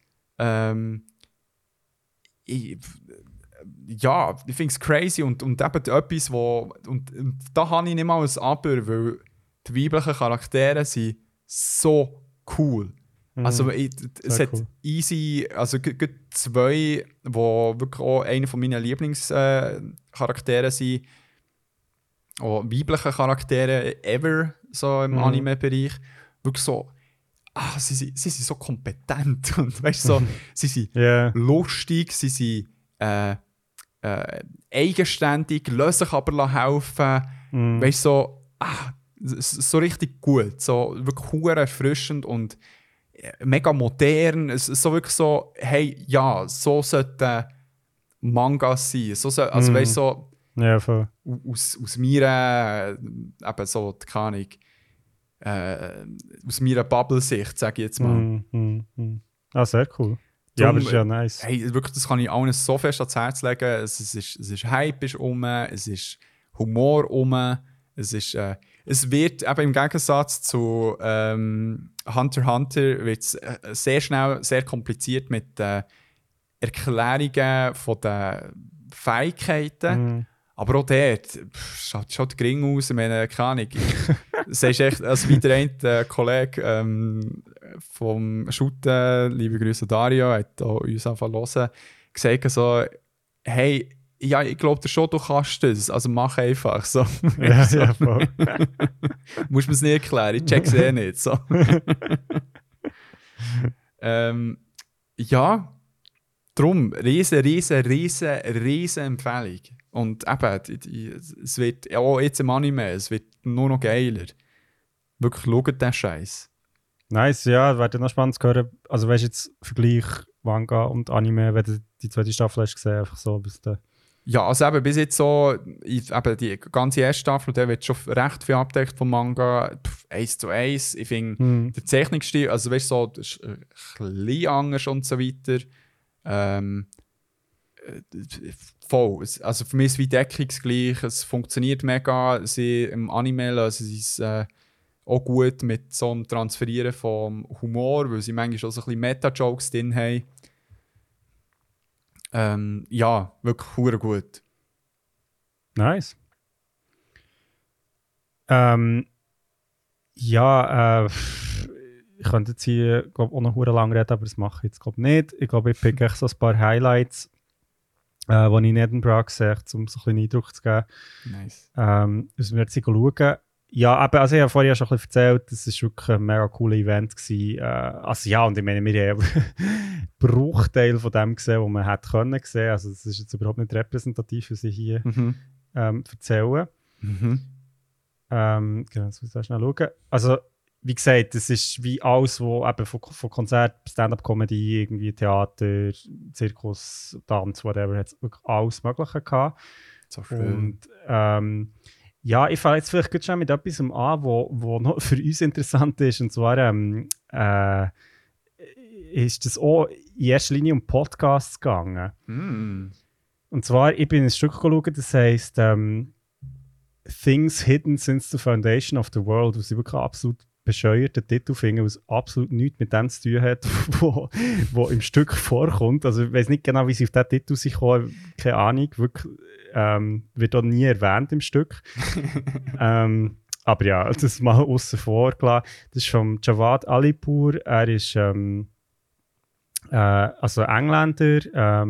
ich finde es crazy und eben etwas, und da habe ich nicht mal ein Aber, weil die weiblichen Charaktere sind so cool. Also es hat cool. Easy, also zwei, die wirklich auch einer von meinen Lieblingscharaktere sind, auch weibliche Charaktere ever, so im Anime-Bereich. Wirklich so, sie sind so kompetent und weißt so, sie sind lustig, sie sind eigenständig, lassen sich aber helfen. Weißt so, so richtig gut, so wirklich hure erfrischend und mega modern. Es ist so wirklich so, hey, ja, so sollten Mangas sein. So also weißt so, ja, voll. Aus meiner, eben so, keine Ahnung, aus meiner Bubble-Sicht, sage ich jetzt mal. Ah, sehr cool. Ja, aber das ist ja nice. Hey, wirklich, das kann ich allen so fest ans Herz legen. Es ist Hype ist es ist Humor es wird eben im Gegensatz zu Hunter x Hunter wird's, sehr schnell sehr kompliziert mit Erklärungen von den Fähigkeiten. Aber auch dort schaut der Gring aus. Ich meine, keine Ahnung. Sagst echt, also wie der eine Kollege vom Shooten, liebe Grüße Dario, hat uns angefangen zu hören, gesagt so, hey, ja, ich glaube schon, du kannst das, also mach einfach so. Ja, so. Ja, voll. Musst mir es nicht erklären, ich check's eh nicht. So. Ja, darum, riesen Empfehlung. Und eben, es wird auch jetzt im Anime, es wird nur noch geiler. Wirklich, schaut den Scheiß. Nice, ja, wäre noch spannend zu hören. Also weißt du jetzt Vergleich Manga und Anime, wenn du die zweite Staffel hast gesehen, einfach so bis da. Ja, also eben bis jetzt so, eben die ganze erste Staffel, der wird schon recht viel abgedeckt vom Manga, 1:1. Ich finde, der Zeichnungsstil, also weißt du, so, das ist ein bisschen anders und so weiter. Voll. Also für mich ist es wie deckungsgleich, es funktioniert mega. Im Anime lassen sie es auch gut mit so einem Transferieren vom Humor, weil sie manchmal auch so ein bisschen Meta-Jokes drin haben. Ja, wirklich hure gut. Nice. Ich könnte jetzt hier glaub, auch noch hure lang reden, aber das mache ich jetzt glaub nicht. Ich glaube, ich pick echt so ein paar Highlights, die ich in Edinburgh gesehen habe, um so einen Eindruck zu geben. Nice. Müssen wir jetzt schauen. Ja, aber also ich habe vorhin schon ein bisschen erzählt, das war wirklich ein mega cooles Event gewesen. Also ja, und ich meine, wir haben einen Bruchteil von dem gesehen, was man hätte können sehen. Also das ist jetzt überhaupt nicht repräsentativ, was ich hier erzähle. Genau, jetzt muss ich schnell schauen. Also wie gesagt, das ist wie alles, wo eben von Konzert, Stand-up-Comedy, irgendwie Theater, Zirkus, Tanz, whatever, hat es wirklich alles Mögliche gehabt. So schön. Und ja, ich fange jetzt vielleicht schon mit etwas an, wo noch für uns interessant ist. Und zwar ist das auch in erster Linie um Podcasts gegangen. Und zwar, ich bin ein Stück schauen, das heisst Things Hidden Since the Foundation of the World, was ich wirklich absolut bescheuerten Titel finde, was absolut nichts mit dem zu tun hat, wo im Stück vorkommt. Also ich weiß nicht genau, wie sie auf diesen Titel sich kommen, keine Ahnung, wirklich wird auch nie erwähnt im Stück. Aber ja, das mal außen vor gelassen. Das ist von Jawad Alipur. Er ist also Engländer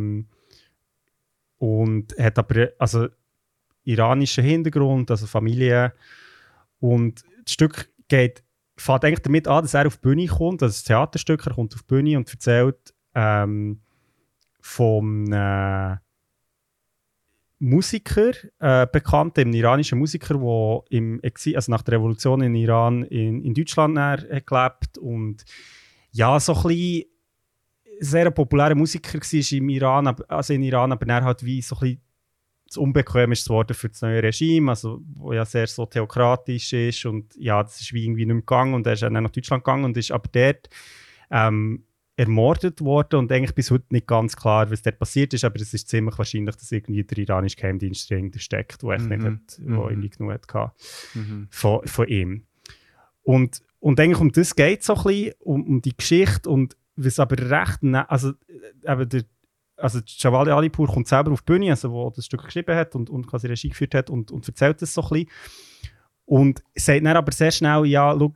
und hat aber also iranischen Hintergrund, also Familie. Und das Stück fängt eigentlich damit an, dass er auf die Bühne kommt, also das Theaterstück, er kommt auf die Bühne und erzählt vom Musiker, bekannten, einem iranischen Musiker, der im Exil, also nach der Revolution in Iran in Deutschland hat gelebt und ja, so ein bisschen sehr populärer Musiker war in Iran, aber er halt wie so ein bisschen zu unbequem ist geworden für das neue Regime, also wo ja sehr so theokratisch ist und ja, das ist wie irgendwie nicht mehr gegangen und er ist dann nach Deutschland gegangen und ist aber dort ermordet worden und eigentlich bis heute nicht ganz klar, was dort passiert ist, aber es ist ziemlich wahrscheinlich, dass irgendwie der iranische Geheimdienst dahinter steckt, wo nicht hat, wo irgendwie genug hatte von ihm. Und eigentlich um das geht es so ein bisschen, um die Geschichte und was aber recht, also Jawad Alipur kommt selber auf die Bühne, also wo das Stück geschrieben hat und quasi Regie geführt hat und erzählt das so ein bisschen. Und sagt dann aber sehr schnell, ja, schau,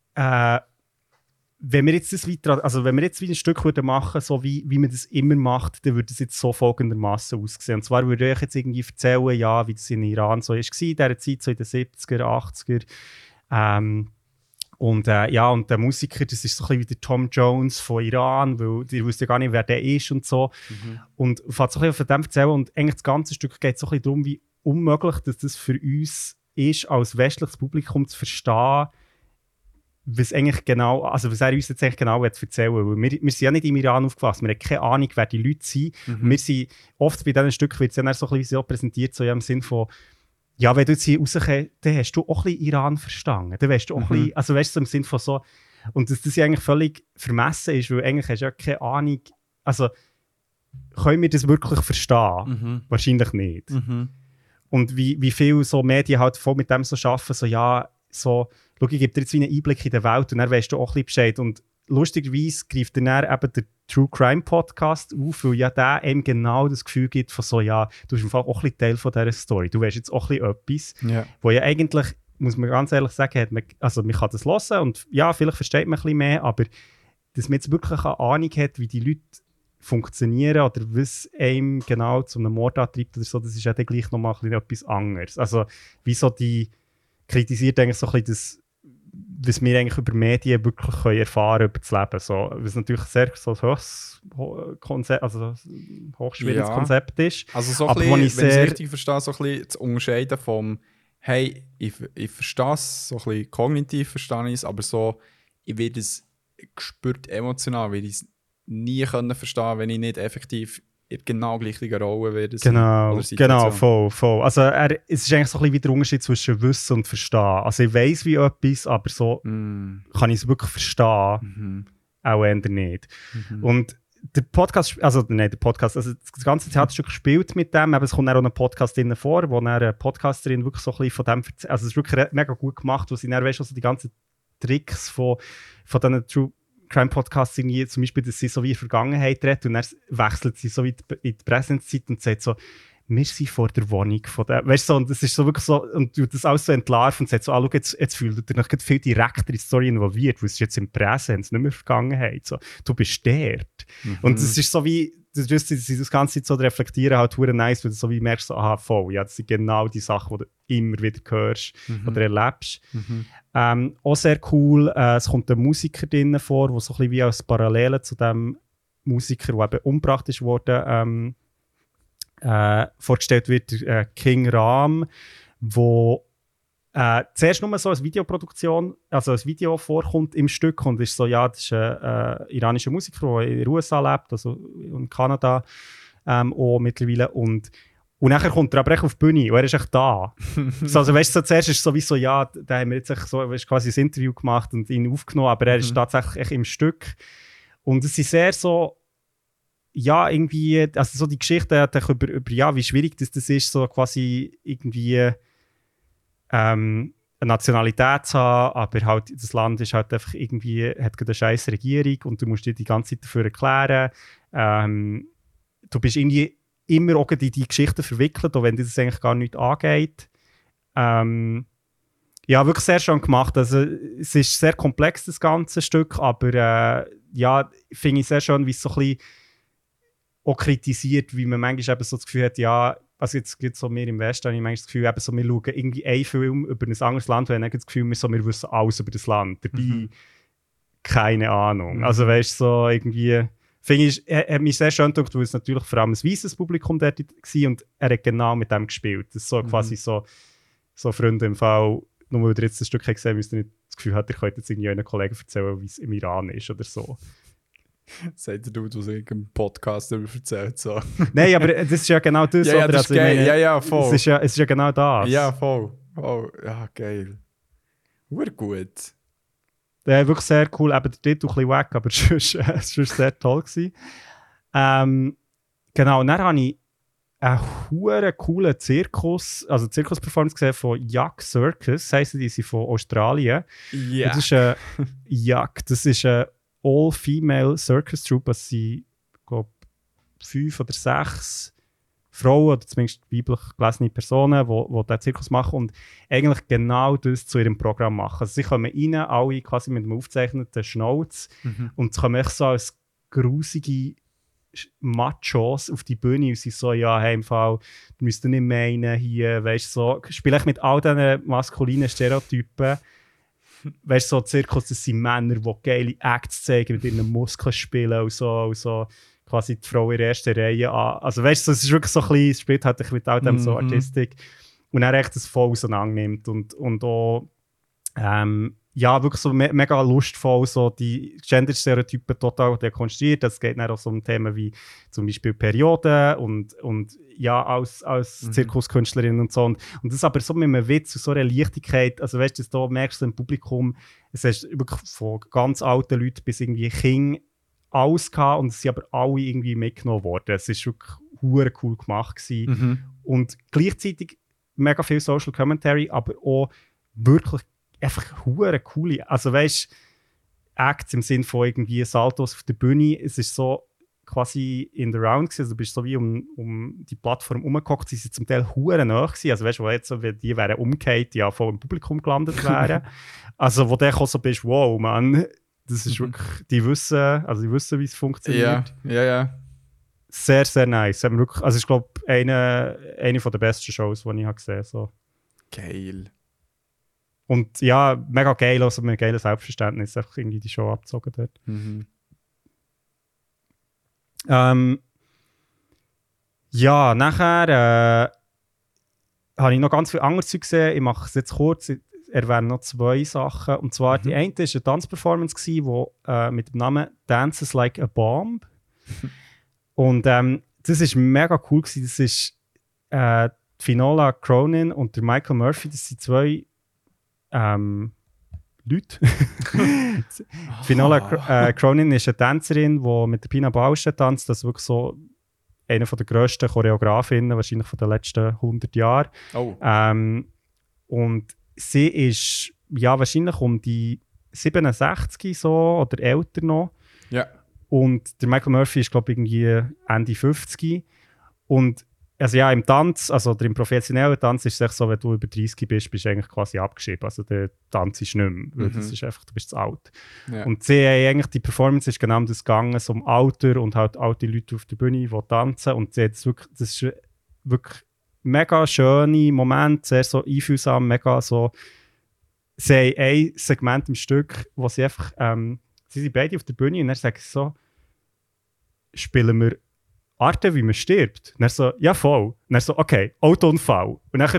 wenn wir jetzt das weiter, also wenn wir jetzt wie ein Stück machen würden, so wie man das immer macht, dann würde es jetzt so folgendermaßen aussehen. Und zwar würde ich jetzt irgendwie erzählen, ja, wie das in Iran so war, in dieser Zeit, so in den 70er, 80er. Und der Musiker, das ist so ein bisschen wie der Tom Jones von Iran, weil die wussten ja gar nicht, wer der ist und so. Und fängt so ein bisschen von dem erzählen und eigentlich das ganze Stück geht so ein bisschen darum, wie unmöglich dass das für uns ist, als westliches Publikum zu verstehen, was eigentlich genau, also was er uns jetzt eigentlich genau erzählen will. Weil wir sind ja nicht im Iran aufgewachsen, wir haben keine Ahnung, wer die Leute sind. Wir sind, oft bei diesen Stücken wird es ja dann so ein bisschen präsentiert, so im Sinn von, ja, wenn du jetzt hier rauskommst, dann hast du auch ein bisschen Iran verstanden. Dann weißt du auch ein bisschen, also weißt du, so im Sinn von so, und dass das ja eigentlich völlig vermessen ist, weil eigentlich hast du ja keine Ahnung, also können wir das wirklich verstehen? Wahrscheinlich nicht. Und wie viele so Medien halt voll mit dem so arbeiten, so ja, so, schau, ich gebe dir jetzt wie einen Einblick in die Welt und dann weißt du auch ein bisschen Bescheid. Und lustigerweise greift dann eben der True Crime Podcast auf, weil ja der eben genau das Gefühl gibt von so, ja, du bist im Fall auch ein bisschen Teil von dieser Story. Du weißt jetzt auch ein bisschen etwas, wo ja eigentlich, muss man ganz ehrlich sagen, man kann das hören und ja, vielleicht versteht man ein bisschen mehr, aber dass man jetzt wirklich eine Ahnung hat, wie die Leute funktionieren oder was einem genau zu einem Mord antreibt oder so, das ist ja dann gleich nochmal ein bisschen etwas anderes. Also, wieso die kritisiert eigentlich so ein bisschen das, was wir eigentlich über Medien wirklich können erfahren über das Leben. So, was natürlich sehr so ein hochschwieriges Konzept ist. Also so aber ein bisschen, wenn ich es richtig verstehe, so ein bisschen zu unterscheiden vom hey, ich verstehe es, so ein bisschen kognitiv verstehe ich es, aber so, ich werde es gespürt emotional, weil ich es nie können verstehen, wenn ich nicht effektiv in genau gleicher Rolle werde. Genau, voll. Also es ist eigentlich so ein bisschen wie der Unterschied zwischen Wissen und Verstehen. Also ich weiss wie etwas, aber so kann ich es wirklich verstehen, auch eher nicht. Und der Podcast, also das ganze Theaterstück spielt mit dem, aber es kommt auch ein Podcast drin vor, wo eine Podcasterin wirklich so ein bisschen von dem erzählt. Also es ist wirklich mega gut gemacht, wo sie dann weißt, also die ganzen Tricks von diesen True Crime Podcasts irgendwie, zum Beispiel, dass sie so wie in die Vergangenheit redet und dann wechselt sie so wie in die Präsenzzeit und sagt so, wir sind vor der Wohnung von der, weißt du, so, und das ist so wirklich so, und du das alles so entlarvt und sagt so, schau, jetzt fühlt ihr dich viel direkter in die Story involviert, weil es ist jetzt im Präsenz, nicht mehr Vergangenheit, so, du bist dort. Und es ist so wie, das Ganze so reflektieren halt verdammt nice, weil du so wie merkst, so, aha, voll, ja, das sind genau die Sachen, die du immer wieder hörst oder erlebst. Auch sehr cool, es kommt ein Musiker drin vor, der so ein bisschen wie als Parallele zu dem Musiker, der eben umgebracht ist worden, vorgestellt wird, King Ram, wo zuerst nur so eine Videoproduktion, also ein Video vorkommt im Stück und ist so, ja, das ist ein iranischer Musiker, der in den USA lebt, also in Kanada auch mittlerweile. Und nachher kommt er aber echt auf die Bühne und er ist echt da. So, also weißt du, so, zuerst ist es sowieso, ja, da haben wir jetzt echt so, quasi ein Interview gemacht und ihn aufgenommen, aber er ist tatsächlich echt im Stück. Und es ist sehr so, ja, irgendwie, also so die Geschichte hat über ja, wie schwierig das ist, so quasi irgendwie eine Nationalität zu haben, aber halt das Land ist halt einfach irgendwie, hat eine scheiß Regierung und du musst dir die ganze Zeit dafür erklären. Du bist irgendwie immer auch in die Geschichte verwickelt, auch wenn dir das eigentlich gar nicht angeht. Ja, wirklich sehr schön gemacht. Also, es ist sehr komplex, das ganze Stück, aber ja, finde ich sehr schön, wie es so ein bisschen auch kritisiert, wie man manchmal eben so das Gefühl hat, ja, also jetzt gibt es so mir im Westen, habe ich manchmal das Gefühl, eben so, wir schauen irgendwie einen Film über ein anderes Land und haben dann das Gefühl, wir wissen alles über das Land. Dabei keine Ahnung. Also weißt du, so irgendwie, finde ich, er hat mich sehr schön gedacht, weil es natürlich vor allem ein weißes Publikum dort war und er hat genau mit dem gespielt. Das ist so quasi so Freunde im Fall, nur weil ihr jetzt das Stück gesehen habt, müsst ihr nicht das Gefühl habt, ihr könnt jetzt irgendwie einen Kollegen erzählen, wie es im Iran ist oder so. Sagt der Dude, was ich im Podcast darüber erzählt. So. Nein, aber das ist ja genau das. Ja, oder? das ist geil. Ja, voll. Es ist ja genau das. Ja, voll. Oh, ja, geil. Gut. Wirklich sehr cool. Eben der Titel ein bisschen wack, aber es war sehr toll gewesen. Genau, und dann habe ich einen coolen Zirkus-Performance gesehen von Yak Circus. Das heisst, die sind von Australien. Ja. Das ist Yak. Das ist eine All-Female Circus Troupe. Das sind, glaube ich, 5 oder 6 Frauen oder zumindest weiblich gelesene Personen, die diesen Zirkus machen und eigentlich genau das zu ihrem Programm machen. Also sie kommen rein, alle quasi mit einem aufgezeichneten Schnauz und sie kommen echt so als grusige Machos auf die Bühne und sie so, ja, hey, im Fall, du müsst nicht meinen, hier, weißt du, so, spiele ich mit all diesen maskulinen Stereotypen. Weißt du, so Zirkus, das sind Männer, die geile Acts zeigen, mit ihren Muskeln spielen und so quasi die Frau in der ersten Reihe an. Also weißt du, es ist wirklich so ein bisschen, es spielt halt mit all dem so Artistik. Und er echt das voll auseinandernimmt und auch ja, wirklich so mega lustvoll, so die Gender-Stereotypen total dekonstruiert. Es geht dann auch so um Themen wie zum Beispiel Perioden und ja, als Zirkuskünstlerin und so. Und das aber so mit einem Witz und so einer Leichtigkeit. Also weißt du, da merkst du im Publikum, es ist wirklich von ganz alten Leuten bis irgendwie Kindern alles gehabt und es sind aber alle irgendwie mitgenommen worden. Es war wirklich hure cool gemacht gewesen. Und gleichzeitig mega viel Social Commentary, aber auch wirklich einfach hure coole, also weißt, Acts im Sinn von irgendwie Saltos auf der Bühne. Es ist so quasi in the round gewesen, also du bist so wie um die Plattform rumgehockt, sie sind zum Teil hure nahe gewesen, also weißt du, wo jetzt so, wenn die wären umgekehrt, ja, voll im Publikum gelandet wären. Also wo du auch so bist, wow, Mann, das ist wirklich, die wissen, wie es funktioniert. Ja. Sehr, sehr nice. Wirklich, also ich glaube, eine von der besten Shows, die ich habe gesehen habe. So. Geil. Und ja, mega geil, also mit einem geilen Selbstverständnis, einfach irgendwie die Show abgezogen dort. Ja, nachher habe ich noch ganz viel anderes Zeug gesehen. Ich mache es jetzt kurz. Ich erwähne noch 2 Sachen. Und zwar, die eine war eine Tanzperformance, die mit dem Namen Dances Like a Bomb. Und das war mega cool gewesen. Das ist Finola Cronin und der Michael Murphy. Das sind 2 Leute. Finola Cronin ist eine Tänzerin, die mit der Pina Bausch tanzt. Das ist wirklich so eine der grössten Choreografinnen, wahrscheinlich von den letzten 100 Jahren. Oh. Und sie ist ja wahrscheinlich um die 67 so oder älter noch. Ja. Und der Michael Murphy ist, glaube ich, irgendwie Ende 50. Und also ja, im Tanz, also oder im professionellen Tanz ist es echt so, wenn du über 30 bist, bist du eigentlich quasi abgeschrieben. Also der Tanz ist nicht mehr, weil das ist einfach, du bist zu alt. Ja. Und sie eigentlich, die Performance ist genau um das gegangen, so um Alter und halt alte Leute auf der Bühne, die tanzen. Und sie hat wirklich, das ist wirklich mega schöne Momente, sehr so einfühlsam, mega so. Sie haben ein Segment im Stück, wo sie einfach, sie sind beide auf der Bühne und dann sagen sie so, spielen wir Arte, wie man stirbt. Und dann so, ja voll. Und dann so, okay, Autounfall. Und nachher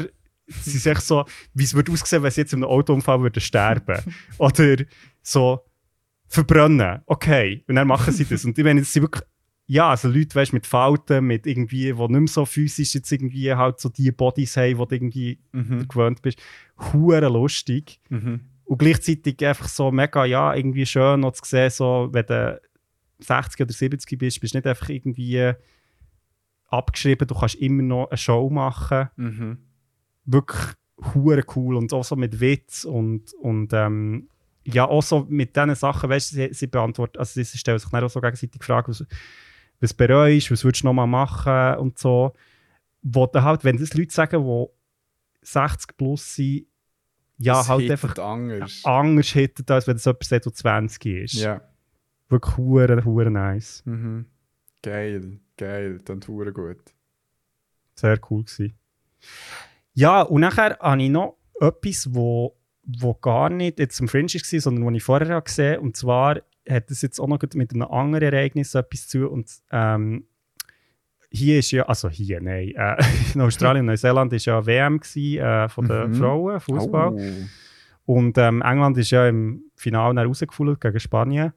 sie sagen so, wie es würde aussehen, wenn sie jetzt in einem Autounfall würden sterben. Oder so, verbrennen. Okay. Und dann machen sie das. Und ich meine, das sind wirklich, ja, also Leute, weißt, mit Falten, mit irgendwie, die nicht mehr so physisch jetzt irgendwie halt so die Bodies haben, wo du irgendwie gewöhnt bist. Hure lustig. Und gleichzeitig einfach so mega, ja, irgendwie schön noch zu sehen, so, wenn du 60 oder 70 bist, bist du nicht einfach irgendwie abgeschrieben, du kannst immer noch eine Show machen. Wirklich hure cool und auch so mit Witz und ja, auch so mit diesen Sachen, weißt du, sie beantworten, also sie stellen sich dann auch so gegenseitig die Frage, was bereust, was würdest du nochmal machen und so. Wo dann halt, wenn das Leute sagen, die 60 plus sind, ja, das halt hittet einfach anders hittet, als wenn es jemand sagt, der 20 ist. Ja. Wirklich hure nice. Geil, dann hure gut. Sehr cool gewesen. Ja, und nachher habe ich noch etwas, wo gar nicht jetzt im Fringe war, sondern was ich vorher gesehen habe. Und zwar hat das jetzt auch noch mit einem anderen Ereignis etwas zu. Und hier ist ja, also hier, nein, in Australien und Neuseeland war ja WM gewesen, von den Frauen, Fußball. Oh. Und England ist ja im Finale dann rausgefallen gegen Spanien.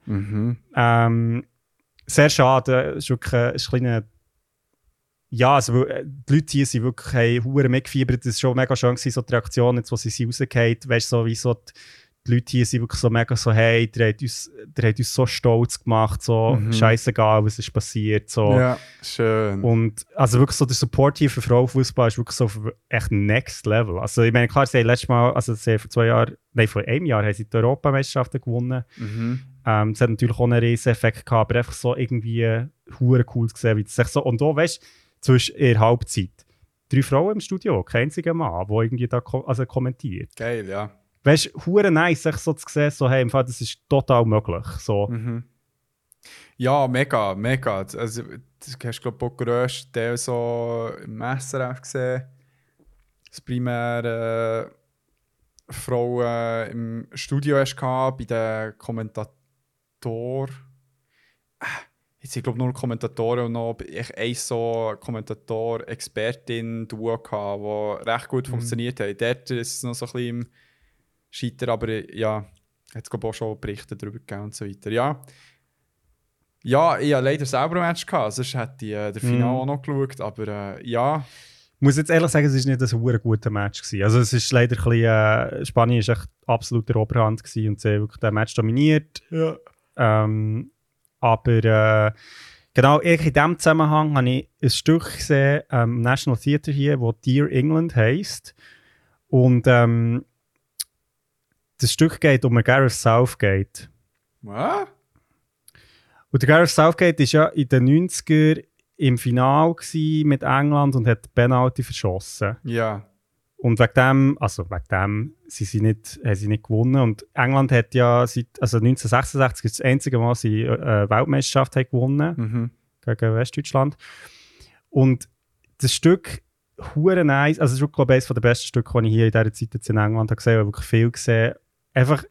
Sehr schade, es ist wirklich ein kleiner. Ja, also die Leute hier sind wirklich hure mitgefiebert. Das war schon mega schön gewesen, so die Reaktion, jetzt, wo sie rausgehen. Weißt du, so wie so die Leute hier sind wirklich so mega so, hey, der hat uns so stolz gemacht, so scheissegal, was ist passiert. So. Ja, schön. Und also wirklich so der Support hier für Frauenfußball ist wirklich so echt next level. Also ich meine, klar, sie haben letztes Mal, also sie haben vor einem Jahr haben sie die Europameisterschaften gewonnen. Es hat natürlich auch einen riesen Effekt gehabt, aber einfach so irgendwie hure cool zu sehen, wie das sich so, und auch, weißt du, zwischen der Halbzeit 3 Frauen im Studio, kein einziger Mann, der irgendwie da kommentiert. Geil, ja. Weißt du, hure nice, sich so zu sehen, so, hey, im Fall, das ist total möglich. So. Ja, mega. Also, das hast du, glaube ich, auch grössten Teil so im SRF gesehen. Das primär Frauen im Studio hast gehabt, bei den Kommentatoren. Jetzt sind, glaube ich, nur Kommentatoren und noch ein so Kommentator-Expertin-Duo gehabt, die recht gut funktioniert haben. Dort ist es noch so ein bisschen im Scheitern, aber ja, hat es, glaube ich, auch schon Berichte darüber gegeben und so weiter. Ja, ich hatte leider selber ein Match gehabt, sonst hätte ich der Finale auch noch geschaut, aber ja. Ich muss jetzt ehrlich sagen, es war nicht ein sehr guter Match gewesen. Also es ist leider ein bisschen, Spanien war echt absolut der Oberhand gewesen und sie haben wirklich den Match dominiert. Ja. Aber genau, in diesem Zusammenhang habe ich ein Stück gesehen im National Theatre hier, das Dear England heisst. Und das Stück geht um Gareth Southgate. Was? Und der Gareth Southgate war ja in den 90er im Finale mit England und hat die Penalty verschossen. Ja. Und wegen dem haben sie nicht gewonnen. Und England hat ja seit 1966 das einzige Mal sie Weltmeisterschaft gewonnen gegen Westdeutschland. Und das Stück hure nice, also es ist glaube ich eines der besten Stücke, die ich hier in dieser Zeit jetzt in England gesehen habe, wirklich viel gesehen. Einfach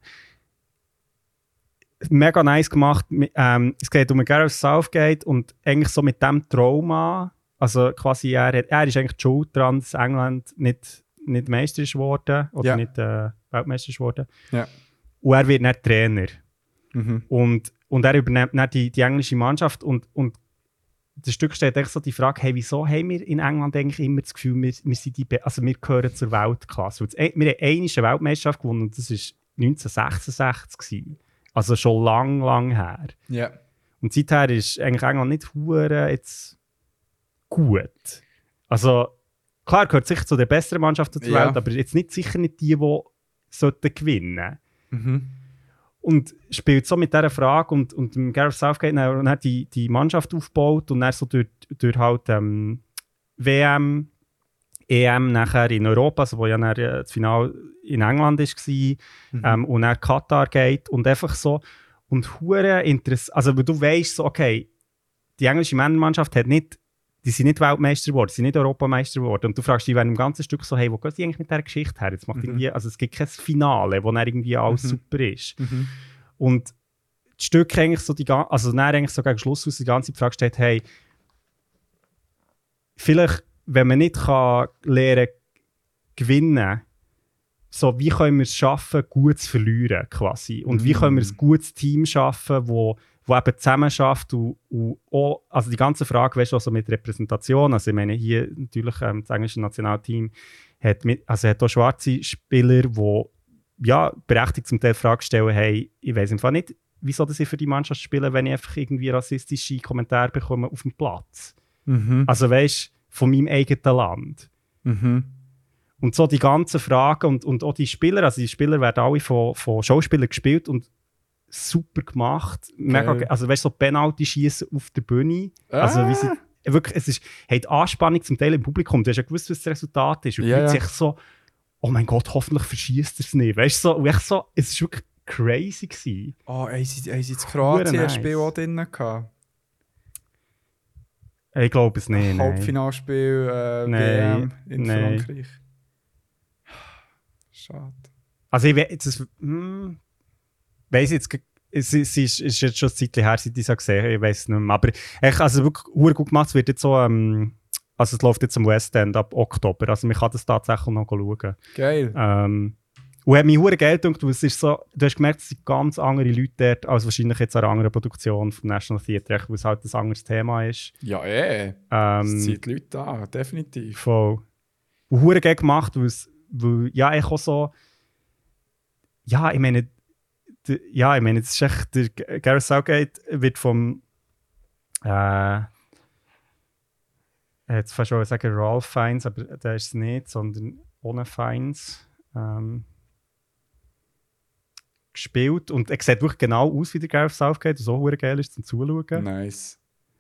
mega nice gemacht. Es geht um Gareth Southgate und eigentlich so mit dem Trauma, also quasi er ist eigentlich die Schuld daran, dass England nicht Meister ist geworden oder nicht Weltmeister ist geworden. Ja. Und er wird nicht Trainer. Und er übernimmt dann die englische Mannschaft und das Stück stellt echt so die Frage, hey, wieso haben wir in England eigentlich immer das Gefühl, wir gehören zur Weltklasse. Wir haben einmal eine Weltmeisterschaft gewonnen und das war 1966 gewesen. Also schon lang her. Ja. Und seither ist eigentlich England nicht hure jetzt gut. Also klar gehört sicher zu der besseren Mannschaft der Welt, aber jetzt sicher nicht die sollten gewinnen. Und spielt so mit dieser Frage und Gareth Southgate hat die Mannschaft aufgebaut und dann so durch halt WM, EM nachher in Europa, also wo ja dann das Finale in England war, und dann Katar geht und einfach so und hure interessant, also du weißt so, okay, die englische Männermannschaft die sind nicht Weltmeister geworden, die sind nicht Europameister geworden. Und du fragst dich während dem ganzen Stück so, hey, wo gehen die eigentlich mit dieser Geschichte her? Jetzt macht irgendwie, also es gibt kein Finale, wo dann irgendwie alles super ist. Und das Stück eigentlich so also dann eigentlich so gegen Schluss aus die ganze Frage steht, hey, vielleicht, wenn man nicht kann lernen gewinnen, so, wie können wir es schaffen, gut zu verlieren, quasi. Und wie können wir ein gutes Team schaffen, wo eben zusammen schafft und auch, also die ganze Frage, weißt du, also mit Repräsentation, also ich meine, hier natürlich das englische Nationalteam hat auch schwarze Spieler, die ja, berechtigt zum Teil Fragen stellen, hey, ich weiss einfach nicht, wieso ich für die Mannschaft spiele, wenn ich einfach irgendwie rassistische Kommentare bekomme auf dem Platz. Also weißt du, von meinem eigenen Land. Und so die ganzen Fragen und auch die Spieler, also die Spieler werden alle von Schauspielern gespielt und super gemacht. Mega, also weißt du, so Penalty-Schießen auf der Bühne. Also wie sie, wirklich, es ist, die Anspannung zum Teil im Publikum. Du hast ja gewusst, was das Resultat ist. Und sich so, oh mein Gott, hoffentlich verschießt er es nicht. Weißt du, so, und echt so, es war wirklich crazy gewesen. Oh, haben sie in Kroatien ein Spiel auch drin gehabt? Ich glaube es nicht. Halbfinalspiel WM in Frankreich. Schade. Also ich weiss jetzt, es ist jetzt schon ein Zeitchen her, seit ich es gesehen habe, ich weiss es nicht mehr. Aber also wirklich verdammt gut gemacht, es wird jetzt so, also es läuft jetzt am West End ab Oktober, also man kann das tatsächlich noch schauen. Geil. Und hat mich verdammt geil gedacht, es ist so, du hast gemerkt, es sind ganz andere Leute dort, als wahrscheinlich jetzt an einer anderen Produktion vom National Theatre, weil es halt ein anderes Thema ist. Ja, das zieht die Leute an, definitiv. Voll. Und verdammt geil gemacht, weil ja, ich auch so, ja, ich meine, das ist echt, der Gareth Southgate wird vom, jetzt fast schon sagen Ralph Fiennes, aber der ist es nicht, sondern ohne Fiennes gespielt. Und er sieht wirklich genau aus wie der Gareth Southgate, was auch verdammt geil ist zum Zuschauen. Nice.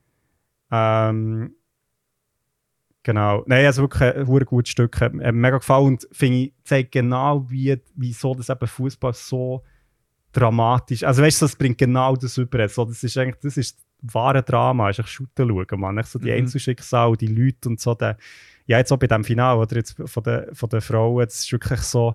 Genau. Nein, also wirklich ein verdammt gutes Stück. Hat mir mega gefallen und finde ich, zeigt genau, wieso das eben Fußball so dramatisch. Also weißt du, das bringt genau das über. So, das ist das wahre Drama, ist echt Shooten schauen, man. So die Einzelschicksale, die Leute und so. Ja, jetzt auch bei diesem Finale, oder jetzt von der Frauen, das ist wirklich so,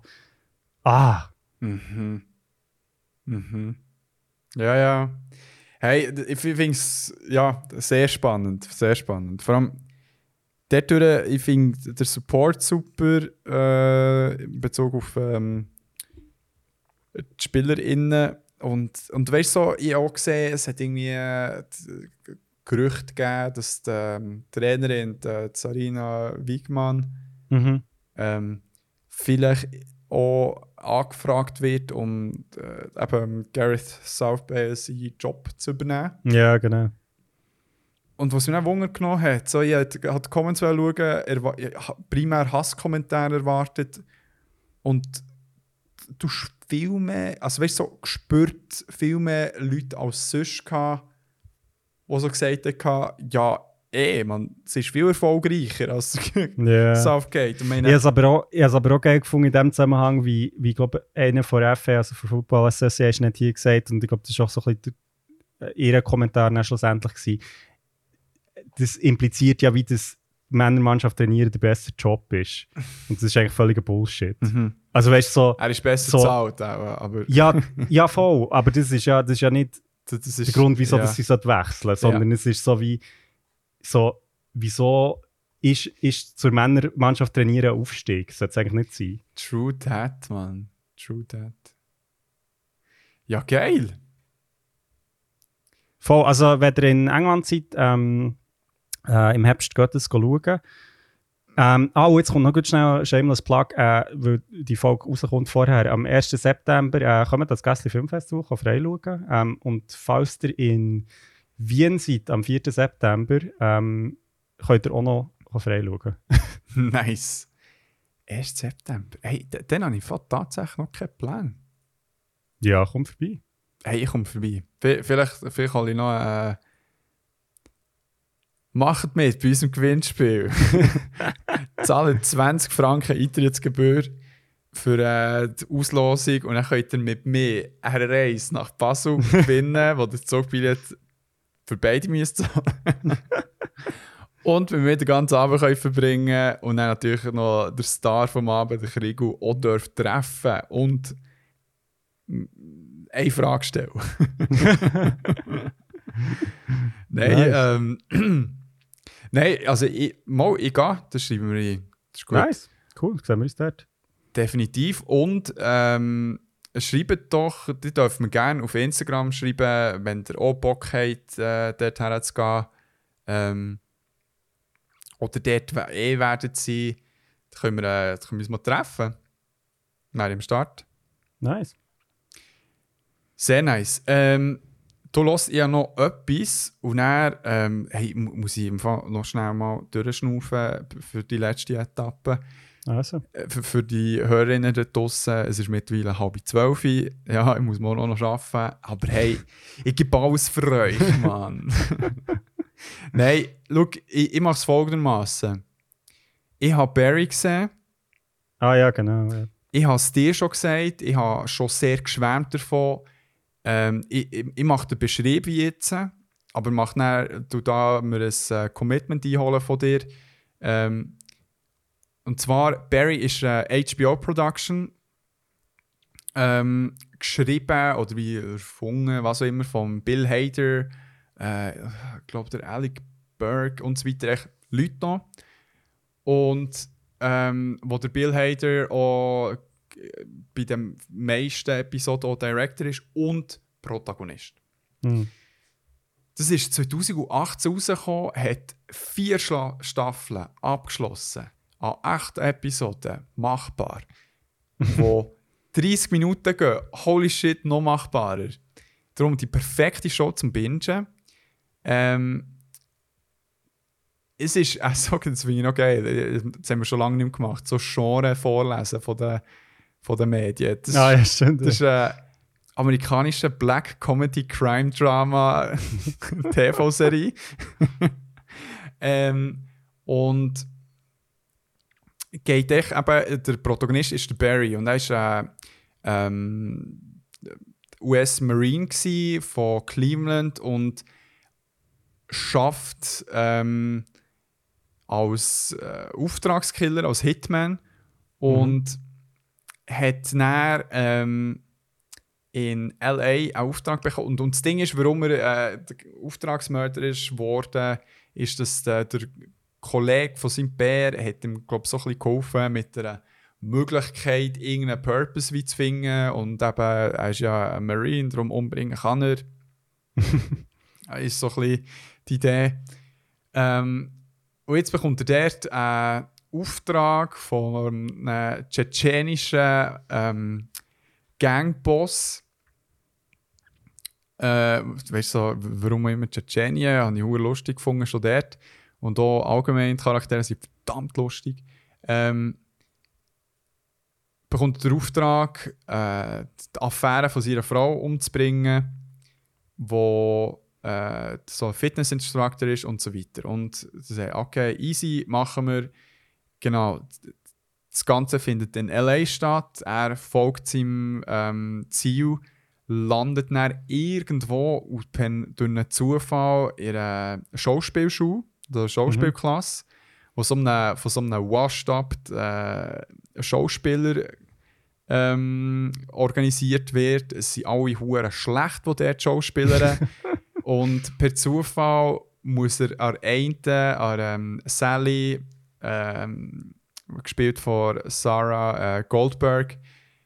Ja. Hey, ich finde es sehr spannend, sehr spannend. Vor allem dadurch, ich finde der Support super in Bezug auf die SpielerInnen. Und weißt du, so, ich habe auch gesehen, es hat irgendwie Gerüchte gegeben, dass die Trainerin, die Sarina Wiegmann, vielleicht auch angefragt wird, um eben Gareth Southgate seinen Job zu übernehmen. Ja, genau. Und was mich auch Wunder genommen hat, so, ich hatte die Comments schauen, ich habe primär Hasskommentare erwartet und du hast viel mehr, also weißt du, so gespürt, viel mehr Leute als sonst gehabt, die so gesagt haben, ja, man, es ist viel erfolgreicher als Southgate. Ich habe es aber auch geil gefunden in dem Zusammenhang, wie glaube einer von FA, also von Football Association, hat hier gesagt, und ich glaube, das war auch so ein bisschen ihr Kommentar dann schlussendlich gewesen. Das impliziert ja, wie das Männermannschaft trainieren der beste Job ist. Und das ist eigentlich völliger Bullshit. Also weißt du, so... Er ist besser bezahlt auch, aber... Ja, voll. Aber das ist ja nicht das ist, der Grund, wieso dass sie wechseln, sondern es ist so wie... So, wieso ist zur Männermannschaft trainieren ein Aufstieg? Das sollte es eigentlich nicht sein. True that, man. True that. Ja, geil. Voll, also wenn ihr in England seid, im Herbst geht es schauen. Jetzt kommt noch gut schnell ein Shameless Plug, weil die Folge rauskommt vorher. Am 1. September kommt das Gässli Filmfestival frei schauen. Und falls ihr in Wien seid, am 4. September, könnt ihr auch noch frei schauen. Nice. 1. September. Hey, dann habe ich tatsächlich noch keinen Plan. Ja, komm vorbei. Hey, ich komme vorbei. Vielleicht kann ich noch... Macht mit bei unserem Gewinnspiel. Zahlt 20 Franken Eintrittsgebühr für die Auslosung und dann könnt ihr mit mir eine Reise nach Basel gewinnen, wo das Zugbillett für beide müsst zahlen. Und wenn wir den ganzen Abend verbringen können und dann natürlich noch der Star vom Abend, der Krigu, auch treffen und eine Frage stellen. Nein, nein, also ich gehe, das schreiben wir ein. Das ist gut. Nice. Cool, sehen wir uns dort. Definitiv. Und schreibt doch, die dürfen wir gerne auf Instagram schreiben, wenn ihr auch Bock habt, dort herzugehen. Oder dort werdet sein, dann können wir uns mal treffen. Wäre im Start. Nice. Sehr nice. Du hörst ja noch etwas und dann muss ich im Fall noch schnell mal durchschnaufen für die letzte Etappe. Also. Für die Hörerinnen da draussen, es ist mittlerweile 11:30. Ja, ich muss morgen auch noch arbeiten. Aber hey, ich gebe alles für euch, Mann. Nein, schau, ich mache es folgendermaßen. Ich habe Barry gesehen. Ah ja, genau. Ja. Ich habe es dir schon gesagt. Ich habe schon sehr geschwärmt davon. Ich mache den Beschrieb jetzt, aber du da mir ein Commitment einholen von dir. Und zwar, Barry ist eine HBO-Production, geschrieben oder wie erfunden, was auch immer, von Bill Hader, ich glaube der Alec Berg und so weiter, echt Leute noch. Und wo der Bill Hader auch bei den meisten Episoden auch Director ist und Protagonist. Das ist 2018 rausgekommen, hat 4 Staffeln abgeschlossen. An 8 Episoden machbar. Wo 30 Minuten gehen, holy shit, noch machbarer. Darum die perfekte Show zum Bingen. Es ist, das finde ich noch geil, das haben wir schon lange nicht mehr gemacht, so Genre vorlesen von den Medien. Ja, stimmt. Das ist eine amerikanische Black Comedy Crime Drama TV-Serie. Und geht echt eben, der Protagonist ist der Barry und er ist US Marine von Cleveland und schafft als Auftragskiller, als Hitman und hat dann in L.A. einen Auftrag bekommen. Und das Ding ist, warum er der Auftragsmörder ist geworden, ist, dass der Kollege von seinem Bär hat ihm, glaube ich, so ein bisschen geholfen mit einer Möglichkeit, irgendeinen Purpose wie zu finden. Und eben, er ist ja ein Marine, darum umbringen kann er. Das ist so ein bisschen die Idee. Und jetzt bekommt er dort einen Auftrag von einem tschetschenischen Gangboss. Weißt du, so, warum immer Tschetschenien? Habe ich sehr lustig gefunden, schon dort. Und auch allgemein die Charaktere sind verdammt lustig. Bekommt den Auftrag, die Affäre von seiner Frau umzubringen, wo so ein Fitnessinstructor ist und so weiter. Und sie sagen, okay, easy, machen wir. Genau, das Ganze findet in L.A. statt. Er folgt seinem Ziel, landet dann irgendwo durch einen Zufall in einer Schauspielschule, der Schauspielklasse, wo von so einem washed-up Schauspieler organisiert wird. Es sind alle hure schlecht, die dort Schauspieler. Und per Zufall muss er an Sally, gespielt von Sarah Goldberg,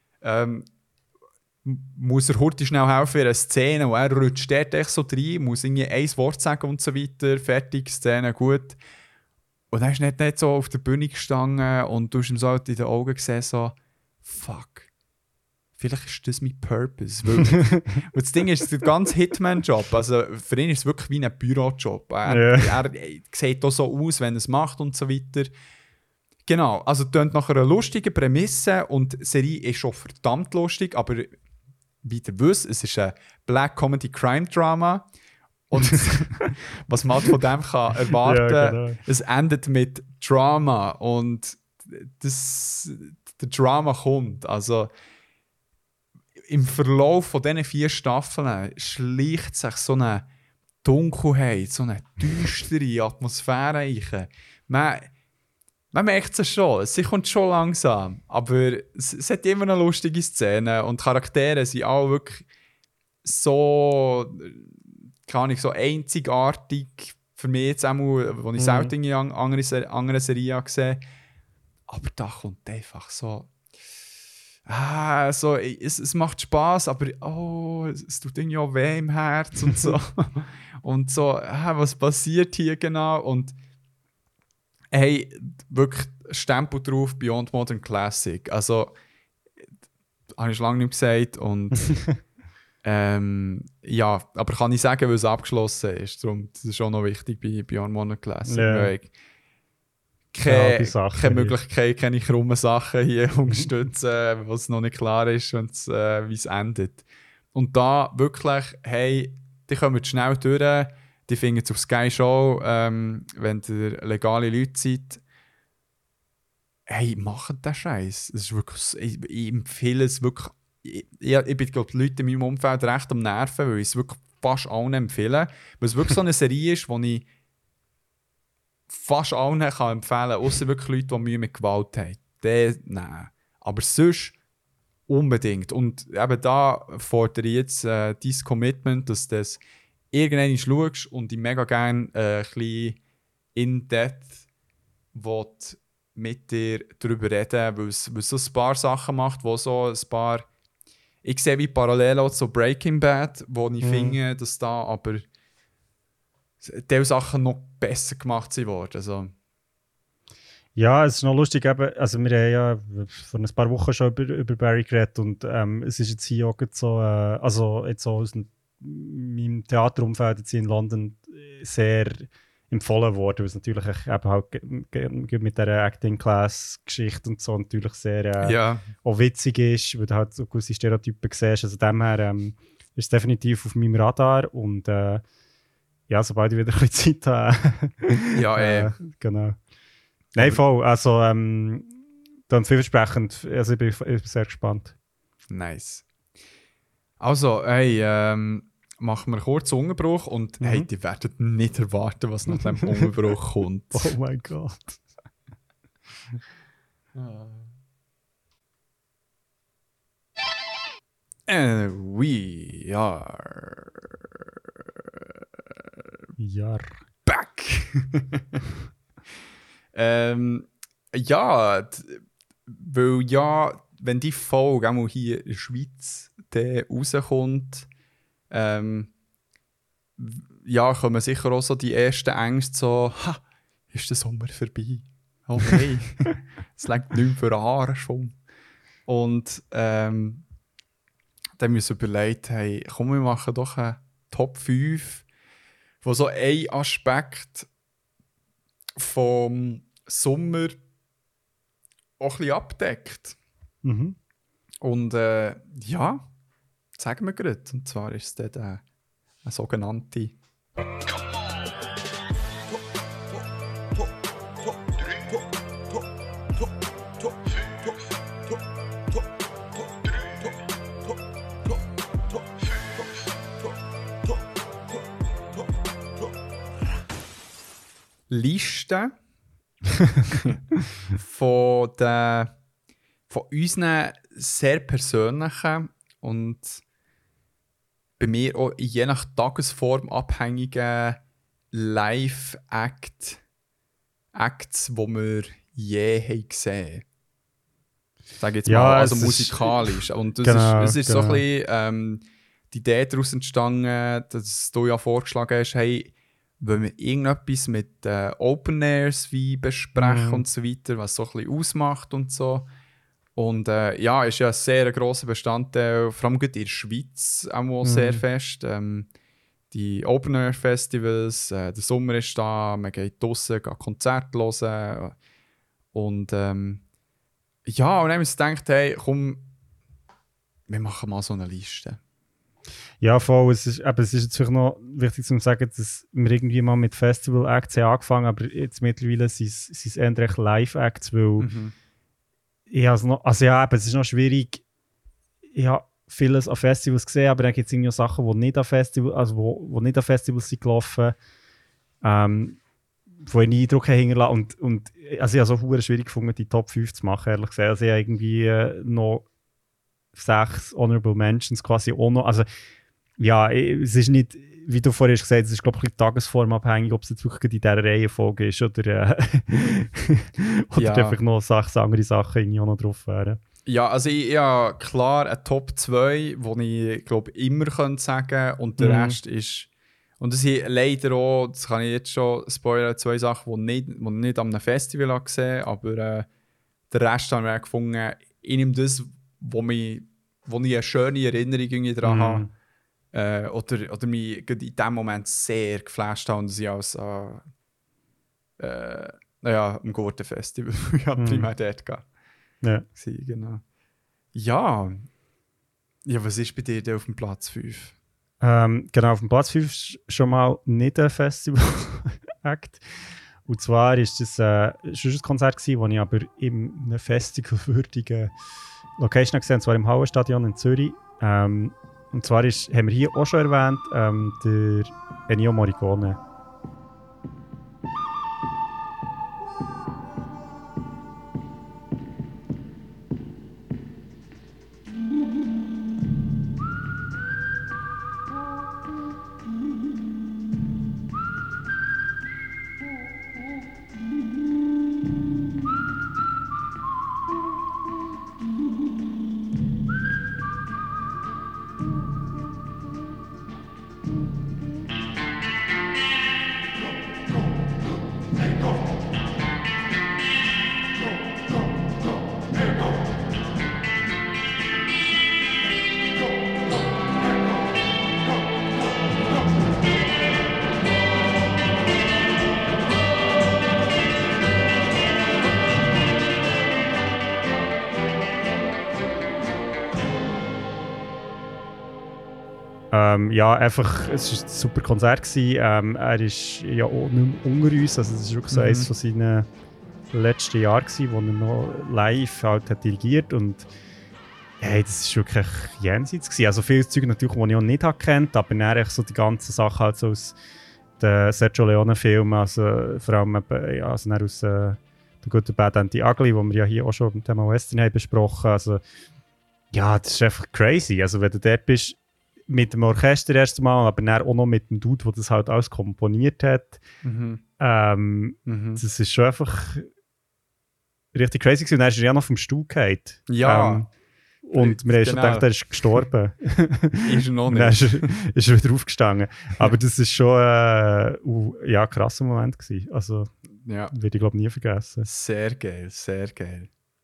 muss er heute schnell helfen in einer Szene, wo er rutscht dort echt so rein, muss irgendwie ein Wort sagen und so weiter, fertig, Szene, gut. Und dann ist er nicht so auf der Bühne gestanden und du hast ihm so in den Augen gesehen, so, fuck, vielleicht ist das mein Purpose. Und das Ding ist, der ganze Hitman-Job, also für ihn ist es wirklich wie ein Bürojob. Er sieht auch so aus, wenn er es macht und so weiter. Genau, also es klingt nach einer lustigen Prämisse und die Serie ist schon verdammt lustig, aber wie ihr wisst, es ist ein Black Comedy Crime Drama und was man von dem kann erwarten, ja, genau. Es endet mit Drama und der Drama kommt. Also im Verlauf von diesen 4 Staffeln schleicht sich so eine Dunkelheit, so eine düstere Atmosphäre rein. Man merkt es schon, sie kommt schon langsam, aber es hat immer noch lustige Szenen und die Charaktere sind auch wirklich so, so einzigartig für mich jetzt auch, als ich selten in anderen Serien gesehen habe. Aber da kommt einfach so... es macht Spass, aber es tut irgendwie auch weh im Herz und so. Und so, was passiert hier genau? Und hey, wirklich Stempel drauf, Beyond Modern Classic. Also, habe ich schon lange nicht gesagt. Und ja, aber kann ich sagen, weil es abgeschlossen ist. Darum, das ist auch noch wichtig bei Beyond Modern Classic. Ja. Keine Möglichkeit, keine krummen Sachen hier unterstützen, was noch nicht klar ist, wie es endet. Und da wirklich, hey, die kommen schnell durch, die finden es auf Sky Show, wenn ihr legale Leute seid. Hey, macht den Scheiß. Es ist wirklich, ich empfehle es wirklich. Ich bin, glaube, die Leute in meinem Umfeld recht am Nerven, weil ich es wirklich fast allen empfehle. Weil es wirklich so eine Serie ist, die ich fast allen kann empfehlen kann, außer wirklich Leute, die Mühe mit Gewalt haben. Nein. Aber sonst unbedingt. Und eben da fordere ich jetzt dein Commitment, dass du das irgendwann schaust und ich mega gerne ein bisschen in-depth mit dir darüber reden, weil es so ein paar Sachen macht, wo so ein paar... Ich sehe wie parallel auch zu Breaking Bad, wo ich finde, dass da aber diese Sachen noch besser gemacht wurden. Also. Ja, es ist noch lustig, eben, also wir haben ja vor ein paar Wochen schon über Barry geredet und es ist jetzt hier auch so, also jetzt so aus meinem Theaterumfeld jetzt in London sehr empfohlen worden, weil es natürlich eben halt mit dieser Acting-Class-Geschichte und so natürlich sehr auch witzig ist, weil du halt so gewisse Stereotypen siehst. Also dem her ist es definitiv auf meinem Radar und ja, sobald ich wieder ein bisschen Zeit habe. Genau. Nein, voll. Also dann vielversprechend. Also ich bin sehr gespannt. Nice. Also, hey, machen wir kurz einen Unterbruch und hey, die werden nicht erwarten, was nach dem Unterbruch kommt. Oh mein Gott. And we are back. Ja, weil ja, wenn die Folge auch mal hier in der Schweiz rauskommt, ja, kommen sicher auch so die ersten Ängste so, ist der Sommer vorbei? Oh nein, es längt nicht mehr für Jahre schon. Und dann müssen wir überlegen, hey, komm, wir machen doch eine Top 5, wo so ein Aspekt vom Sommer auch ein bisschen abdeckt. Mhm. Und ja, sagen wir gerade. Und zwar ist es dann eine sogenannte Liste von unseren sehr persönlichen und bei mir auch je nach Tagesform abhängigen Live-Acts, die wir je haben gesehen. Sag jetzt mal, also musikalisch. Und das ist so ein bisschen die Idee daraus entstanden, dass du ja vorgeschlagen hast, hey, wenn wir irgendetwas mit Open Airs wie besprechen und so weiter, was so ein bisschen ausmacht und so. Und ja, ist ja ein sehr grosser Bestandteil, vor allem in der Schweiz auch sehr fest. Die Open Air Festivals, der Sommer ist da, man geht draussen, geht Konzerte hören. Und ja, und dann haben wir uns gedacht, hey, komm, wir machen mal so eine Liste. Ja, voll. Es ist jetzt vielleicht noch wichtig zu sagen, dass wir irgendwie mal mit Festival-Acts angefangen haben, aber jetzt mittlerweile sind es eher recht Live-Acts, weil es ist noch schwierig. Ich habe vieles an Festivals gesehen, aber dann gibt es irgendwie Sachen, die nicht an Festivals, wo nicht an Festivals sind gelaufen, wo ich einen Eindruck hinterlassen. Und also ich habe so verdammt schwierig gefunden, die Top 5 zu machen, ehrlich gesagt. Also ich habe irgendwie noch 6 Honorable Mentions quasi auch noch. Also Ja, es ist nicht, wie du vorhin gesagt hast, es ist glaube ich tagesformabhängig, ob es jetzt wirklich in dieser Reihenfolge ist oder, oder einfach noch andere Sachen irgendwie auch noch drauf wären. Ja, also ich habe klar eine Top 2, die ich glaube immer könnte sagen und der Rest ist... Und das sind leider auch, das kann ich jetzt schon spoilern, 2 Sachen, die ich nicht an einem Festival gesehen habe, aber der Rest haben wir gefunden, ich nehme das, wo ich eine schöne Erinnerung irgendwie daran habe oder mich in dem Moment sehr geflasht habe und dass ich als am Gurten-Festival primär dort gehe. Ja. Genau. Ja, was ist bei dir denn auf dem Platz 5? Genau, auf dem Platz 5 ist schon mal nicht ein Festival-Act. Und zwar war das schon ein Konzert, das ich aber in einer festivalwürdigen Location gesehen habe, und zwar im Hallenstadion in Zürich. Und zwar haben wir hier auch schon erwähnt, der Ennio Morricone. Ja, einfach, es war ein super Konzert gewesen. Er ist ja auch nicht mehr unter uns, also es war wirklich so eines von seinen letzten Jahren gewesen, wo er noch live halt hat dirigiert und hey, das war wirklich jenseits gewesen. Also viele Züge natürlich, die ich auch nicht kennt, aber dann echt so die ganzen Sachen halt so aus den Sergio Leone-Filmen, also vor allem eben, ja, also dann aus «The Good, the Bad and the Ugly», wo wir ja hier auch schon beim Thema Western haben besprochen. Also ja, das ist einfach crazy. Also wenn du dort bist, mit dem Orchester erst mal, aber dann auch noch mit dem Dude, der das halt alles komponiert hat. Das ist schon einfach richtig crazy gewesen. Und dann ist er ja noch vom Stuhl gefallen. Ja. Und wir haben schon gedacht, er ist gestorben. Ist er noch nicht. Dann ist er wieder aufgestanden. Aber das ist schon ein krasser Moment gewesen. Also, werde ich glaube nie vergessen. Sehr geil, sehr geil.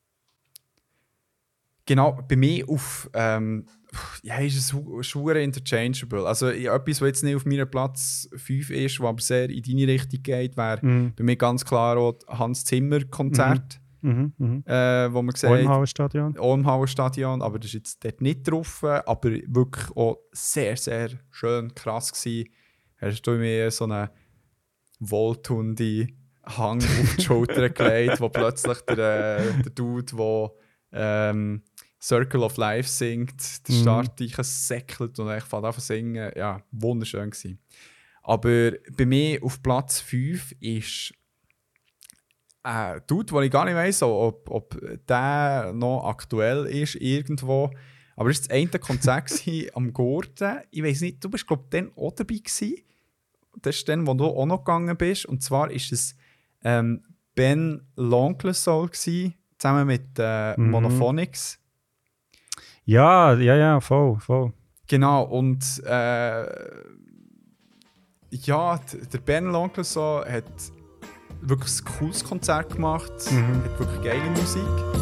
Genau, bei mir auf... ist es schwer interchangeable. Also etwas, was jetzt nicht auf meinem Platz 5 ist, was aber sehr in deine Richtung geht, wäre bei mir ganz klar auch Hans Zimmer Konzert, wo man gesehen hat. Auch im Hallenstadion, aber das ist jetzt dort nicht drauf, aber wirklich auch sehr, sehr schön, krass gewesen. Hast du mir so einen wohltuenden Hang auf die Schulter gelegt, wo plötzlich der Dude, der Circle of Life singt, der Start säckelt und ich fange an zu singen. Ja, wunderschön gewesen. Aber bei mir auf Platz 5 ist ein Dude, wo ich gar nicht weiss, ob der noch aktuell ist irgendwo. Aber es war das eine Konzert am Gurten. Ich weiss nicht, du bist glaube ich dann auch dabei gewesen. Das ist dann, wo du auch noch gegangen bist. Und zwar war es Ben L'Oncle gewesen, zusammen mit Monophonics. Ja, voll. Genau, und der Ben L'Oncle hat wirklich ein cooles Konzert gemacht, hat wirklich geile Musik.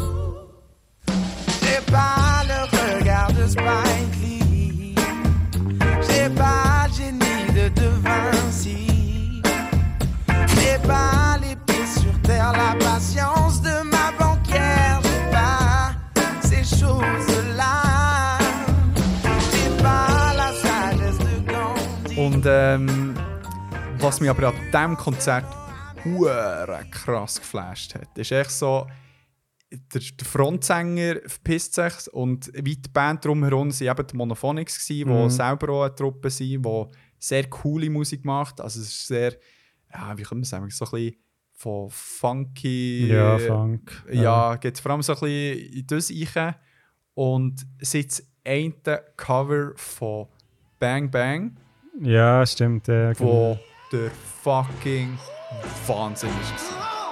J'ai pas le regard de Spike Lee, j'ai pas le génie de De Vinci, j'ai pas les pieds sur terre, la patience de ma banquière, j'ai pas ces choses-là, j'ai pas la sagesse de Gandhi. Und was mich aber an diesem Konzert krass geflasht hat, ist echt so, der Frontsänger verpisst sich und wie die Band drumherum waren eben die Monophonics, die selber auch eine Truppe sind, die sehr coole Musik macht. Also es ist sehr, wie kann man sagen, so ein bisschen von funky... Ja, Funk. Ja, geht vor allem so ein bisschen in das rein. Und es ist das eine Cover von Bang Bang, Ja, stimmt. wo der fucking Wahnsinn ist.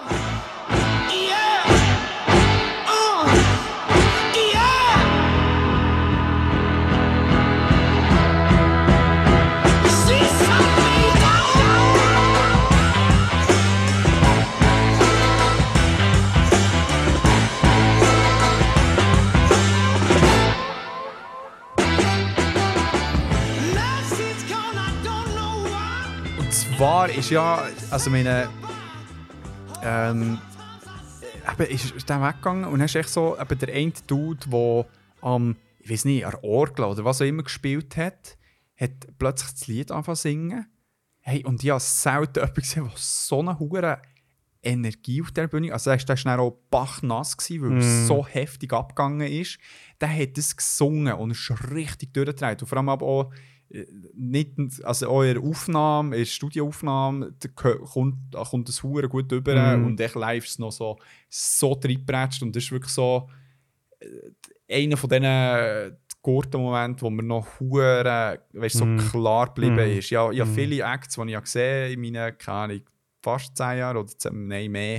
Zwar ist ja, also meine, eben ist der weggegangen und dann ist echt so, eben der eine Dude, der ich weiß nicht, an der Orgel oder was auch immer gespielt hat plötzlich das Lied angefangen zu singen. Hey, und ich habe selten jemanden gesehen, der so eine hohe Energie auf der Bühne, also der war dann auch bachnass gewesen, weil es so heftig abgegangen ist. Der hat es gesungen und ist richtig durchgedreht. Und vor allem aber auch nicht, also eure Aufnahme, in der Studioaufnahme, da kommt das Hure gut rüber und echt live ist es noch so reingepratscht und das ist wirklich so einer von diesen guten Momenten, wo mir noch Hure, weißt, so klar geblieben ist. Ja, ich habe viele Acts, die ich gesehen habe in meinen, keine Ahnung, fast 10 Jahren oder 10, nein, mehr.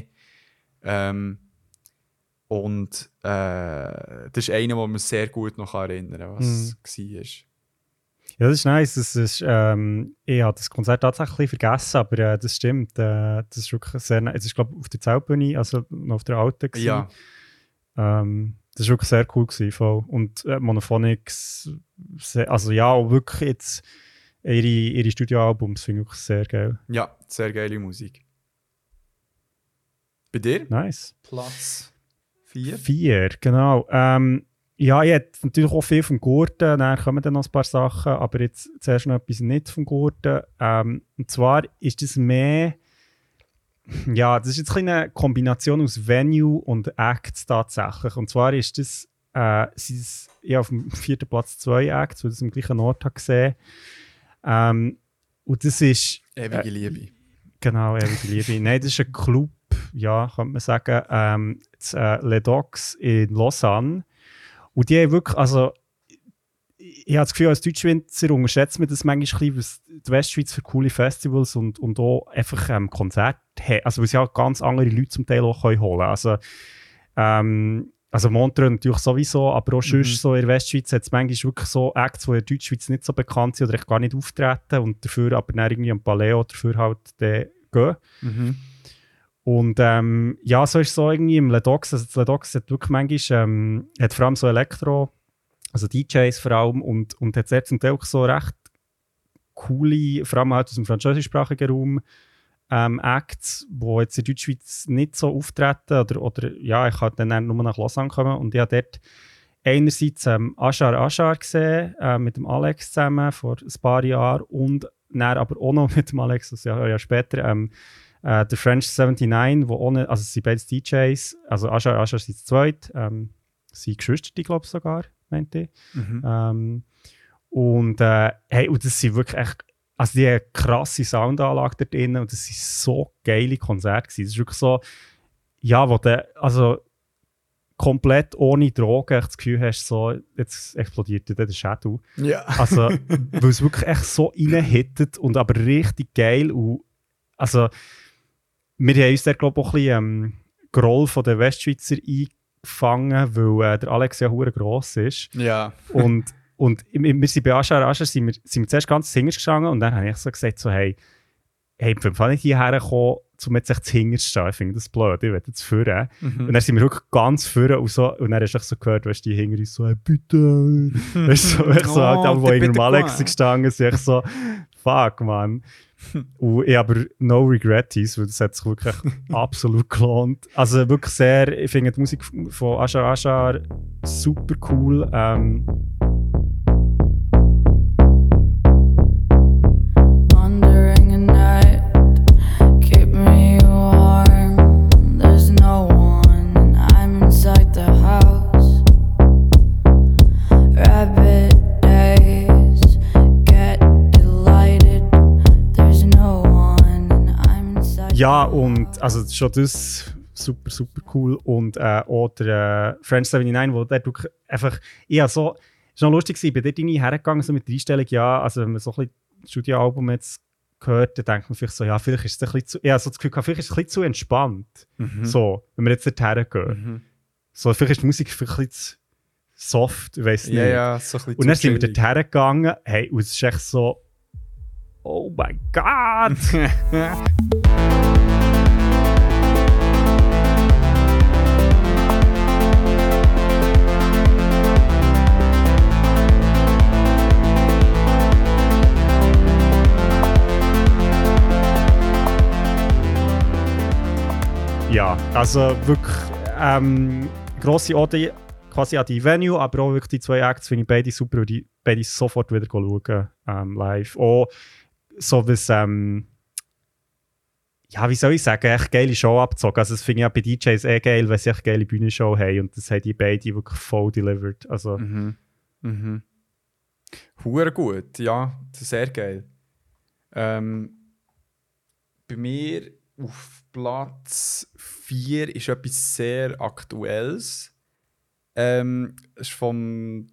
Und das ist einer, der mir sehr gut noch erinnern kann, was war. Ja, das ist nice. Das ist, ich habe das Konzert tatsächlich vergessen, aber das stimmt. Das ist wirklich sehr nice. Es ist, glaube ich, auf der Zeltbühne, also noch auf der alten. Ja. Das war wirklich sehr cool gewesen, voll. Und Monophonics, also ja, auch wirklich jetzt ihre Studioalbums finde ich wirklich sehr geil. Ja, sehr geile Musik. Bei dir? Nice. Platz 4? 4, genau. Ja, ich hätte natürlich auch viel vom Gurten, dann kommen dann noch ein paar Sachen, aber jetzt zuerst noch etwas nicht vom Gurten. Und zwar ist das mehr, ja, das ist jetzt eine Kombination aus Venue und Acts tatsächlich. Und zwar ist das, ich auf dem 4. Platz 2 Acts, weil ich das am gleichen Ort habe gesehen. Und das ist... Ewige Liebe. Genau, Ewige Liebe. Nein, das ist ein Club, ja, könnte man sagen, Les Dogs in Lausanne. Und die haben wirklich, also ich habe das Gefühl, als Deutschschweizer unterschätzt man das manchmal, was die Westschweiz für coole Festivals und auch einfach Konzerte hat. Also weil sie auch ganz andere Leute zum Teil auch holen können. Also Montreux natürlich sowieso, aber auch sonst so in der Westschweiz hat es manchmal wirklich so Acts, die in der Deutschschweiz nicht so bekannt sind oder echt gar nicht auftreten und dafür aber dann irgendwie am Paleo dafür halt gehen. Und ja, so ist es so irgendwie im Les Dogs. Also das Les Dogs hat wirklich manchmal, hat vor allem so Elektro, also DJs vor allem und hat sehr zum Teil auch so recht coole, vor allem halt aus dem französischsprachigen Raum, Acts, die jetzt in Deutschschweiz nicht so auftreten oder ja, ich kann dann nur nach Lausanne kommen und ich habe dort einerseits Ashar gesehen, mit dem Alex zusammen vor ein paar Jahren und dann aber auch noch mit dem Alex, das Jahr später, der French 79, wo ohne, also es sind beides DJs, also Ashar sind zu zweit, sind Geschwister, glaube ich sogar, meinte ich. Und hey, und das sind wirklich echt, also die haben eine krasse Soundanlage dort drin und das sind so geile Konzerte gewesen. Das ist wirklich so, ja, wo du, also komplett ohne Drogen das Gefühl hast, so, jetzt explodiert dir der Schädel. Ja. Also, weil es wirklich echt so reinhittet und aber richtig geil und also wir haben uns da, glaube ich, auch ein bisschen Groll von den Westschweizer eingefangen, weil der Alex ja verdammt gross ist. Ja. Und wir sind bei Ashar sind wir zuerst ganz hinterst gestanden und dann habe ich so gesagt, so, hey, ich bin nicht hierher gekommen, um jetzt echt zu hinterst zu stehen. Ich finde das blöd, ich will jetzt führen. Und dann sind wir wirklich ganz führen und dann hast du so gehört, weißt du, die hinter uns so, hey, bitte. Weißt du, so halt, wo hinter dem Alex gestanden sind, ich so, fuck, man. Und ich habe no regretties, weil das hat sich wirklich absolut gelohnt. Also wirklich sehr, ich finde die Musik von Ashar super cool. Ja, und also schon das super, super cool. Und auch der French 79, wo der wirklich einfach, ich habe so, Es war noch lustig, ich bin dort hergegangen so mit der Einstellung, ja, also wenn man so ein bisschen das Studioalbum jetzt hört, dann denkt man vielleicht so, ja, vielleicht ist es ein bisschen zu, ja, so das Gefühl gehabt, vielleicht ist es ein bisschen zu entspannt, so, wenn wir jetzt dort hergehen. So, vielleicht ist die Musik vielleicht ein bisschen zu soft, ich weiss nicht. Ja, so ein bisschen Und dann zu sind wir chillig. dort hergegangen, hey, und es ist echt so, oh mein Gott! Ja, also wirklich grosse Ode quasi an die Venue, aber auch wirklich die 2 Acts finde ich beide super und die beide sofort wieder schauen live. Auch so was, ja, wie soll ich sagen, echt geile Show abgezogen. Also das finde ich auch bei DJs geil, wenn sie echt geile Bühnenshow haben und das haben die beide wirklich voll delivered. Also, Hure gut, ja, sehr geil. Bei mir auf Platz 4 ist etwas sehr Aktuelles. Es ist vom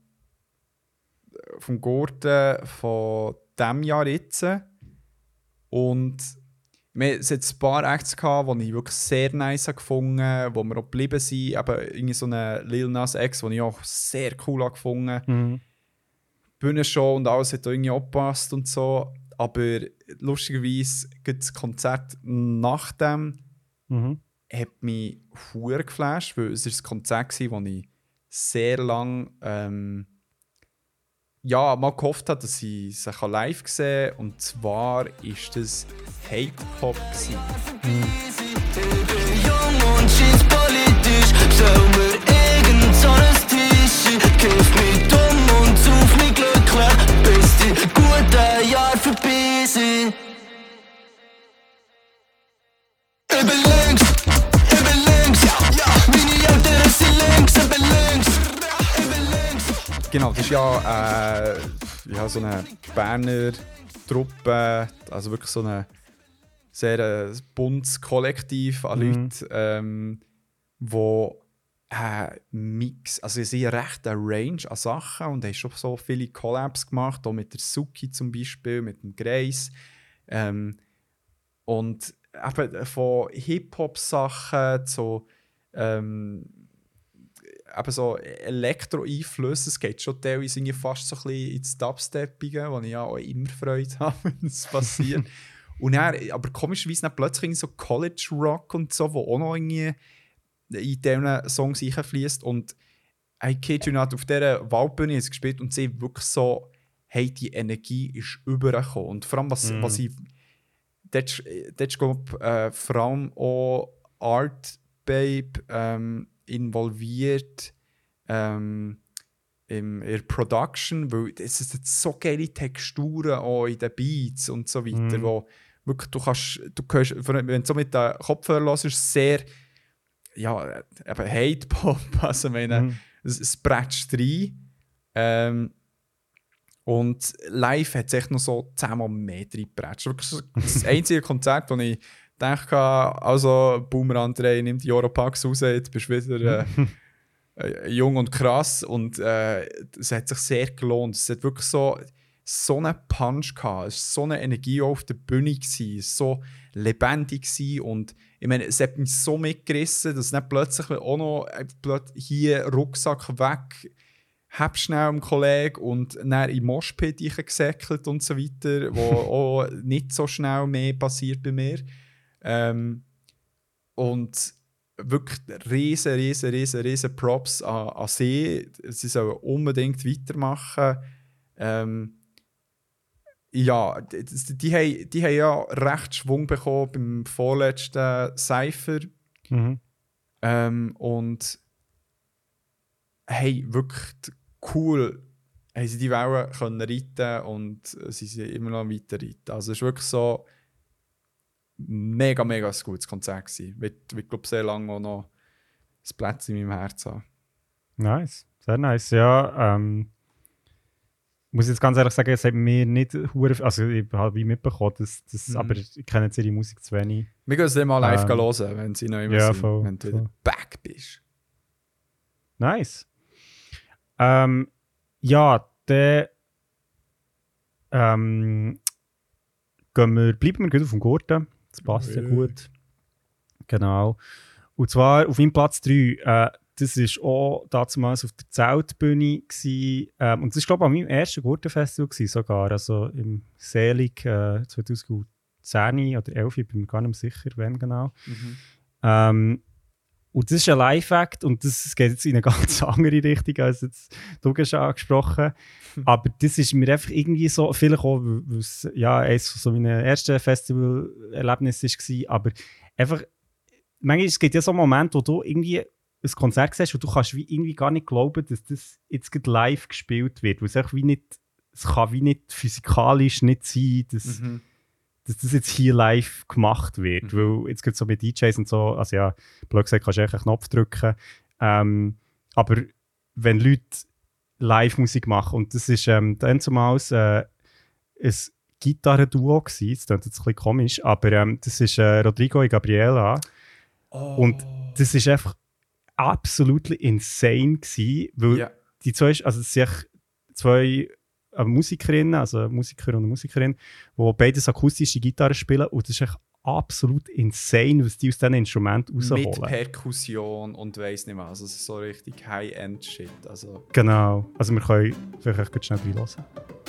Gurten von diesem Jahr jetzt. Und es hat ein paar Acts gehabt, die ich wirklich sehr nice gefunden habe, wo wir auch geblieben sind. Aber irgendwie so eine Lil Nas X, die ich auch sehr cool gefunden habe. Bühnenshow und alles hat irgendwie auch gepasst und so. Aber lustigerweise gibt das Konzert nach dem hat mich verdammt geflasht, weil es ein Konzert war, wo ich sehr lange mal gehofft habe, dass ich sie live sehen kann. Und zwar war das Hip-Hop. Jung und schieß politisch, stell mir irgend so ein Tisch, kiff mich dumm und sauf mich glücklich, bis die guten Jahre vorbei sind. Ich bin links, meine Eltern sind links, ich bin links. Genau, das ist ja so eine Berner Truppe, also wirklich so ein sehr buntes Kollektiv an Leuten, wo Mix, also sie haben recht eine Range an Sachen und haben schon so viele Collabs gemacht, auch mit der Suki zum Beispiel, mit dem Grace. Und eben von Hip-Hop-Sachen zu eben so Elektro-Einflüsse, es geht schon teilweise irgendwie fast so ein bisschen ins Dubsteppige, wo ich ja auch immer Freude habe, wenn es passiert. Und dann, aber komischerweise dann plötzlich so College-Rock und so, wo auch noch irgendwie in diesen Songs reinfließt. Und I kid you not, auf dieser Waldbühne ist gespielt und sie wirklich so, hey, die Energie ist übergekommen. Und vor allem, was ich, dort ist glaube vor allem auch Art Babe involviert in der Production, weil es sind so geile Texturen auch in den Beats und so weiter, wo wirklich du hörst, wenn du so mit den Kopfhörern hörst, ist sehr eben Hate-Pop, also ich meine, es prätscht rein. Und live hat es echt noch so 10-mal mehr reingeprätscht. Wirklich das einzige Konzert, wo ich dachte, also Boomer André, nimm die Europax raus, jetzt bist du wieder jung und krass. Und es hat sich sehr gelohnt. Es hat wirklich so einen Punch gehabt. Es war so eine Energie auf der Bühne gewesen. Es war so lebendig gewesen. Und ich meine, es hat mich so mitgerissen, dass nicht plötzlich auch noch hier Rucksack weg, hab schnell einen Kollegen und dann in Moshpit gesäckelt und so weiter, wo auch nicht so schnell mehr passiert bei mir. Und wirklich riesen Props an sie. Sie sollen unbedingt weitermachen. Ja, die haben ja recht Schwung bekommen beim vorletzten Cypher. Und hey, wirklich cool, haben sie die Wellen können reiten und sie sind immer noch weiter reiten. Also es war wirklich so mega ein gutes Konzert gewesen. Ich glaube, sehr lange auch noch ein Platz in meinem Herzen haben. Nice, sehr nice, ja. Muss jetzt ganz ehrlich sagen, es hat mir nicht also ich habe wie mitbekommen, aber ich kenne jetzt ihre Musik zu wenig. Wir können sie mal live hören, wenn sie noch immer ja, sind, voll, wenn du wieder back bist. Nice. Ja, dann bleiben wir gut auf dem Gurten. Das passt ja gut. Genau. Und zwar auf meinem Platz 3, das war auch damals auf der Zeltbühne. Und das war, glaube ich, an meinem ersten Gurtenfestival sogar. Also im Selig 2010 oder 11, ich bin mir gar nicht mehr sicher, wann genau. Und das ist ein Live-Act und das geht jetzt in eine ganz andere Richtung, als jetzt du schon angesprochen. Aber das ist mir einfach irgendwie so, vielleicht auch, weil es ja eines so meiner ersten Festival-Erlebnisse war, aber einfach, manchmal es gibt ja so Momente, wo du irgendwie ein Konzert siehst und du kannst wie irgendwie gar nicht glauben, dass das jetzt gerade live gespielt wird. Weil es einfach wie nicht, es kann wie nicht physikalisch nicht sein, dass das jetzt hier live gemacht wird. Weil jetzt gibt es so mit DJs und so, also ja, blöd gesagt, kannst du echt einen Knopf drücken. Aber wenn Leute Live-Musik machen, und das ist dann zumals ein Gitarrenduo gewesen, das klingt jetzt ein bisschen komisch, aber das ist Rodrigo und Gabriela. Oh. Und das ist einfach absolut insane gewesen, weil die zwei, also es sind zwei Musikerinnen, also ein Musiker und eine Musikerin, die beides akustische Gitarre spielen, und das ist echt absolut insane, was die aus diesen Instrumenten rausholen. Mit Perkussion und weiss nicht was, also es ist so richtig High-End-Shit. Also. Genau, also wir können vielleicht echt schnell reinhören.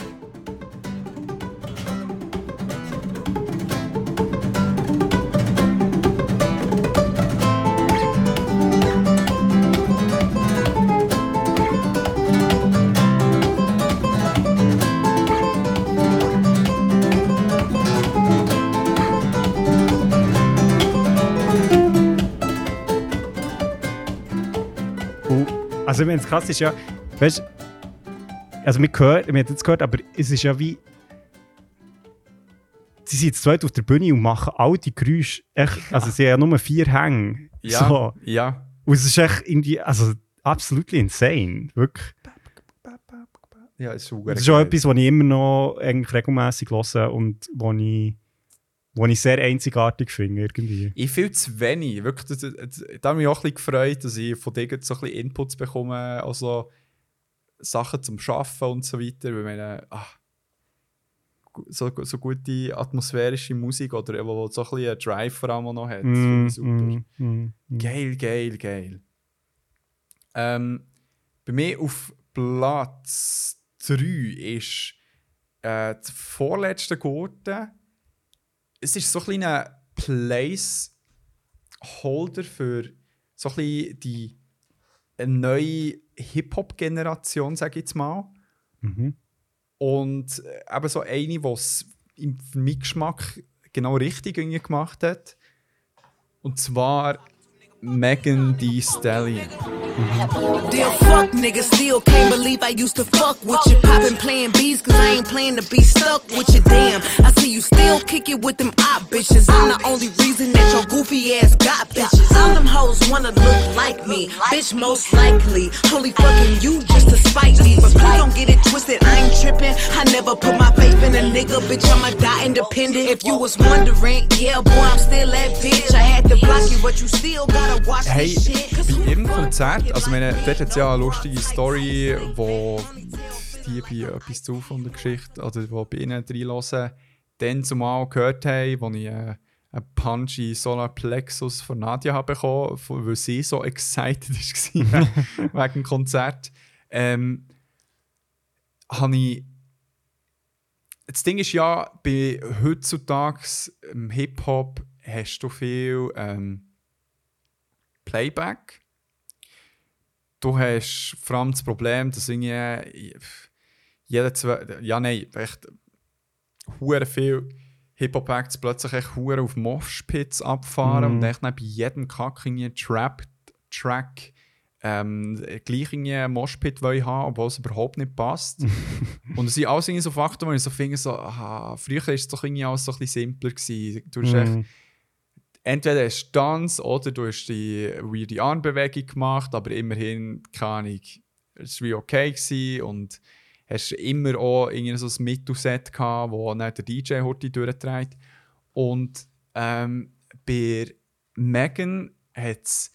Also wenn es krass ist, ja, weißt du, also wir haben jetzt gehört, aber es ist ja wie, sie sind jetzt zweit auf der Bühne und machen all die Geräusche, echt, also sie haben ja nur 4 Hänge. Ja, so. ja. Und es ist echt irgendwie, also absolut insane, wirklich. Ja, es ist das ist auch etwas, was ich immer noch eigentlich regelmässig höre und wo ich sehr einzigartig finde. Irgendwie. Ich viel zu wenig. Wirklich, da habe ich mich auch ein bisschen gefreut, dass ich von dir so ein bisschen Inputs bekomme, also Sachen zum Arbeiten und so weiter. Weil meine, so gute atmosphärische Musik oder wo so ein bisschen einen Drive vor allem noch hat. Super. Geil. Bei mir auf Platz 3 ist der vorletzte Gurten. Es ist so ein kleiner Placeholder für so ein bisschen die neue Hip-Hop-Generation, sage ich jetzt mal. Und eben so eine, die es für meinen Geschmack genau richtig gemacht hat. Und zwar Megan Thee Stallion. Dear fuck nigga, still can't believe I used to fuck with you. Poppin' playing B's cause I ain't playing to be stuck with you. Damn, I see you still kick it with them op bitches. I'm the only reason that your goofy ass got bitches. All them hoes wanna look like me, bitch most likely. Only fucking you just to spite me. But please don't get it twisted, I ain't trippin'. I never put my faith in a nigga, bitch, I'ma die independent. If you was wondering, yeah boy, I'm still that bitch. I had to block you, but you still gotta watch this shit. Bei ihrem Konzert, also meine, dort hat es ja eine lustige Story, wo die bei etwas zu von der Geschichte, oder wo bei ihnen reinhören, dann zumal gehört haben, wo ich einen Punch in Solar Plexus von Nadia habe bekommen, weil sie so excited war wegen dem Konzert. Habe ich. Das Ding ist ja, bei heutzutage im Hip-Hop hast du viel Playback. Du hast vor allem das Problem, dass irgendwie echt hure viel Hip-Hop-Acts plötzlich echt hure auf Moshpits abfahren und echt bei jedem Kack irgendwie Trap-Track gleich irgendwie einen Moshpit haben, obwohl es überhaupt nicht passt. Und es sind alles irgendwie so Faktoren, wo ich so finde, früher war es doch irgendwie alles so ein bisschen simpler gewesen. Du hast echt entweder hast du Tanz oder du hast die weirde Armbewegung gemacht, aber immerhin, keine Ahnung, es war wie okay gewesen und hast immer auch irgendwie so ein Mittelset gehabt, wo dann der DJ heute durchträgt. Und bei Megan hat es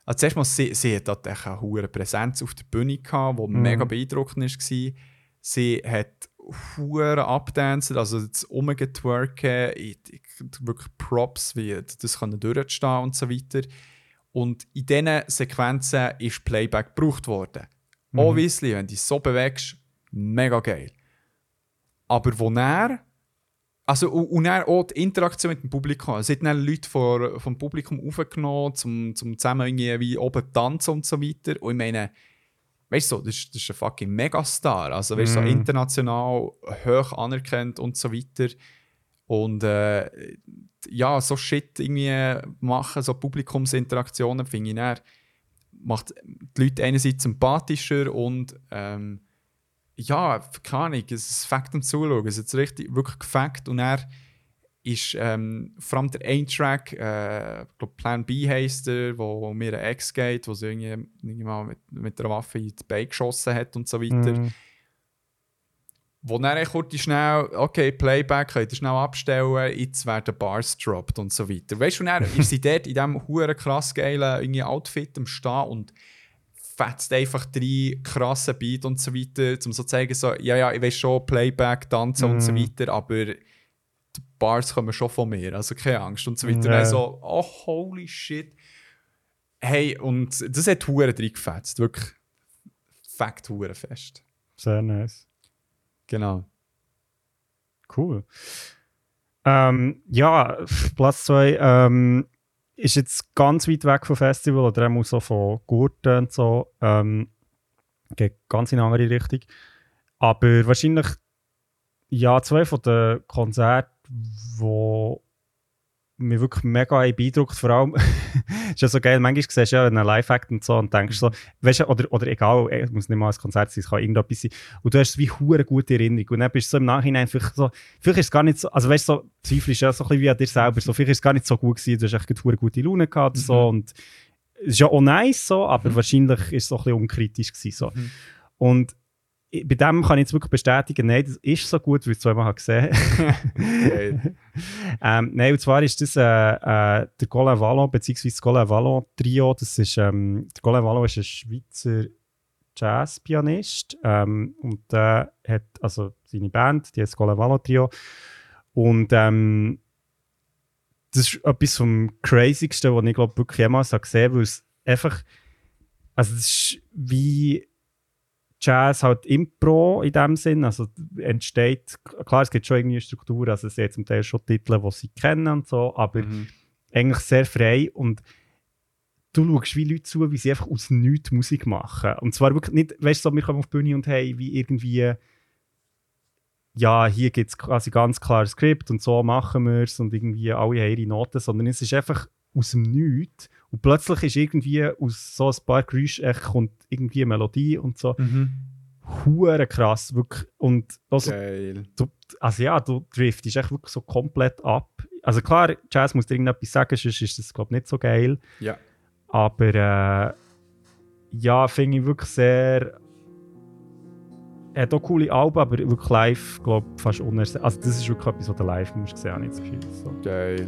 Also zuerst mal, sie hat dort echt eine hohe Präsenz auf der Bühne gehabt, die mega beeindruckend war. Sie hat hohe Updancer, also das Umgetwerken, wirklich Props, wie das kann durchstehen und so weiter. Und in diesen Sequenzen ist Playback gebraucht worden. Obviously, wenn du dich so bewegst, mega geil. Aber wo und dann auch die Interaktion mit dem Publikum. Es hat dann Leute vom Publikum aufgenommen, zum zusammen irgendwie wie oben tanzen und so weiter. Und ich meine, weißt du, das ist ein fucking Megastar. Also, weißt du, so international hoch anerkannt und so weiter. Und ja, so Shit irgendwie machen, so Publikumsinteraktionen, finde ich dann, macht die Leute einerseits sympathischer und ja, keine Ahnung, es ist Fakt am Zuschauen. Es ist richtig, wirklich gefakt. Und er ist vor allem der Ein-Track, ich glaube Plan B heisst er, wo mir ein Ex geht, wo sie irgendwie mal mit einer Waffe in die Beine geschossen hat und so weiter. Wo dann kurz schnell, okay, Playback, könnt ihr schnell abstellen, jetzt werden Bars gedroppt und so weiter. Weißt du, dann ist sie dort in diesem huere krass geilen Outfit am Stehen und fetzt einfach 3 krasse Beat und so weiter, um so zu zeigen, so, ja, ich weiß schon, Playback, Tanzen und so weiter, aber die Bars kommen schon von mir, also keine Angst und so weiter. Und dann so, oh, holy shit. Hey, und das hat hure reingefetzt, wirklich Fakt hure fest. Sehr nice. Genau. Cool. Ja, Platz 2 ist jetzt ganz weit weg vom Festival oder auch so von Gurten und so. Geht ganz in eine andere Richtung. Aber wahrscheinlich ja, 2 von den Konzerten, die mich wirklich mega beeindruckt, vor allem ist ja so geil, manchmal siehst du ja einen Live-Act und so und denkst so, weißt du, oder egal, es muss nicht mal ein Konzert sein, es kann irgendetwas sein, und du hast wie hure gute Erinnerung und dann bist du so im Nachhinein einfach so, vielleicht ist es gar nicht so, also weißt du, so, zweifelst ja so ein bisschen wie an dir selber, so, vielleicht ist es gar nicht so gut gewesen, du hast echt hure gute Laune gehabt und so, und es ist ja auch nice so, aber wahrscheinlich ist es so ein bisschen unkritisch gewesen, so. Und bei dem kann ich jetzt wirklich bestätigen, nein, das ist so gut, wie ich es zweimal gesehen habe. Nein, und zwar ist das der Colin Wallon, beziehungsweise das Colin Wallon Trio. Das ist, der Colin Wallon ist ein Schweizer Jazzpianist und der hat also seine Band, die heißt Colin Wallon Trio. Und das ist etwas vom Crazigsten, was ich glaube wirklich jemals gesehen habe, weil es einfach, also das ist wie Jazz halt Impro in dem Sinn, also entsteht, klar, es gibt schon irgendwie eine Struktur, also es sind zum Teil schon Titel, die sie kennen und so, aber eigentlich sehr frei und du schaust wie Leute zu, wie sie einfach aus nichts Musik machen. Und zwar wirklich nicht, weißt du, so, wir kommen auf die Bühne und haben wie irgendwie, ja, hier gibt es quasi ganz klares Skript und so machen wir es und irgendwie alle haben ihre Noten, sondern es ist einfach aus dem Nichts. Und plötzlich ist irgendwie aus so ein paar Geräuschen kommt irgendwie eine Melodie und so. Hure krass, wirklich. Und also, geil. Du driftest echt wirklich so komplett ab. Also klar, Jazz muss dir irgendetwas sagen, sonst ist das, glaube ich, nicht so geil. Ja. Aber ja, finde ich wirklich sehr. Er hat auch coole Alben, aber wirklich live, glaube ich, fast unersetzlich. Also das ist wirklich etwas, was du live musst sehen, habe ich das Gefühl. So. Geil.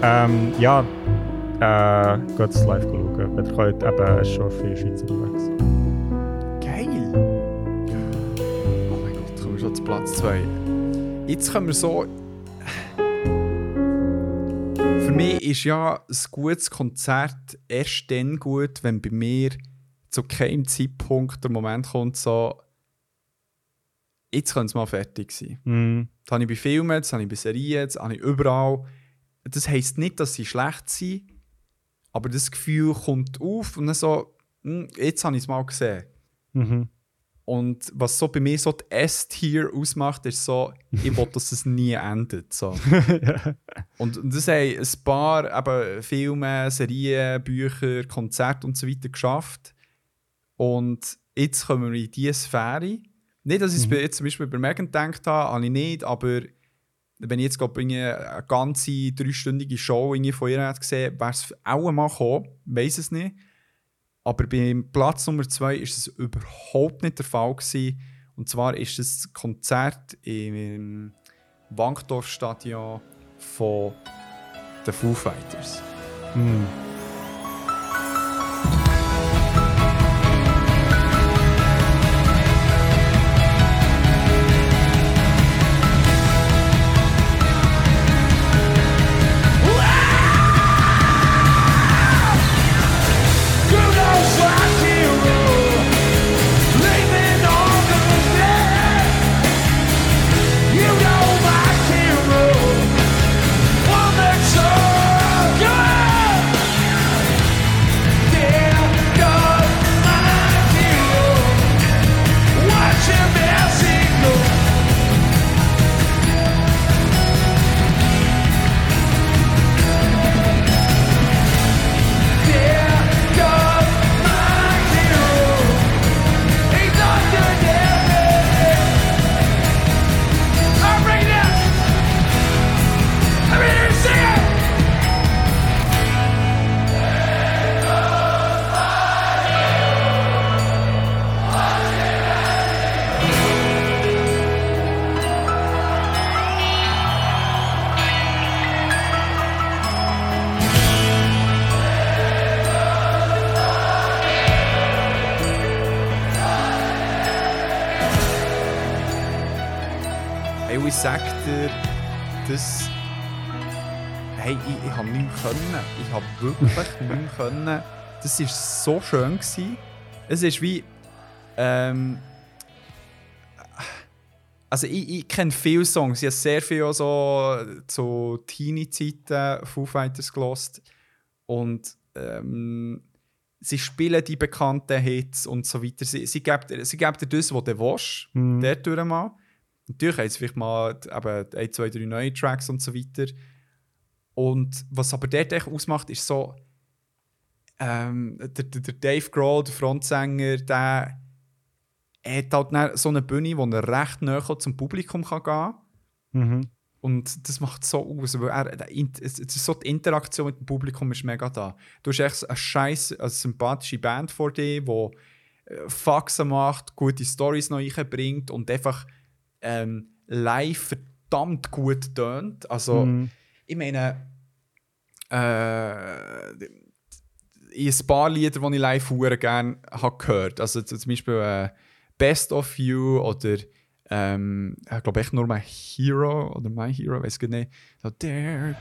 Ja, geht es live schauen. Ihr könnt eben schon viele Schweizer unterwegs sein. und Platz 2. Jetzt können wir so... Für mich ist ja ein gutes Konzert erst dann gut, wenn bei mir zu keinem Zeitpunkt der Moment kommt, so jetzt könnte es mal fertig sein. Das habe ich bei Filmen, das habe ich bei Serien, das habe ich überall. Das heisst nicht, dass sie schlecht sind, aber das Gefühl kommt auf und dann so, jetzt habe ich es mal gesehen. Und was so bei mir so die S-Tier ausmacht, ist so, ich will, dass es nie endet. So. Und das haben ein paar eben, Filme, Serien, Bücher, Konzerte und so weiter geschafft. Und jetzt kommen wir in diese Sphäre. Nicht, dass ich es jetzt zum Beispiel bei Megan gedacht habe ich nicht, aber wenn ich jetzt glaube eine ganze 3-stündige Show von ihr hätte gesehen, wäre es auch mal gekommen, weiss es nicht. Aber beim Platz Nummer 2 war es überhaupt nicht der Fall gewesen. Und zwar ist es das Konzert im Wankdorfstadion von den Foo Fighters. Ich sage dir, das... Hey, ich habe nicht mehr können. Ich habe wirklich nicht mehr können. Das war so schön gewesen. Es ist wie... also ich kenne viele Songs. Ich habe sehr viel so zu Teenie-Zeiten Foo Fighters gehört. Und sie spielen die bekannten Hits und so weiter. Sie geben dir das, was du willst. Dort durch mal. Natürlich haben sie vielleicht mal eben 1, 2, 3 neue Tracks und so weiter. Und was aber dort echt ausmacht, ist so, der Dave Grohl, der Frontsänger, der hat halt so eine Bühne, wo er recht nahe zum Publikum kann gehen. Und das macht so aus, weil so die Interaktion mit dem Publikum ist mega da. Du hast echt eine sympathische Band vor dir, die Faxen macht, gute Storys noch reinbringt und einfach live verdammt gut tönt. Also, ich meine, in ein paar Lieder, die ich live sehr gerne habe gehört. Also zum Beispiel Best of You oder ich glaube echt nur My Hero oder My Hero, weiß ich nicht. So, there.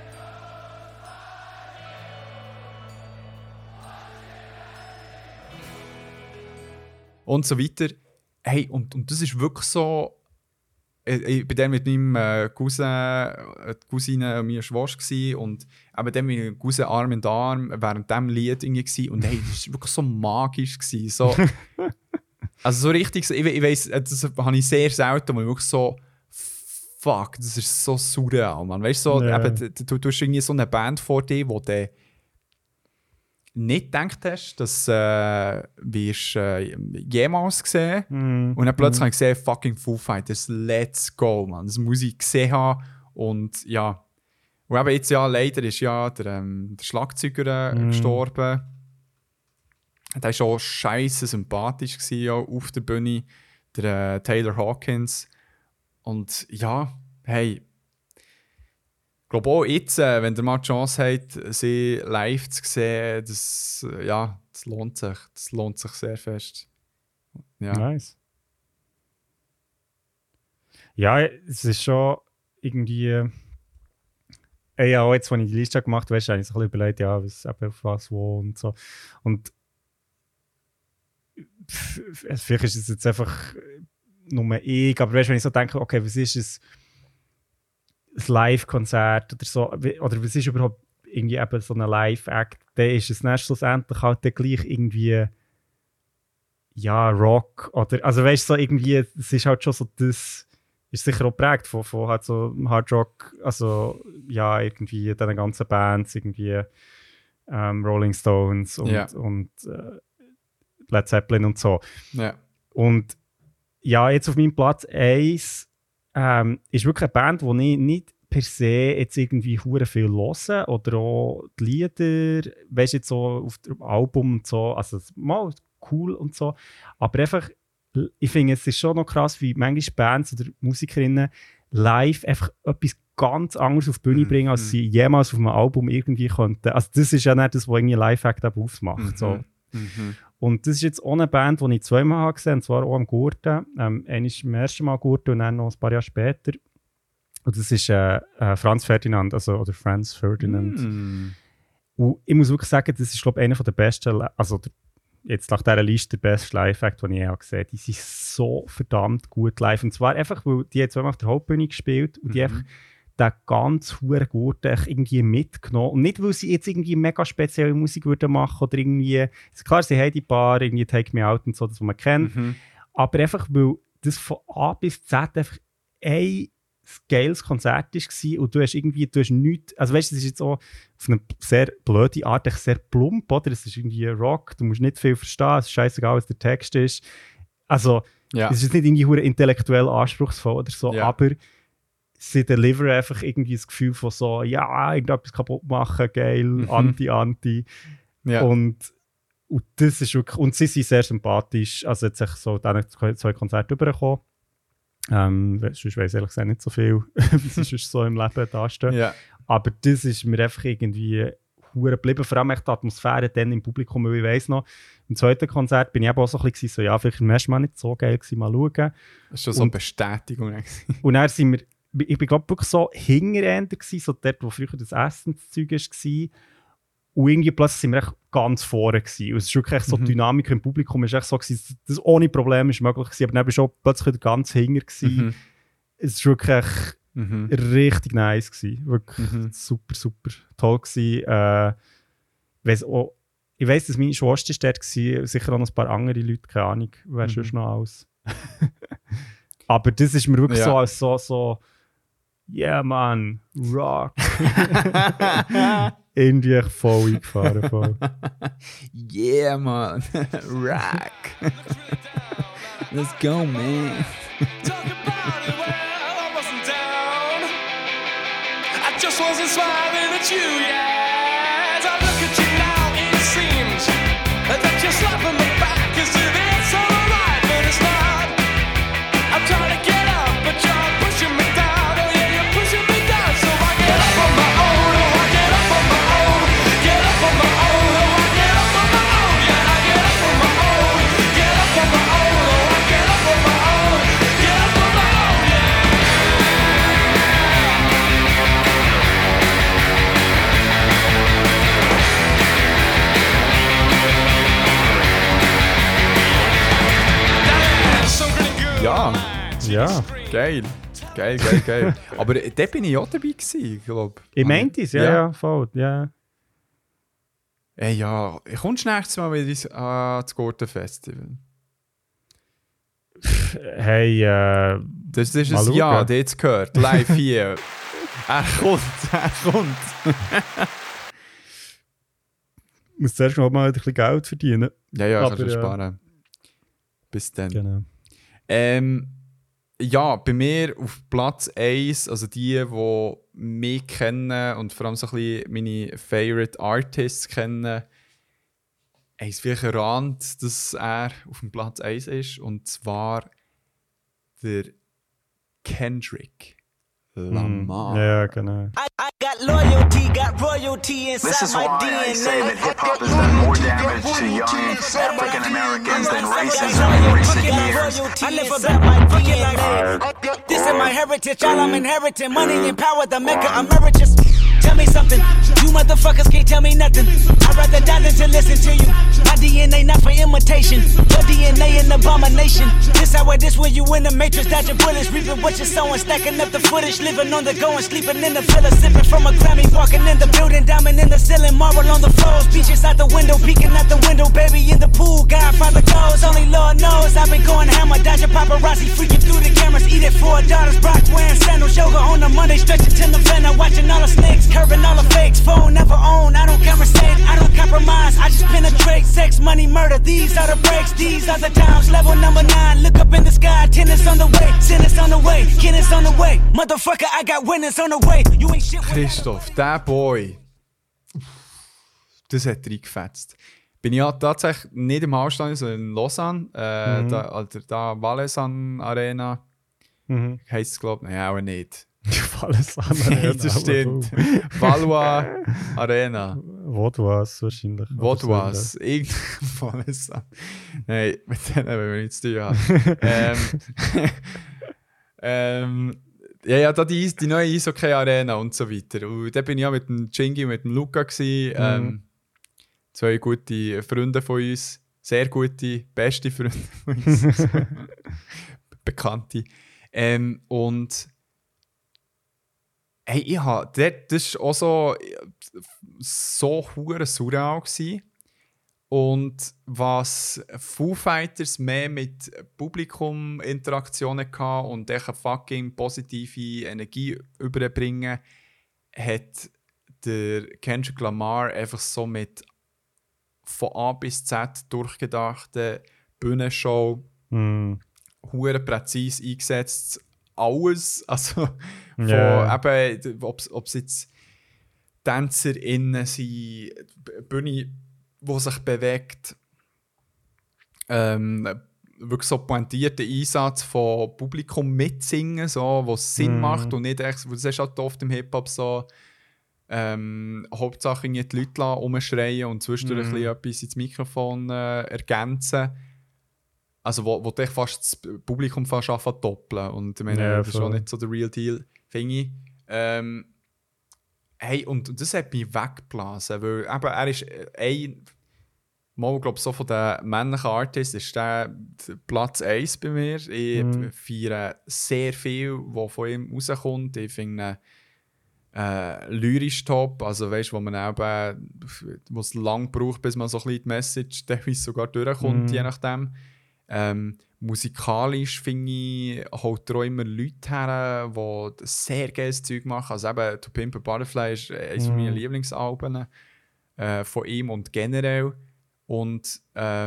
Und so weiter. Hey, und das ist wirklich so. Ich war dann mit meinem Cousine und meiner Schwester und eben dann mit meinem Cousin Arm in Arm während diesem Lied irgendwie und hey, das war wirklich so magisch. So, also so richtig, ich weiss, das habe ich sehr selten, weil ich wirklich so fuck, das ist so surreal, man. Weißt du, so, eben, du hast irgendwie so eine Band vor dir, wo du nicht gedacht hast, dass wirst jemals sehen. Und dann plötzlich habe ich gesehen, fucking Foo Fighters, let's go, man. Das muss ich gesehen haben. Und ja, und eben jetzt ja, leider ist ja der Schlagzeuger gestorben. Der war auch scheisse sympathisch gewesen, ja, auf der Bühne, der Taylor Hawkins. Und ja, hey, ich glaube auch jetzt, wenn ihr mal die Chance habt, sie live zu sehen, das lohnt sich. Das lohnt sich sehr fest. Ja. Nice. Ja, es ist schon irgendwie... Ja, auch jetzt, als ich die Liste gemacht habe, weißt du, habe ich so ein bisschen überlegt, ja, auf was, wo und so. Und vielleicht ist es jetzt einfach nur ich, aber weißt du, wenn ich so denke, okay, was ist es? Ein Live-Konzert oder so, oder was ist überhaupt irgendwie eben so ein Live-Act, dann ist es dann schlussendlich halt dann gleich irgendwie ja, Rock oder, also weißt du, so irgendwie, es ist halt schon so das, ist sicher auch geprägt von halt so Hard Rock, also ja, irgendwie diesen ganzen Bands, irgendwie Rolling Stones und Led Zeppelin und so. Ja. Und ja, jetzt auf meinem Platz 1 ist wirklich eine Band, die ich nicht per se jetzt irgendwie hure viel höre oder auch die Lieder, weißt du, jetzt so auf dem Album und so, also mal cool und so, aber einfach, ich finde, es ist schon noch krass, wie manchmal Bands oder Musikerinnen live einfach etwas ganz anderes auf die Bühne bringen, als sie jemals auf einem Album irgendwie könnten. Also das ist ja nicht das, was irgendwie Live-Act ausmacht. So. Und das ist jetzt auch eine Band, die ich zweimal habe gesehen habe, und zwar auch am Gurten. Einmal im ersten Mal Gurten und dann noch ein paar Jahre später. Und das ist Franz Ferdinand, oder Franz Ferdinand. Und ich muss wirklich sagen, das ist, glaube ich, einer der besten, also jetzt nach dieser Liste der beste Live-Act, den ich je gesehen habe. Die sind so verdammt gut live. Und zwar einfach, weil die jetzt zweimal auf der Hauptbühne gespielt und die einfach den ganz hohen Gurten irgendwie mitgenommen. Und nicht, weil sie jetzt irgendwie mega spezielle Musik würden machen oder irgendwie, ist klar, sie haben die paar, irgendwie Take Me Out und so, das, was man kennt. Aber einfach, weil das von A bis Z einfach ein geiles Konzert war und du hast nichts, also weißt du, es ist jetzt auch auf eine sehr blöde Art, echt sehr plump, oder? Es ist irgendwie Rock, du musst nicht viel verstehen, es ist scheißegal, was der Text ist. Also, es ist nicht irgendwie intellektuell anspruchsvoll oder so, aber sie deliveren einfach irgendwie das Gefühl von so, ja, irgendetwas kaputt machen, geil, Anti. Ja. Und das ist wirklich, und sie sind sehr sympathisch, also jetzt so diese 2 Konzerte übergekommen. Sonst weiss ich ehrlich gesagt nicht so viel, wie sie sonst so im Leben dastehen. Yeah. Aber das ist mir einfach irgendwie hure geblieben. Vor allem die Atmosphäre dann im Publikum, weil ich weiss noch, im zweiten Konzert bin ich eben auch so ein bisschen so, ja, vielleicht im ersten Mal nicht so geil gewesen, mal schauen. Das war schon so eine Bestätigung. Und dann sind ich bin glaube wirklich so hinterher gewesen, so dort, wo früher das Essenszeug war. Und irgendwie plötzlich sind wir echt ganz vorne gewesen. Und es ist wirklich so, die Dynamik im Publikum ist echt so gewesen, das ohne Probleme ist möglich gewesen, aber dann bist du auch plötzlich wieder ganz hinter gewesen. Es war wirklich richtig nice gewesen. Wirklich super, super toll gewesen. Ich weiss, dass meine Schwester dort war, sicher auch noch ein paar andere Leute, keine Ahnung, wer sonst noch alles. Aber das ist mir wirklich so als so yeah, man, Rock. Irgendwie voll eingefahren. Voll. Yeah, man, Rock. Let's go, man. I just wasn't smiling at you, yeah. As I look at you now, it seems that you're slapping me back as if it's alright, but it's not. I'm trying to get up, but you're pushing me down. Oh yeah, you're pushing me down. So I get up on my own. Oh, I get up on my own. Get up on my own. Oh, I get up on my own. Yeah, I get up on my own. Get up on my own. Oh, I get up on my own. Get up on my own. Yeah. Ja. Geil. Geil. Aber da bin ich auch dabei gewesen, glaube ich. Ich meinte es, ja, voll, ja. Ey, ja, kommst du nächstes Mal wieder ans Gurten-Festival? Hey, das ist es, ja, der jetzt gehört, live hier. Er kommt. Ich muss zuerst noch mal ein bisschen Geld verdienen. Ja, kannst du sparen. Bis dann. Genau. Ja, bei mir auf Platz 1, also die mich kennen und vor allem so ein bisschen meine Favorite Artists kennen, ist vielleicht erahnt, dass er auf dem Platz 1 ist, und zwar der Kendrick Lamar. Ja, genau. I got loyalty, got royalty inside This is my why DNA. I say that hip-hop has done more damage to young African Americans than racism in recent years. loyalty. I live about my fucking life. This is my heritage, all I'm inheriting. Money and power, the Mecca emeritus. Tell me something, you motherfuckers can't tell me nothing. I'd rather die than to listen to you. My DNA not for imitation, your DNA an abomination. This how it is when you in the matrix, dodging bullets, reaping what you're sowing, stacking up the footage, living on the go and sleeping in the villa, sipping from a Grammy, walking in the building, diamond in the ceiling, marble on the floors, beaches out the window, peeking out the window, baby in the pool, Godfather goes, only Lord knows. I've been going hammer, dodging paparazzi, freaking through the cameras, eating $4, Brock wearing sandals, yoga on the Monday, stretching till November, watching all the snakes, curving all the fakes, phone never own, I don't conversate, I don't compromise, I just penetrate, sex, money, murder, these are the breaks, these are the times, level number 9, look up in the sky, tennis on the way, tennis on the way, tennis on the way, motherfucker, I got winners on the way, you ain't shit. Christoph, der Boy, das hat reingefetzt. Bin ich ja tatsächlich nicht im Ausstand, sondern in Lausanne, da Valaisanne Arena, heisst es glaube ich, nein, auch nicht. Valaisanne Arena. Das stimmt. Valois Arena. Vaudoise wahrscheinlich. Vaudoise. Valaisanne. Nein, mit denen wollen wir nichts zu tun haben. Ja, da die neue Eishockey Arena und so weiter. Und da bin ich ja mit dem Chingy und mit dem Luca gewesen. Zwei gute Freunde von uns. Sehr gute, beste Freunde von uns. Bekannte. Und hey, das war auch so hure surreal gewesen. Und was Foo Fighters mehr mit Publikum-Interaktionen hatte und eine fucking positive Energie überbringen, hat der Kendrick Lamar einfach so mit von A bis Z durchgedachten Bühnenshow hure präzise eingesetzt. Alles, also von eben, ob es jetzt TänzerInnen sind, Bühne, die sich bewegt, wirklich so pointierter Einsatz von Publikum mitsingen, so, wo es Sinn macht und nicht echt, das ist halt oft im Hip-Hop so, Hauptsache die Leute rumschreien und zwischendurch ein bisschen etwas ins Mikrofon ergänzen. Also wo dich fast das Publikum fast anfängt doppeln. Und ich meine, das ist auch nicht so der Real Deal, finde ich. Hey, und das hat mich weggeblasen, weil eben, er ist glaube so von den männlichen Artists ist der Platz 1 bei mir. Ich feiere sehr viel, was von ihm rauskommt. Ich finde lyrisch top, also weißt, wo man eben, wo es lang braucht, bis man so ein bisschen die Message teilweise sogar durchkommt, je nachdem. Musikalisch finde ich, holt er auch immer Leute her, die sehr geiles Zeug machen. Also eben To Pimp a Butterfly ist eines meiner Lieblingsalben von ihm und generell. Und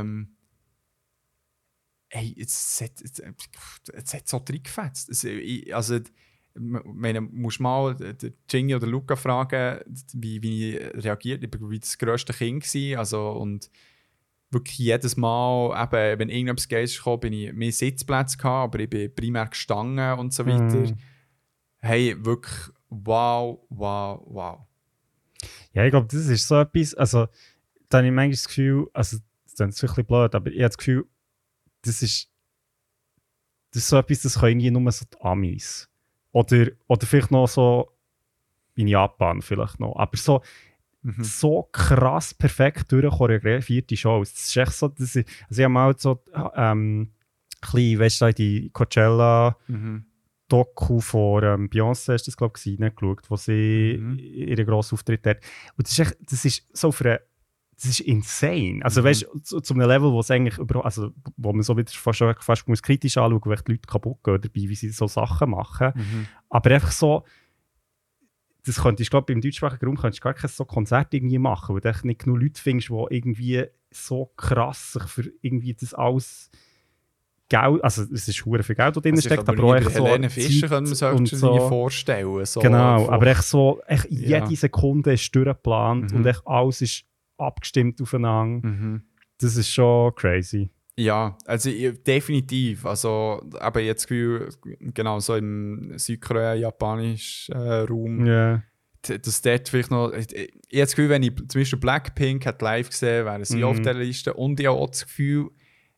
hey, es hat so reingefetzt. Also, meine, musst mal den Jingy oder Luca fragen, wie ich reagiert. Ich war wie das grösste Kind gewesen, also, und wirklich jedes Mal, eben, wenn irgendetwas Geiles kam, bin ich mehr Sitzplätze gehabt, aber ich bin primär gestanden und so weiter. Hey, wirklich wow. Ja, ich glaube, das ist so etwas, also da habe ich manchmal das Gefühl, also das ist ein bisschen blöd, aber ich habe das Gefühl, das ist so etwas, das können nie nur so die Amis. Oder vielleicht noch so in Japan vielleicht noch, aber so krass perfekt durchchoreografierte Shows. Das ist echt so, also ich habe mal so bisschen, weißt du, die Coachella-Doku von Beyoncé, ist das glaube ich, geschaut, wo sie ihren grossen Auftritt hat. Und das ist so für das ist insane. Also weißt du, zu einem Level, wo es eigentlich also wo man so wieder fast muss kritisch anschauen, weil die Leute kaputt gehen dabei, wie sie so Sachen machen. Aber einfach so, das könntest du, glaube ich, im deutschsprachigen Raum könntest du gar kein so Konzert irgendwie machen, weil du nicht genug Leute findest, die irgendwie so krass sich für irgendwie das alles Geld, also es ist verdammt viel Geld, das drin steckt, aber auch echt so Helene Fischer können wir uns so vorstellen. So genau, aber echt so, jede Sekunde ist durchgeplant und echt alles ist abgestimmt aufeinander. Das ist schon crazy. Ja, also definitiv. Also, aber jetzt genau so im südkorea-japanischen Raum, dass dort vielleicht noch. Ich habe das Gefühl, wenn ich zum Beispiel Blackpink live gesehen, wären sie auf der Liste. Und ich habe auch das Gefühl,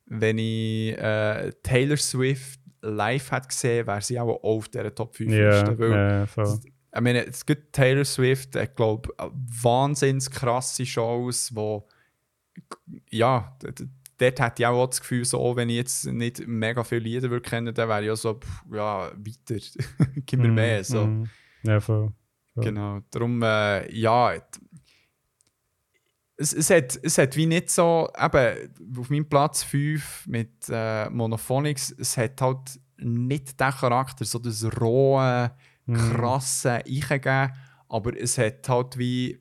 wenn ich Taylor Swift live hätte gesehen, wäre sie auch auf dieser Top 5 Ja, Liste. Weil voll. ich meine, es gibt Taylor Swift, ich glaube, wahnsinnig krasse Shows, wo ja, dort hätte ich auch das Gefühl, so, wenn ich jetzt nicht mega viele Lieder würde kennen, dann wäre ich ja so, ja, weiter, gib mir mehr. So. Ja, voll. Genau, darum, ja, es hat wie nicht so, eben, auf meinem Platz 5 mit Monophonics, es hat halt nicht den Charakter, so das rohe, krasse Eingeben, aber es hat halt wie,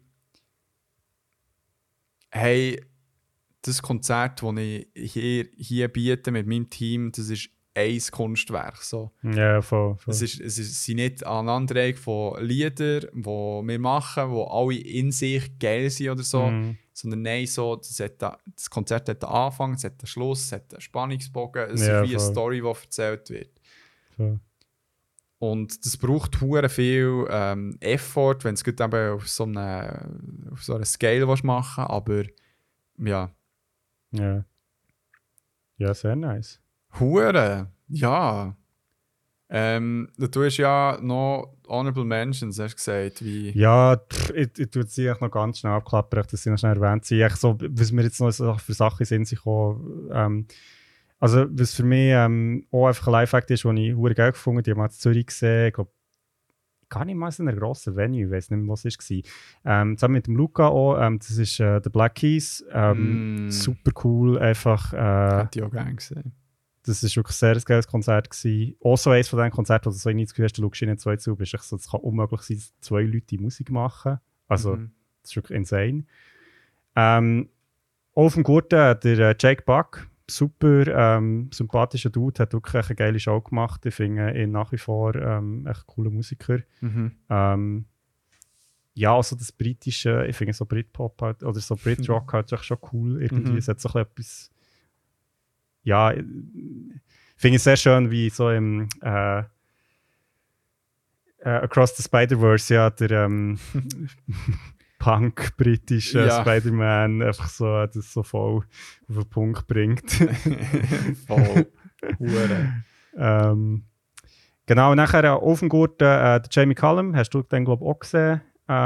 hey, das Konzert, das ich hier biete mit meinem Team, das ist ein Kunstwerk. So. Ja, voll. Es sind nicht Aneinanderreihung von Liedern, die wir machen, die alle in sich geil sind oder so, sondern nein, so, das Konzert hat einen Anfang, es hat einen Schluss, es hat einen Spannungsbogen, es ist wie eine Story, die erzählt wird. Voll. Und das braucht hure viel Effort, wenn es eben auf so einer Scale machen willst, aber ja. Ja, sehr nice. Hure, ja. Du hast ja noch Honorable Mentions, hast du gesagt, wie... Ja, ich tue sie noch ganz schnell abklappern, dass sie noch schnell erwähnt sind. So, was mir jetzt noch so für Sachen sind, sich auch, also was für mich auch einfach ein Live-Act ist, den ich hure geil gefunden habe, die haben wir in Zürich gesehen, ich glaube, gar nicht mal in einer grossen Venue, ich weiß nicht mehr, was es war. Zusammen mit dem Luca auch, das ist The Black Keys, super cool, einfach. Hätte ich auch gerne gesehen. Das war wirklich ein sehr geiles Konzert gewesen. Auch so eines von diesen Konzerten, wo du so irgendwie das Gefühl hast, du schaust ihnen zwei zu, bist so, das kann unmöglich sein, dass 2 Leute die Musik machen. Also, das ist wirklich insane. Auch auf dem Gurten, der Jake Buck, super sympathischer Dude, hat wirklich eine geile Show gemacht. Ich finde ihn nach wie vor echt cooler Musiker. Ja, also das britische, ich finde so Britpop halt, oder so Britrock halt schon cool. Irgendwie, es hat so etwas. Ja, ich finde es sehr schön, wie so im Across the Spider-Verse, ja, der Punk-britische Spider-Man einfach so, das so voll auf den Punkt bringt. Voll. Hure. Genau, und nachher auf dem Gurten, der Jamie Cullum, hast du den, glaube ich, auch gesehen.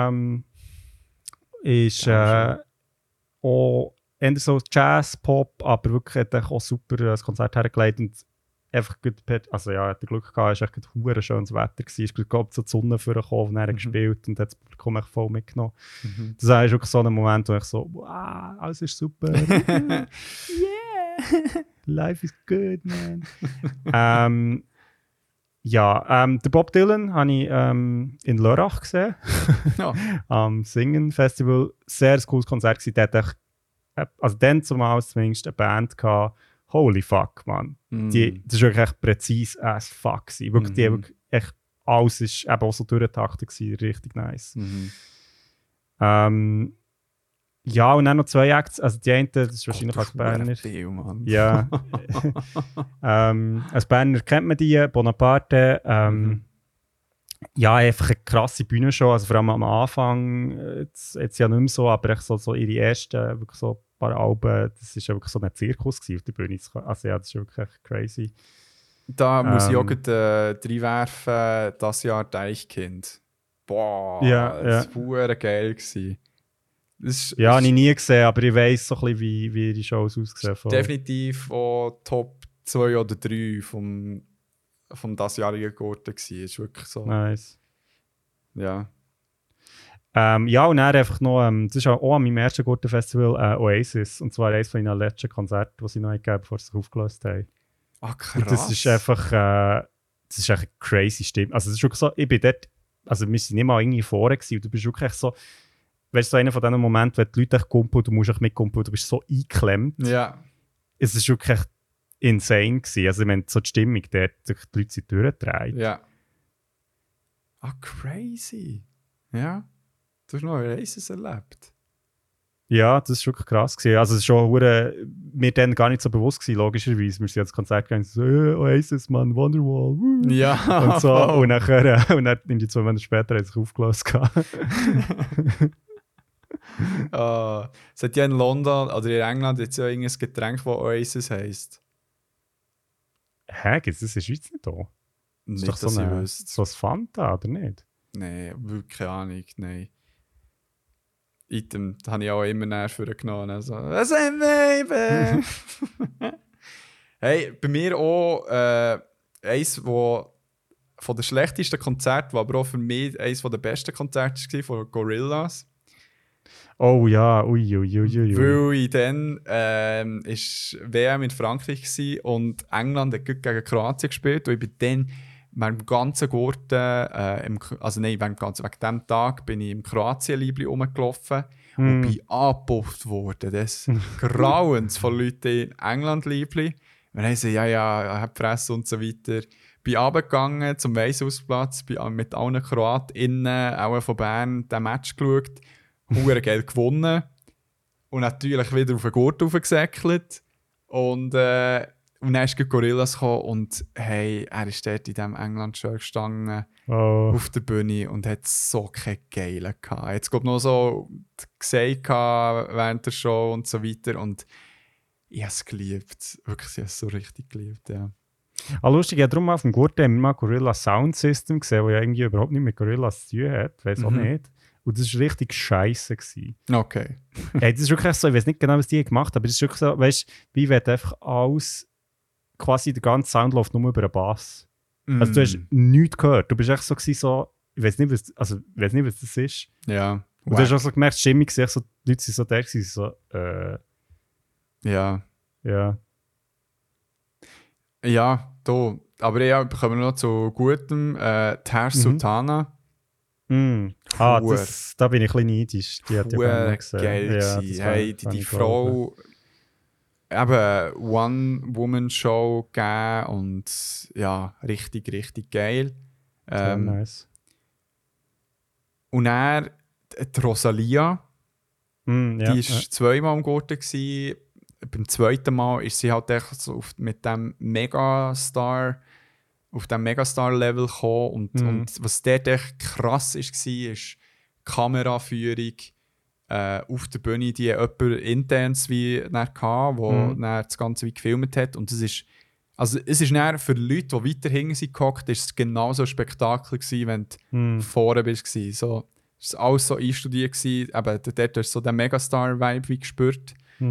Ist auch eher so Jazz, Pop, aber wirklich hat er auch super das Konzert hergelegt und einfach gut, also ja, hat er Glück gehabt, es war echt ein schönes Wetter gewesen. Ich glaube, so die Sonne vorgekommen und er hat gespielt und hat das Publikum echt voll mitgenommen. Das war wirklich so ein Moment, wo ich so, wow, alles ist super. Yeah! Life is good, man. Der Bob Dylan habe ich in Lörrach gesehen. Am Singen Festival. Sehr cooles Konzert gewesen. Der hat also dann zumal zumindest eine Band gehabt. Holy fuck, man. Das war wirklich echt präzise as fuck gewesen. Wirklich, die wirklich echt, alles ist eben auch so durchgetaktet gewesen. Richtig nice. Ja, und dann noch 2 Acts. Also die eine, das ist wahrscheinlich als Berner. Viel, Mann. Ja. Als Berner kennt man die, Bonaparte. Ja, einfach eine krasse Bühnenshow. Also vor allem am Anfang, jetzt ja nicht mehr so, aber echt so ihre ersten, wirklich so ein paar Alben, das war wirklich so ein Zirkus auf der Bühne. Also ja, das ist wirklich echt crazy. Da muss ich auch reinwerfen, das Jahr Deichkind. Boah, das war geil gewesen. Ja, habe ich nie gesehen, aber ich weiss so ein bisschen, wie die Shows aussehen. Definitiv auch Top 2 oder 3 vom diesjährigen Gurten gewesen. Ist wirklich so. Nice. Ja. Ja, und dann einfach noch, das ist auch an meinem ersten Gurtenfestival Oasis. Und zwar eines von ihren letzten Konzerten, die sie noch gegeben, bevor sie sich aufgelöst haben. Ah, krass. Und das ist einfach, das ist echt eine crazy Stimme. Also, das ist wirklich so, ich bin dort, also wir sind nicht mal irgendwie vorne gewesen. Und du bist wirklich so, weißt du, so einer von diesen Momenten, wenn die Leute echt kumpeln, du musst echt mitkumpeln, du bist so eingeklemmt. Ja. Es ist wirklich echt insane gewesen. Also, ich meine, so die Stimmung, die Leute sind durchgedreht. Ja. Ah, crazy. Ja. Du hast noch Oasis erlebt. Ja, das war wirklich krass gewesen. Also, es ist schon mir dann gar nicht so bewusst gewesen, logischerweise. Wir sind jetzt Konzert gegangen, so, Oasis, man, Wonderwall. Ja. Und so. Und nachher, und dann in die 2 Monate später hat es sich aufgelöst. Es hat ja in London oder in England jetzt ja irgendein Getränk, das Oasis heisst. Hä, gibt es das in der Schweiz nicht da? Das Nicht, ist doch dass so, ich eine, wüsste. so ein Fanta, oder nicht? Nein, wirklich keine Ahnung, nein. Item, das habe ich auch immer näher für genommen. Also, was ein Baby! Hey, bei mir auch eins, wo von den schlechtesten Konzerten, war aber auch für mich eines der besten Konzerte war, von Gorillaz. Oh ja, ui. Weil ich dann ist WM in Frankreich gsi und England hat gegen Kroatien gespielt und ich bin dann während dem ganzen Gurten, wegen dem Tag bin ich im Kroatien-Liebli rumgelaufen und bin angepufft worden. Das Grauens von Leuten in England-Liebli. Wir haben gesagt, ja, hab Fresse und so weiter. Bin runtergegangen zum Weisshausplatz, bin mit allen KroatInnen, auch von Bern, den Match geschaut. Hure Geld gewonnen. Und natürlich wieder auf den Gurt raufgesäckelt. Und dann ist Gorillaz gekommen und hey, er ist dort in diesem England-Shirt gestanden auf der Bühne und hat so keine Geile gehabt. Jetzt glaube noch so gesagt während der Show und so weiter. Und ich habe es geliebt. Wirklich, ich habe es so richtig geliebt, ja. Lustig, ja, darum auf dem Gurt haben wir mal Gorilla Sound System gesehen, das ja irgendwie überhaupt nicht mit Gorillas zu tun hat. Weiß auch nicht. Und das war richtig scheisse. Okay. Hey, das ist wirklich so, ich weiß nicht genau, was die gemacht haben, aber das ist wirklich so, weißt du, wie wenn einfach alles, quasi der ganze Sound läuft nur über einen Bass. Also du hast nichts gehört. Du bist echt so, ich weiß nicht, was das ist. Ja. Und du hast auch so gemerkt, die Stimmung, so, die Leute sind so da, so, Ja. Ja. Ja, da. Aber ja, kommen wir noch zu gutem. Tash Sultana. Da bin ich ein bisschen neidisch. Die hat ja Geil gesehen. gewesen. Hey, die Frau eben One-Woman-Show gegeben und ja, richtig, richtig geil. Nice. Und er, die Rosalia, die war zweimal am Gurten gewesen. Beim zweiten Mal ist sie halt echt so mit dem Megastar auf dem Megastar-Level gekommen. Und was dort echt krass war, ist die Kameraführung auf der Bühne, die jemand interns wie der das Ganze wie gefilmt hat. Und es ist dann für Leute, die weiter hinten sind gehockt, ist es genauso ein Spektakel gewesen, wenn du vorne bist. So, es war alles so einstudiert gewesen. Eben, dort hast du so den Megastar-Vibe wie gespürt.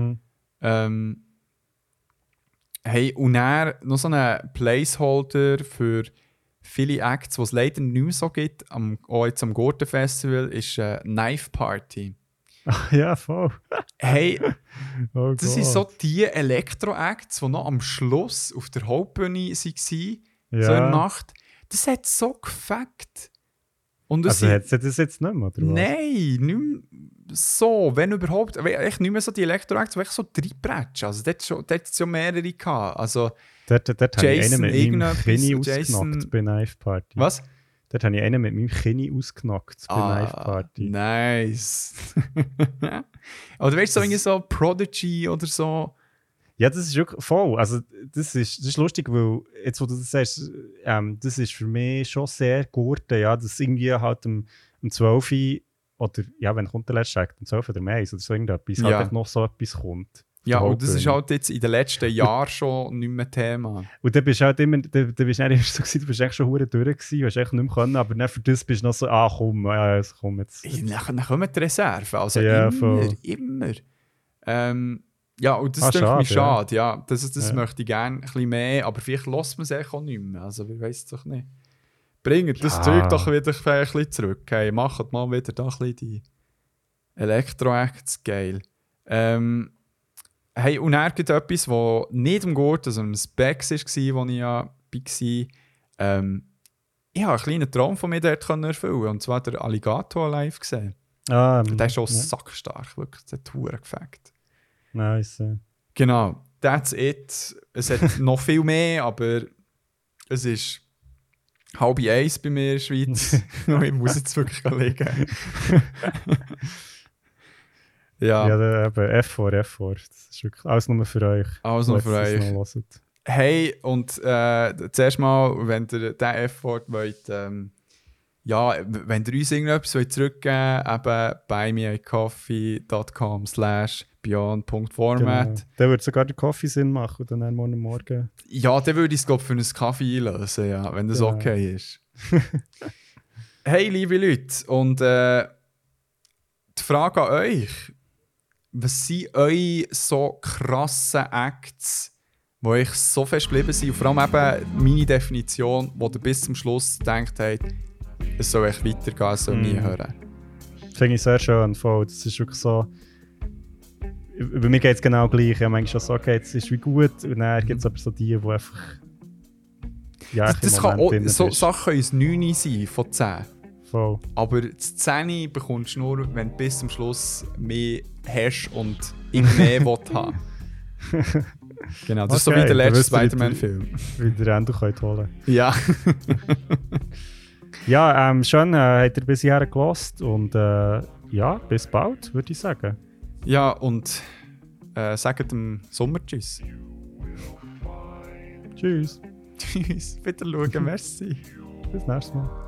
Hey, und dann noch so einen Placeholder für viele Acts, die es leider nicht mehr so gibt, auch jetzt am Gurten-Festival, ist Knife Party. Ja, voll. Hey, das sind so die Elektro-Acts, die noch am Schluss auf der Hauptbühne waren, so in der Nacht. Das hat so gefackt. Und also hat sie das jetzt nicht mehr, oder was? Nein, nicht mehr so, wenn überhaupt. Echt nicht mehr so die Elektro-Acts, die echt so reinbretschen. Also dort hat es ja mehrere gehabt. Also, dort habe ich einen mit meinem Kinn Jason, ausgenockt bei Knife Party. Was? Dort habe ich einen mit meinem Kinn ausgenockt bei Knife Party. Nice. Oder weißt du, irgendwie so Prodigy oder so? Ja, das ist wirklich voll. Also, das ist lustig, weil jetzt, wo du das sagst, das ist für mich schon sehr Gurten, ja, dass irgendwie halt um 12 Uhr oder, ja, wenn kommt der letzte Tag, um 12 oder mehr oder so irgendetwas, halt noch so etwas kommt. Ja, und das ist halt jetzt in den letzten Jahren schon nicht mehr Thema. Und dann bist du halt immer, du bist nicht erst so gewesen, du bist echt schon verdammt durch gewesen, du hast echt nicht mehr können, aber dann für das bist du noch so, komm jetzt. Dann kommen die Reserven, also ja, immer. Ja, und das ist mich schade, ja. Das möchte ich gerne ein bisschen mehr, aber vielleicht lässt man es auch nicht mehr, also ich weiss es doch nicht. Bringt das Zeug doch wieder ein bisschen zurück, hey, macht mal wieder da ein bisschen die Elektro-Acts, geil. Hey, und er gibt etwas, das nicht im Gurten, sondern im Specs war, wo ich ja war. Ich habe einen kleinen Traum von mir dort erfüllen, und zwar der Alligator live gesehen. Der ist auch sackstark, wirklich, das hat verdammt gefällt. Nice. Genau, that's it. Es hat noch viel mehr, aber es ist 12:30 bei mir in der Schweiz. Ich muss jetzt wirklich liegen. Ja, eben F4. Das ist wirklich alles nur für euch. Alles nur für euch. Hey, und zuerst mal, wenn ihr diesen F-Wort wollt, ja, wenn ihr uns irgendetwas zurückgeben wollt, eben buymeacoffee.com/beyond.format. Genau. Dann würde sogar der Kaffee Sinn machen und dann morgen. Ja, dann würde ich es, glaube ich, für einen Kaffee einlösen, ja, wenn das Genau. okay ist. Hey, liebe Leute, und die Frage an euch: Was sind eure so krassen Acts, die euch so fest geblieben sind? Und vor allem eben meine Definition, wo ihr bis zum Schluss denkt habt, es soll echt weitergehen, es soll nie hören. Finde ich sehr schön, voll. Das ist wirklich so. Bei mir geht es genau gleich. Ich habe manchmal so, okay, jetzt ist wie gut. Und dann gibt es aber so die einfach. Ja, Das kann auch, so Sachen können es 9 sein von 10. Voll. Aber das 10 bekommst du nur, wenn du bis zum Schluss mehr hast und immer mehr willst haben. Genau, das ist so wie der letzte Spider-Man-Film. Wie der Ende könnt holen. Ja. Ja, schön, habt ihr bis hierher gehört. Und ja, bis bald, würde ich sagen. Ja, und sagt dem Sommer Tschüss. Tschüss. Tschüss. Wieder schauen, merci. Bis nächstes Mal.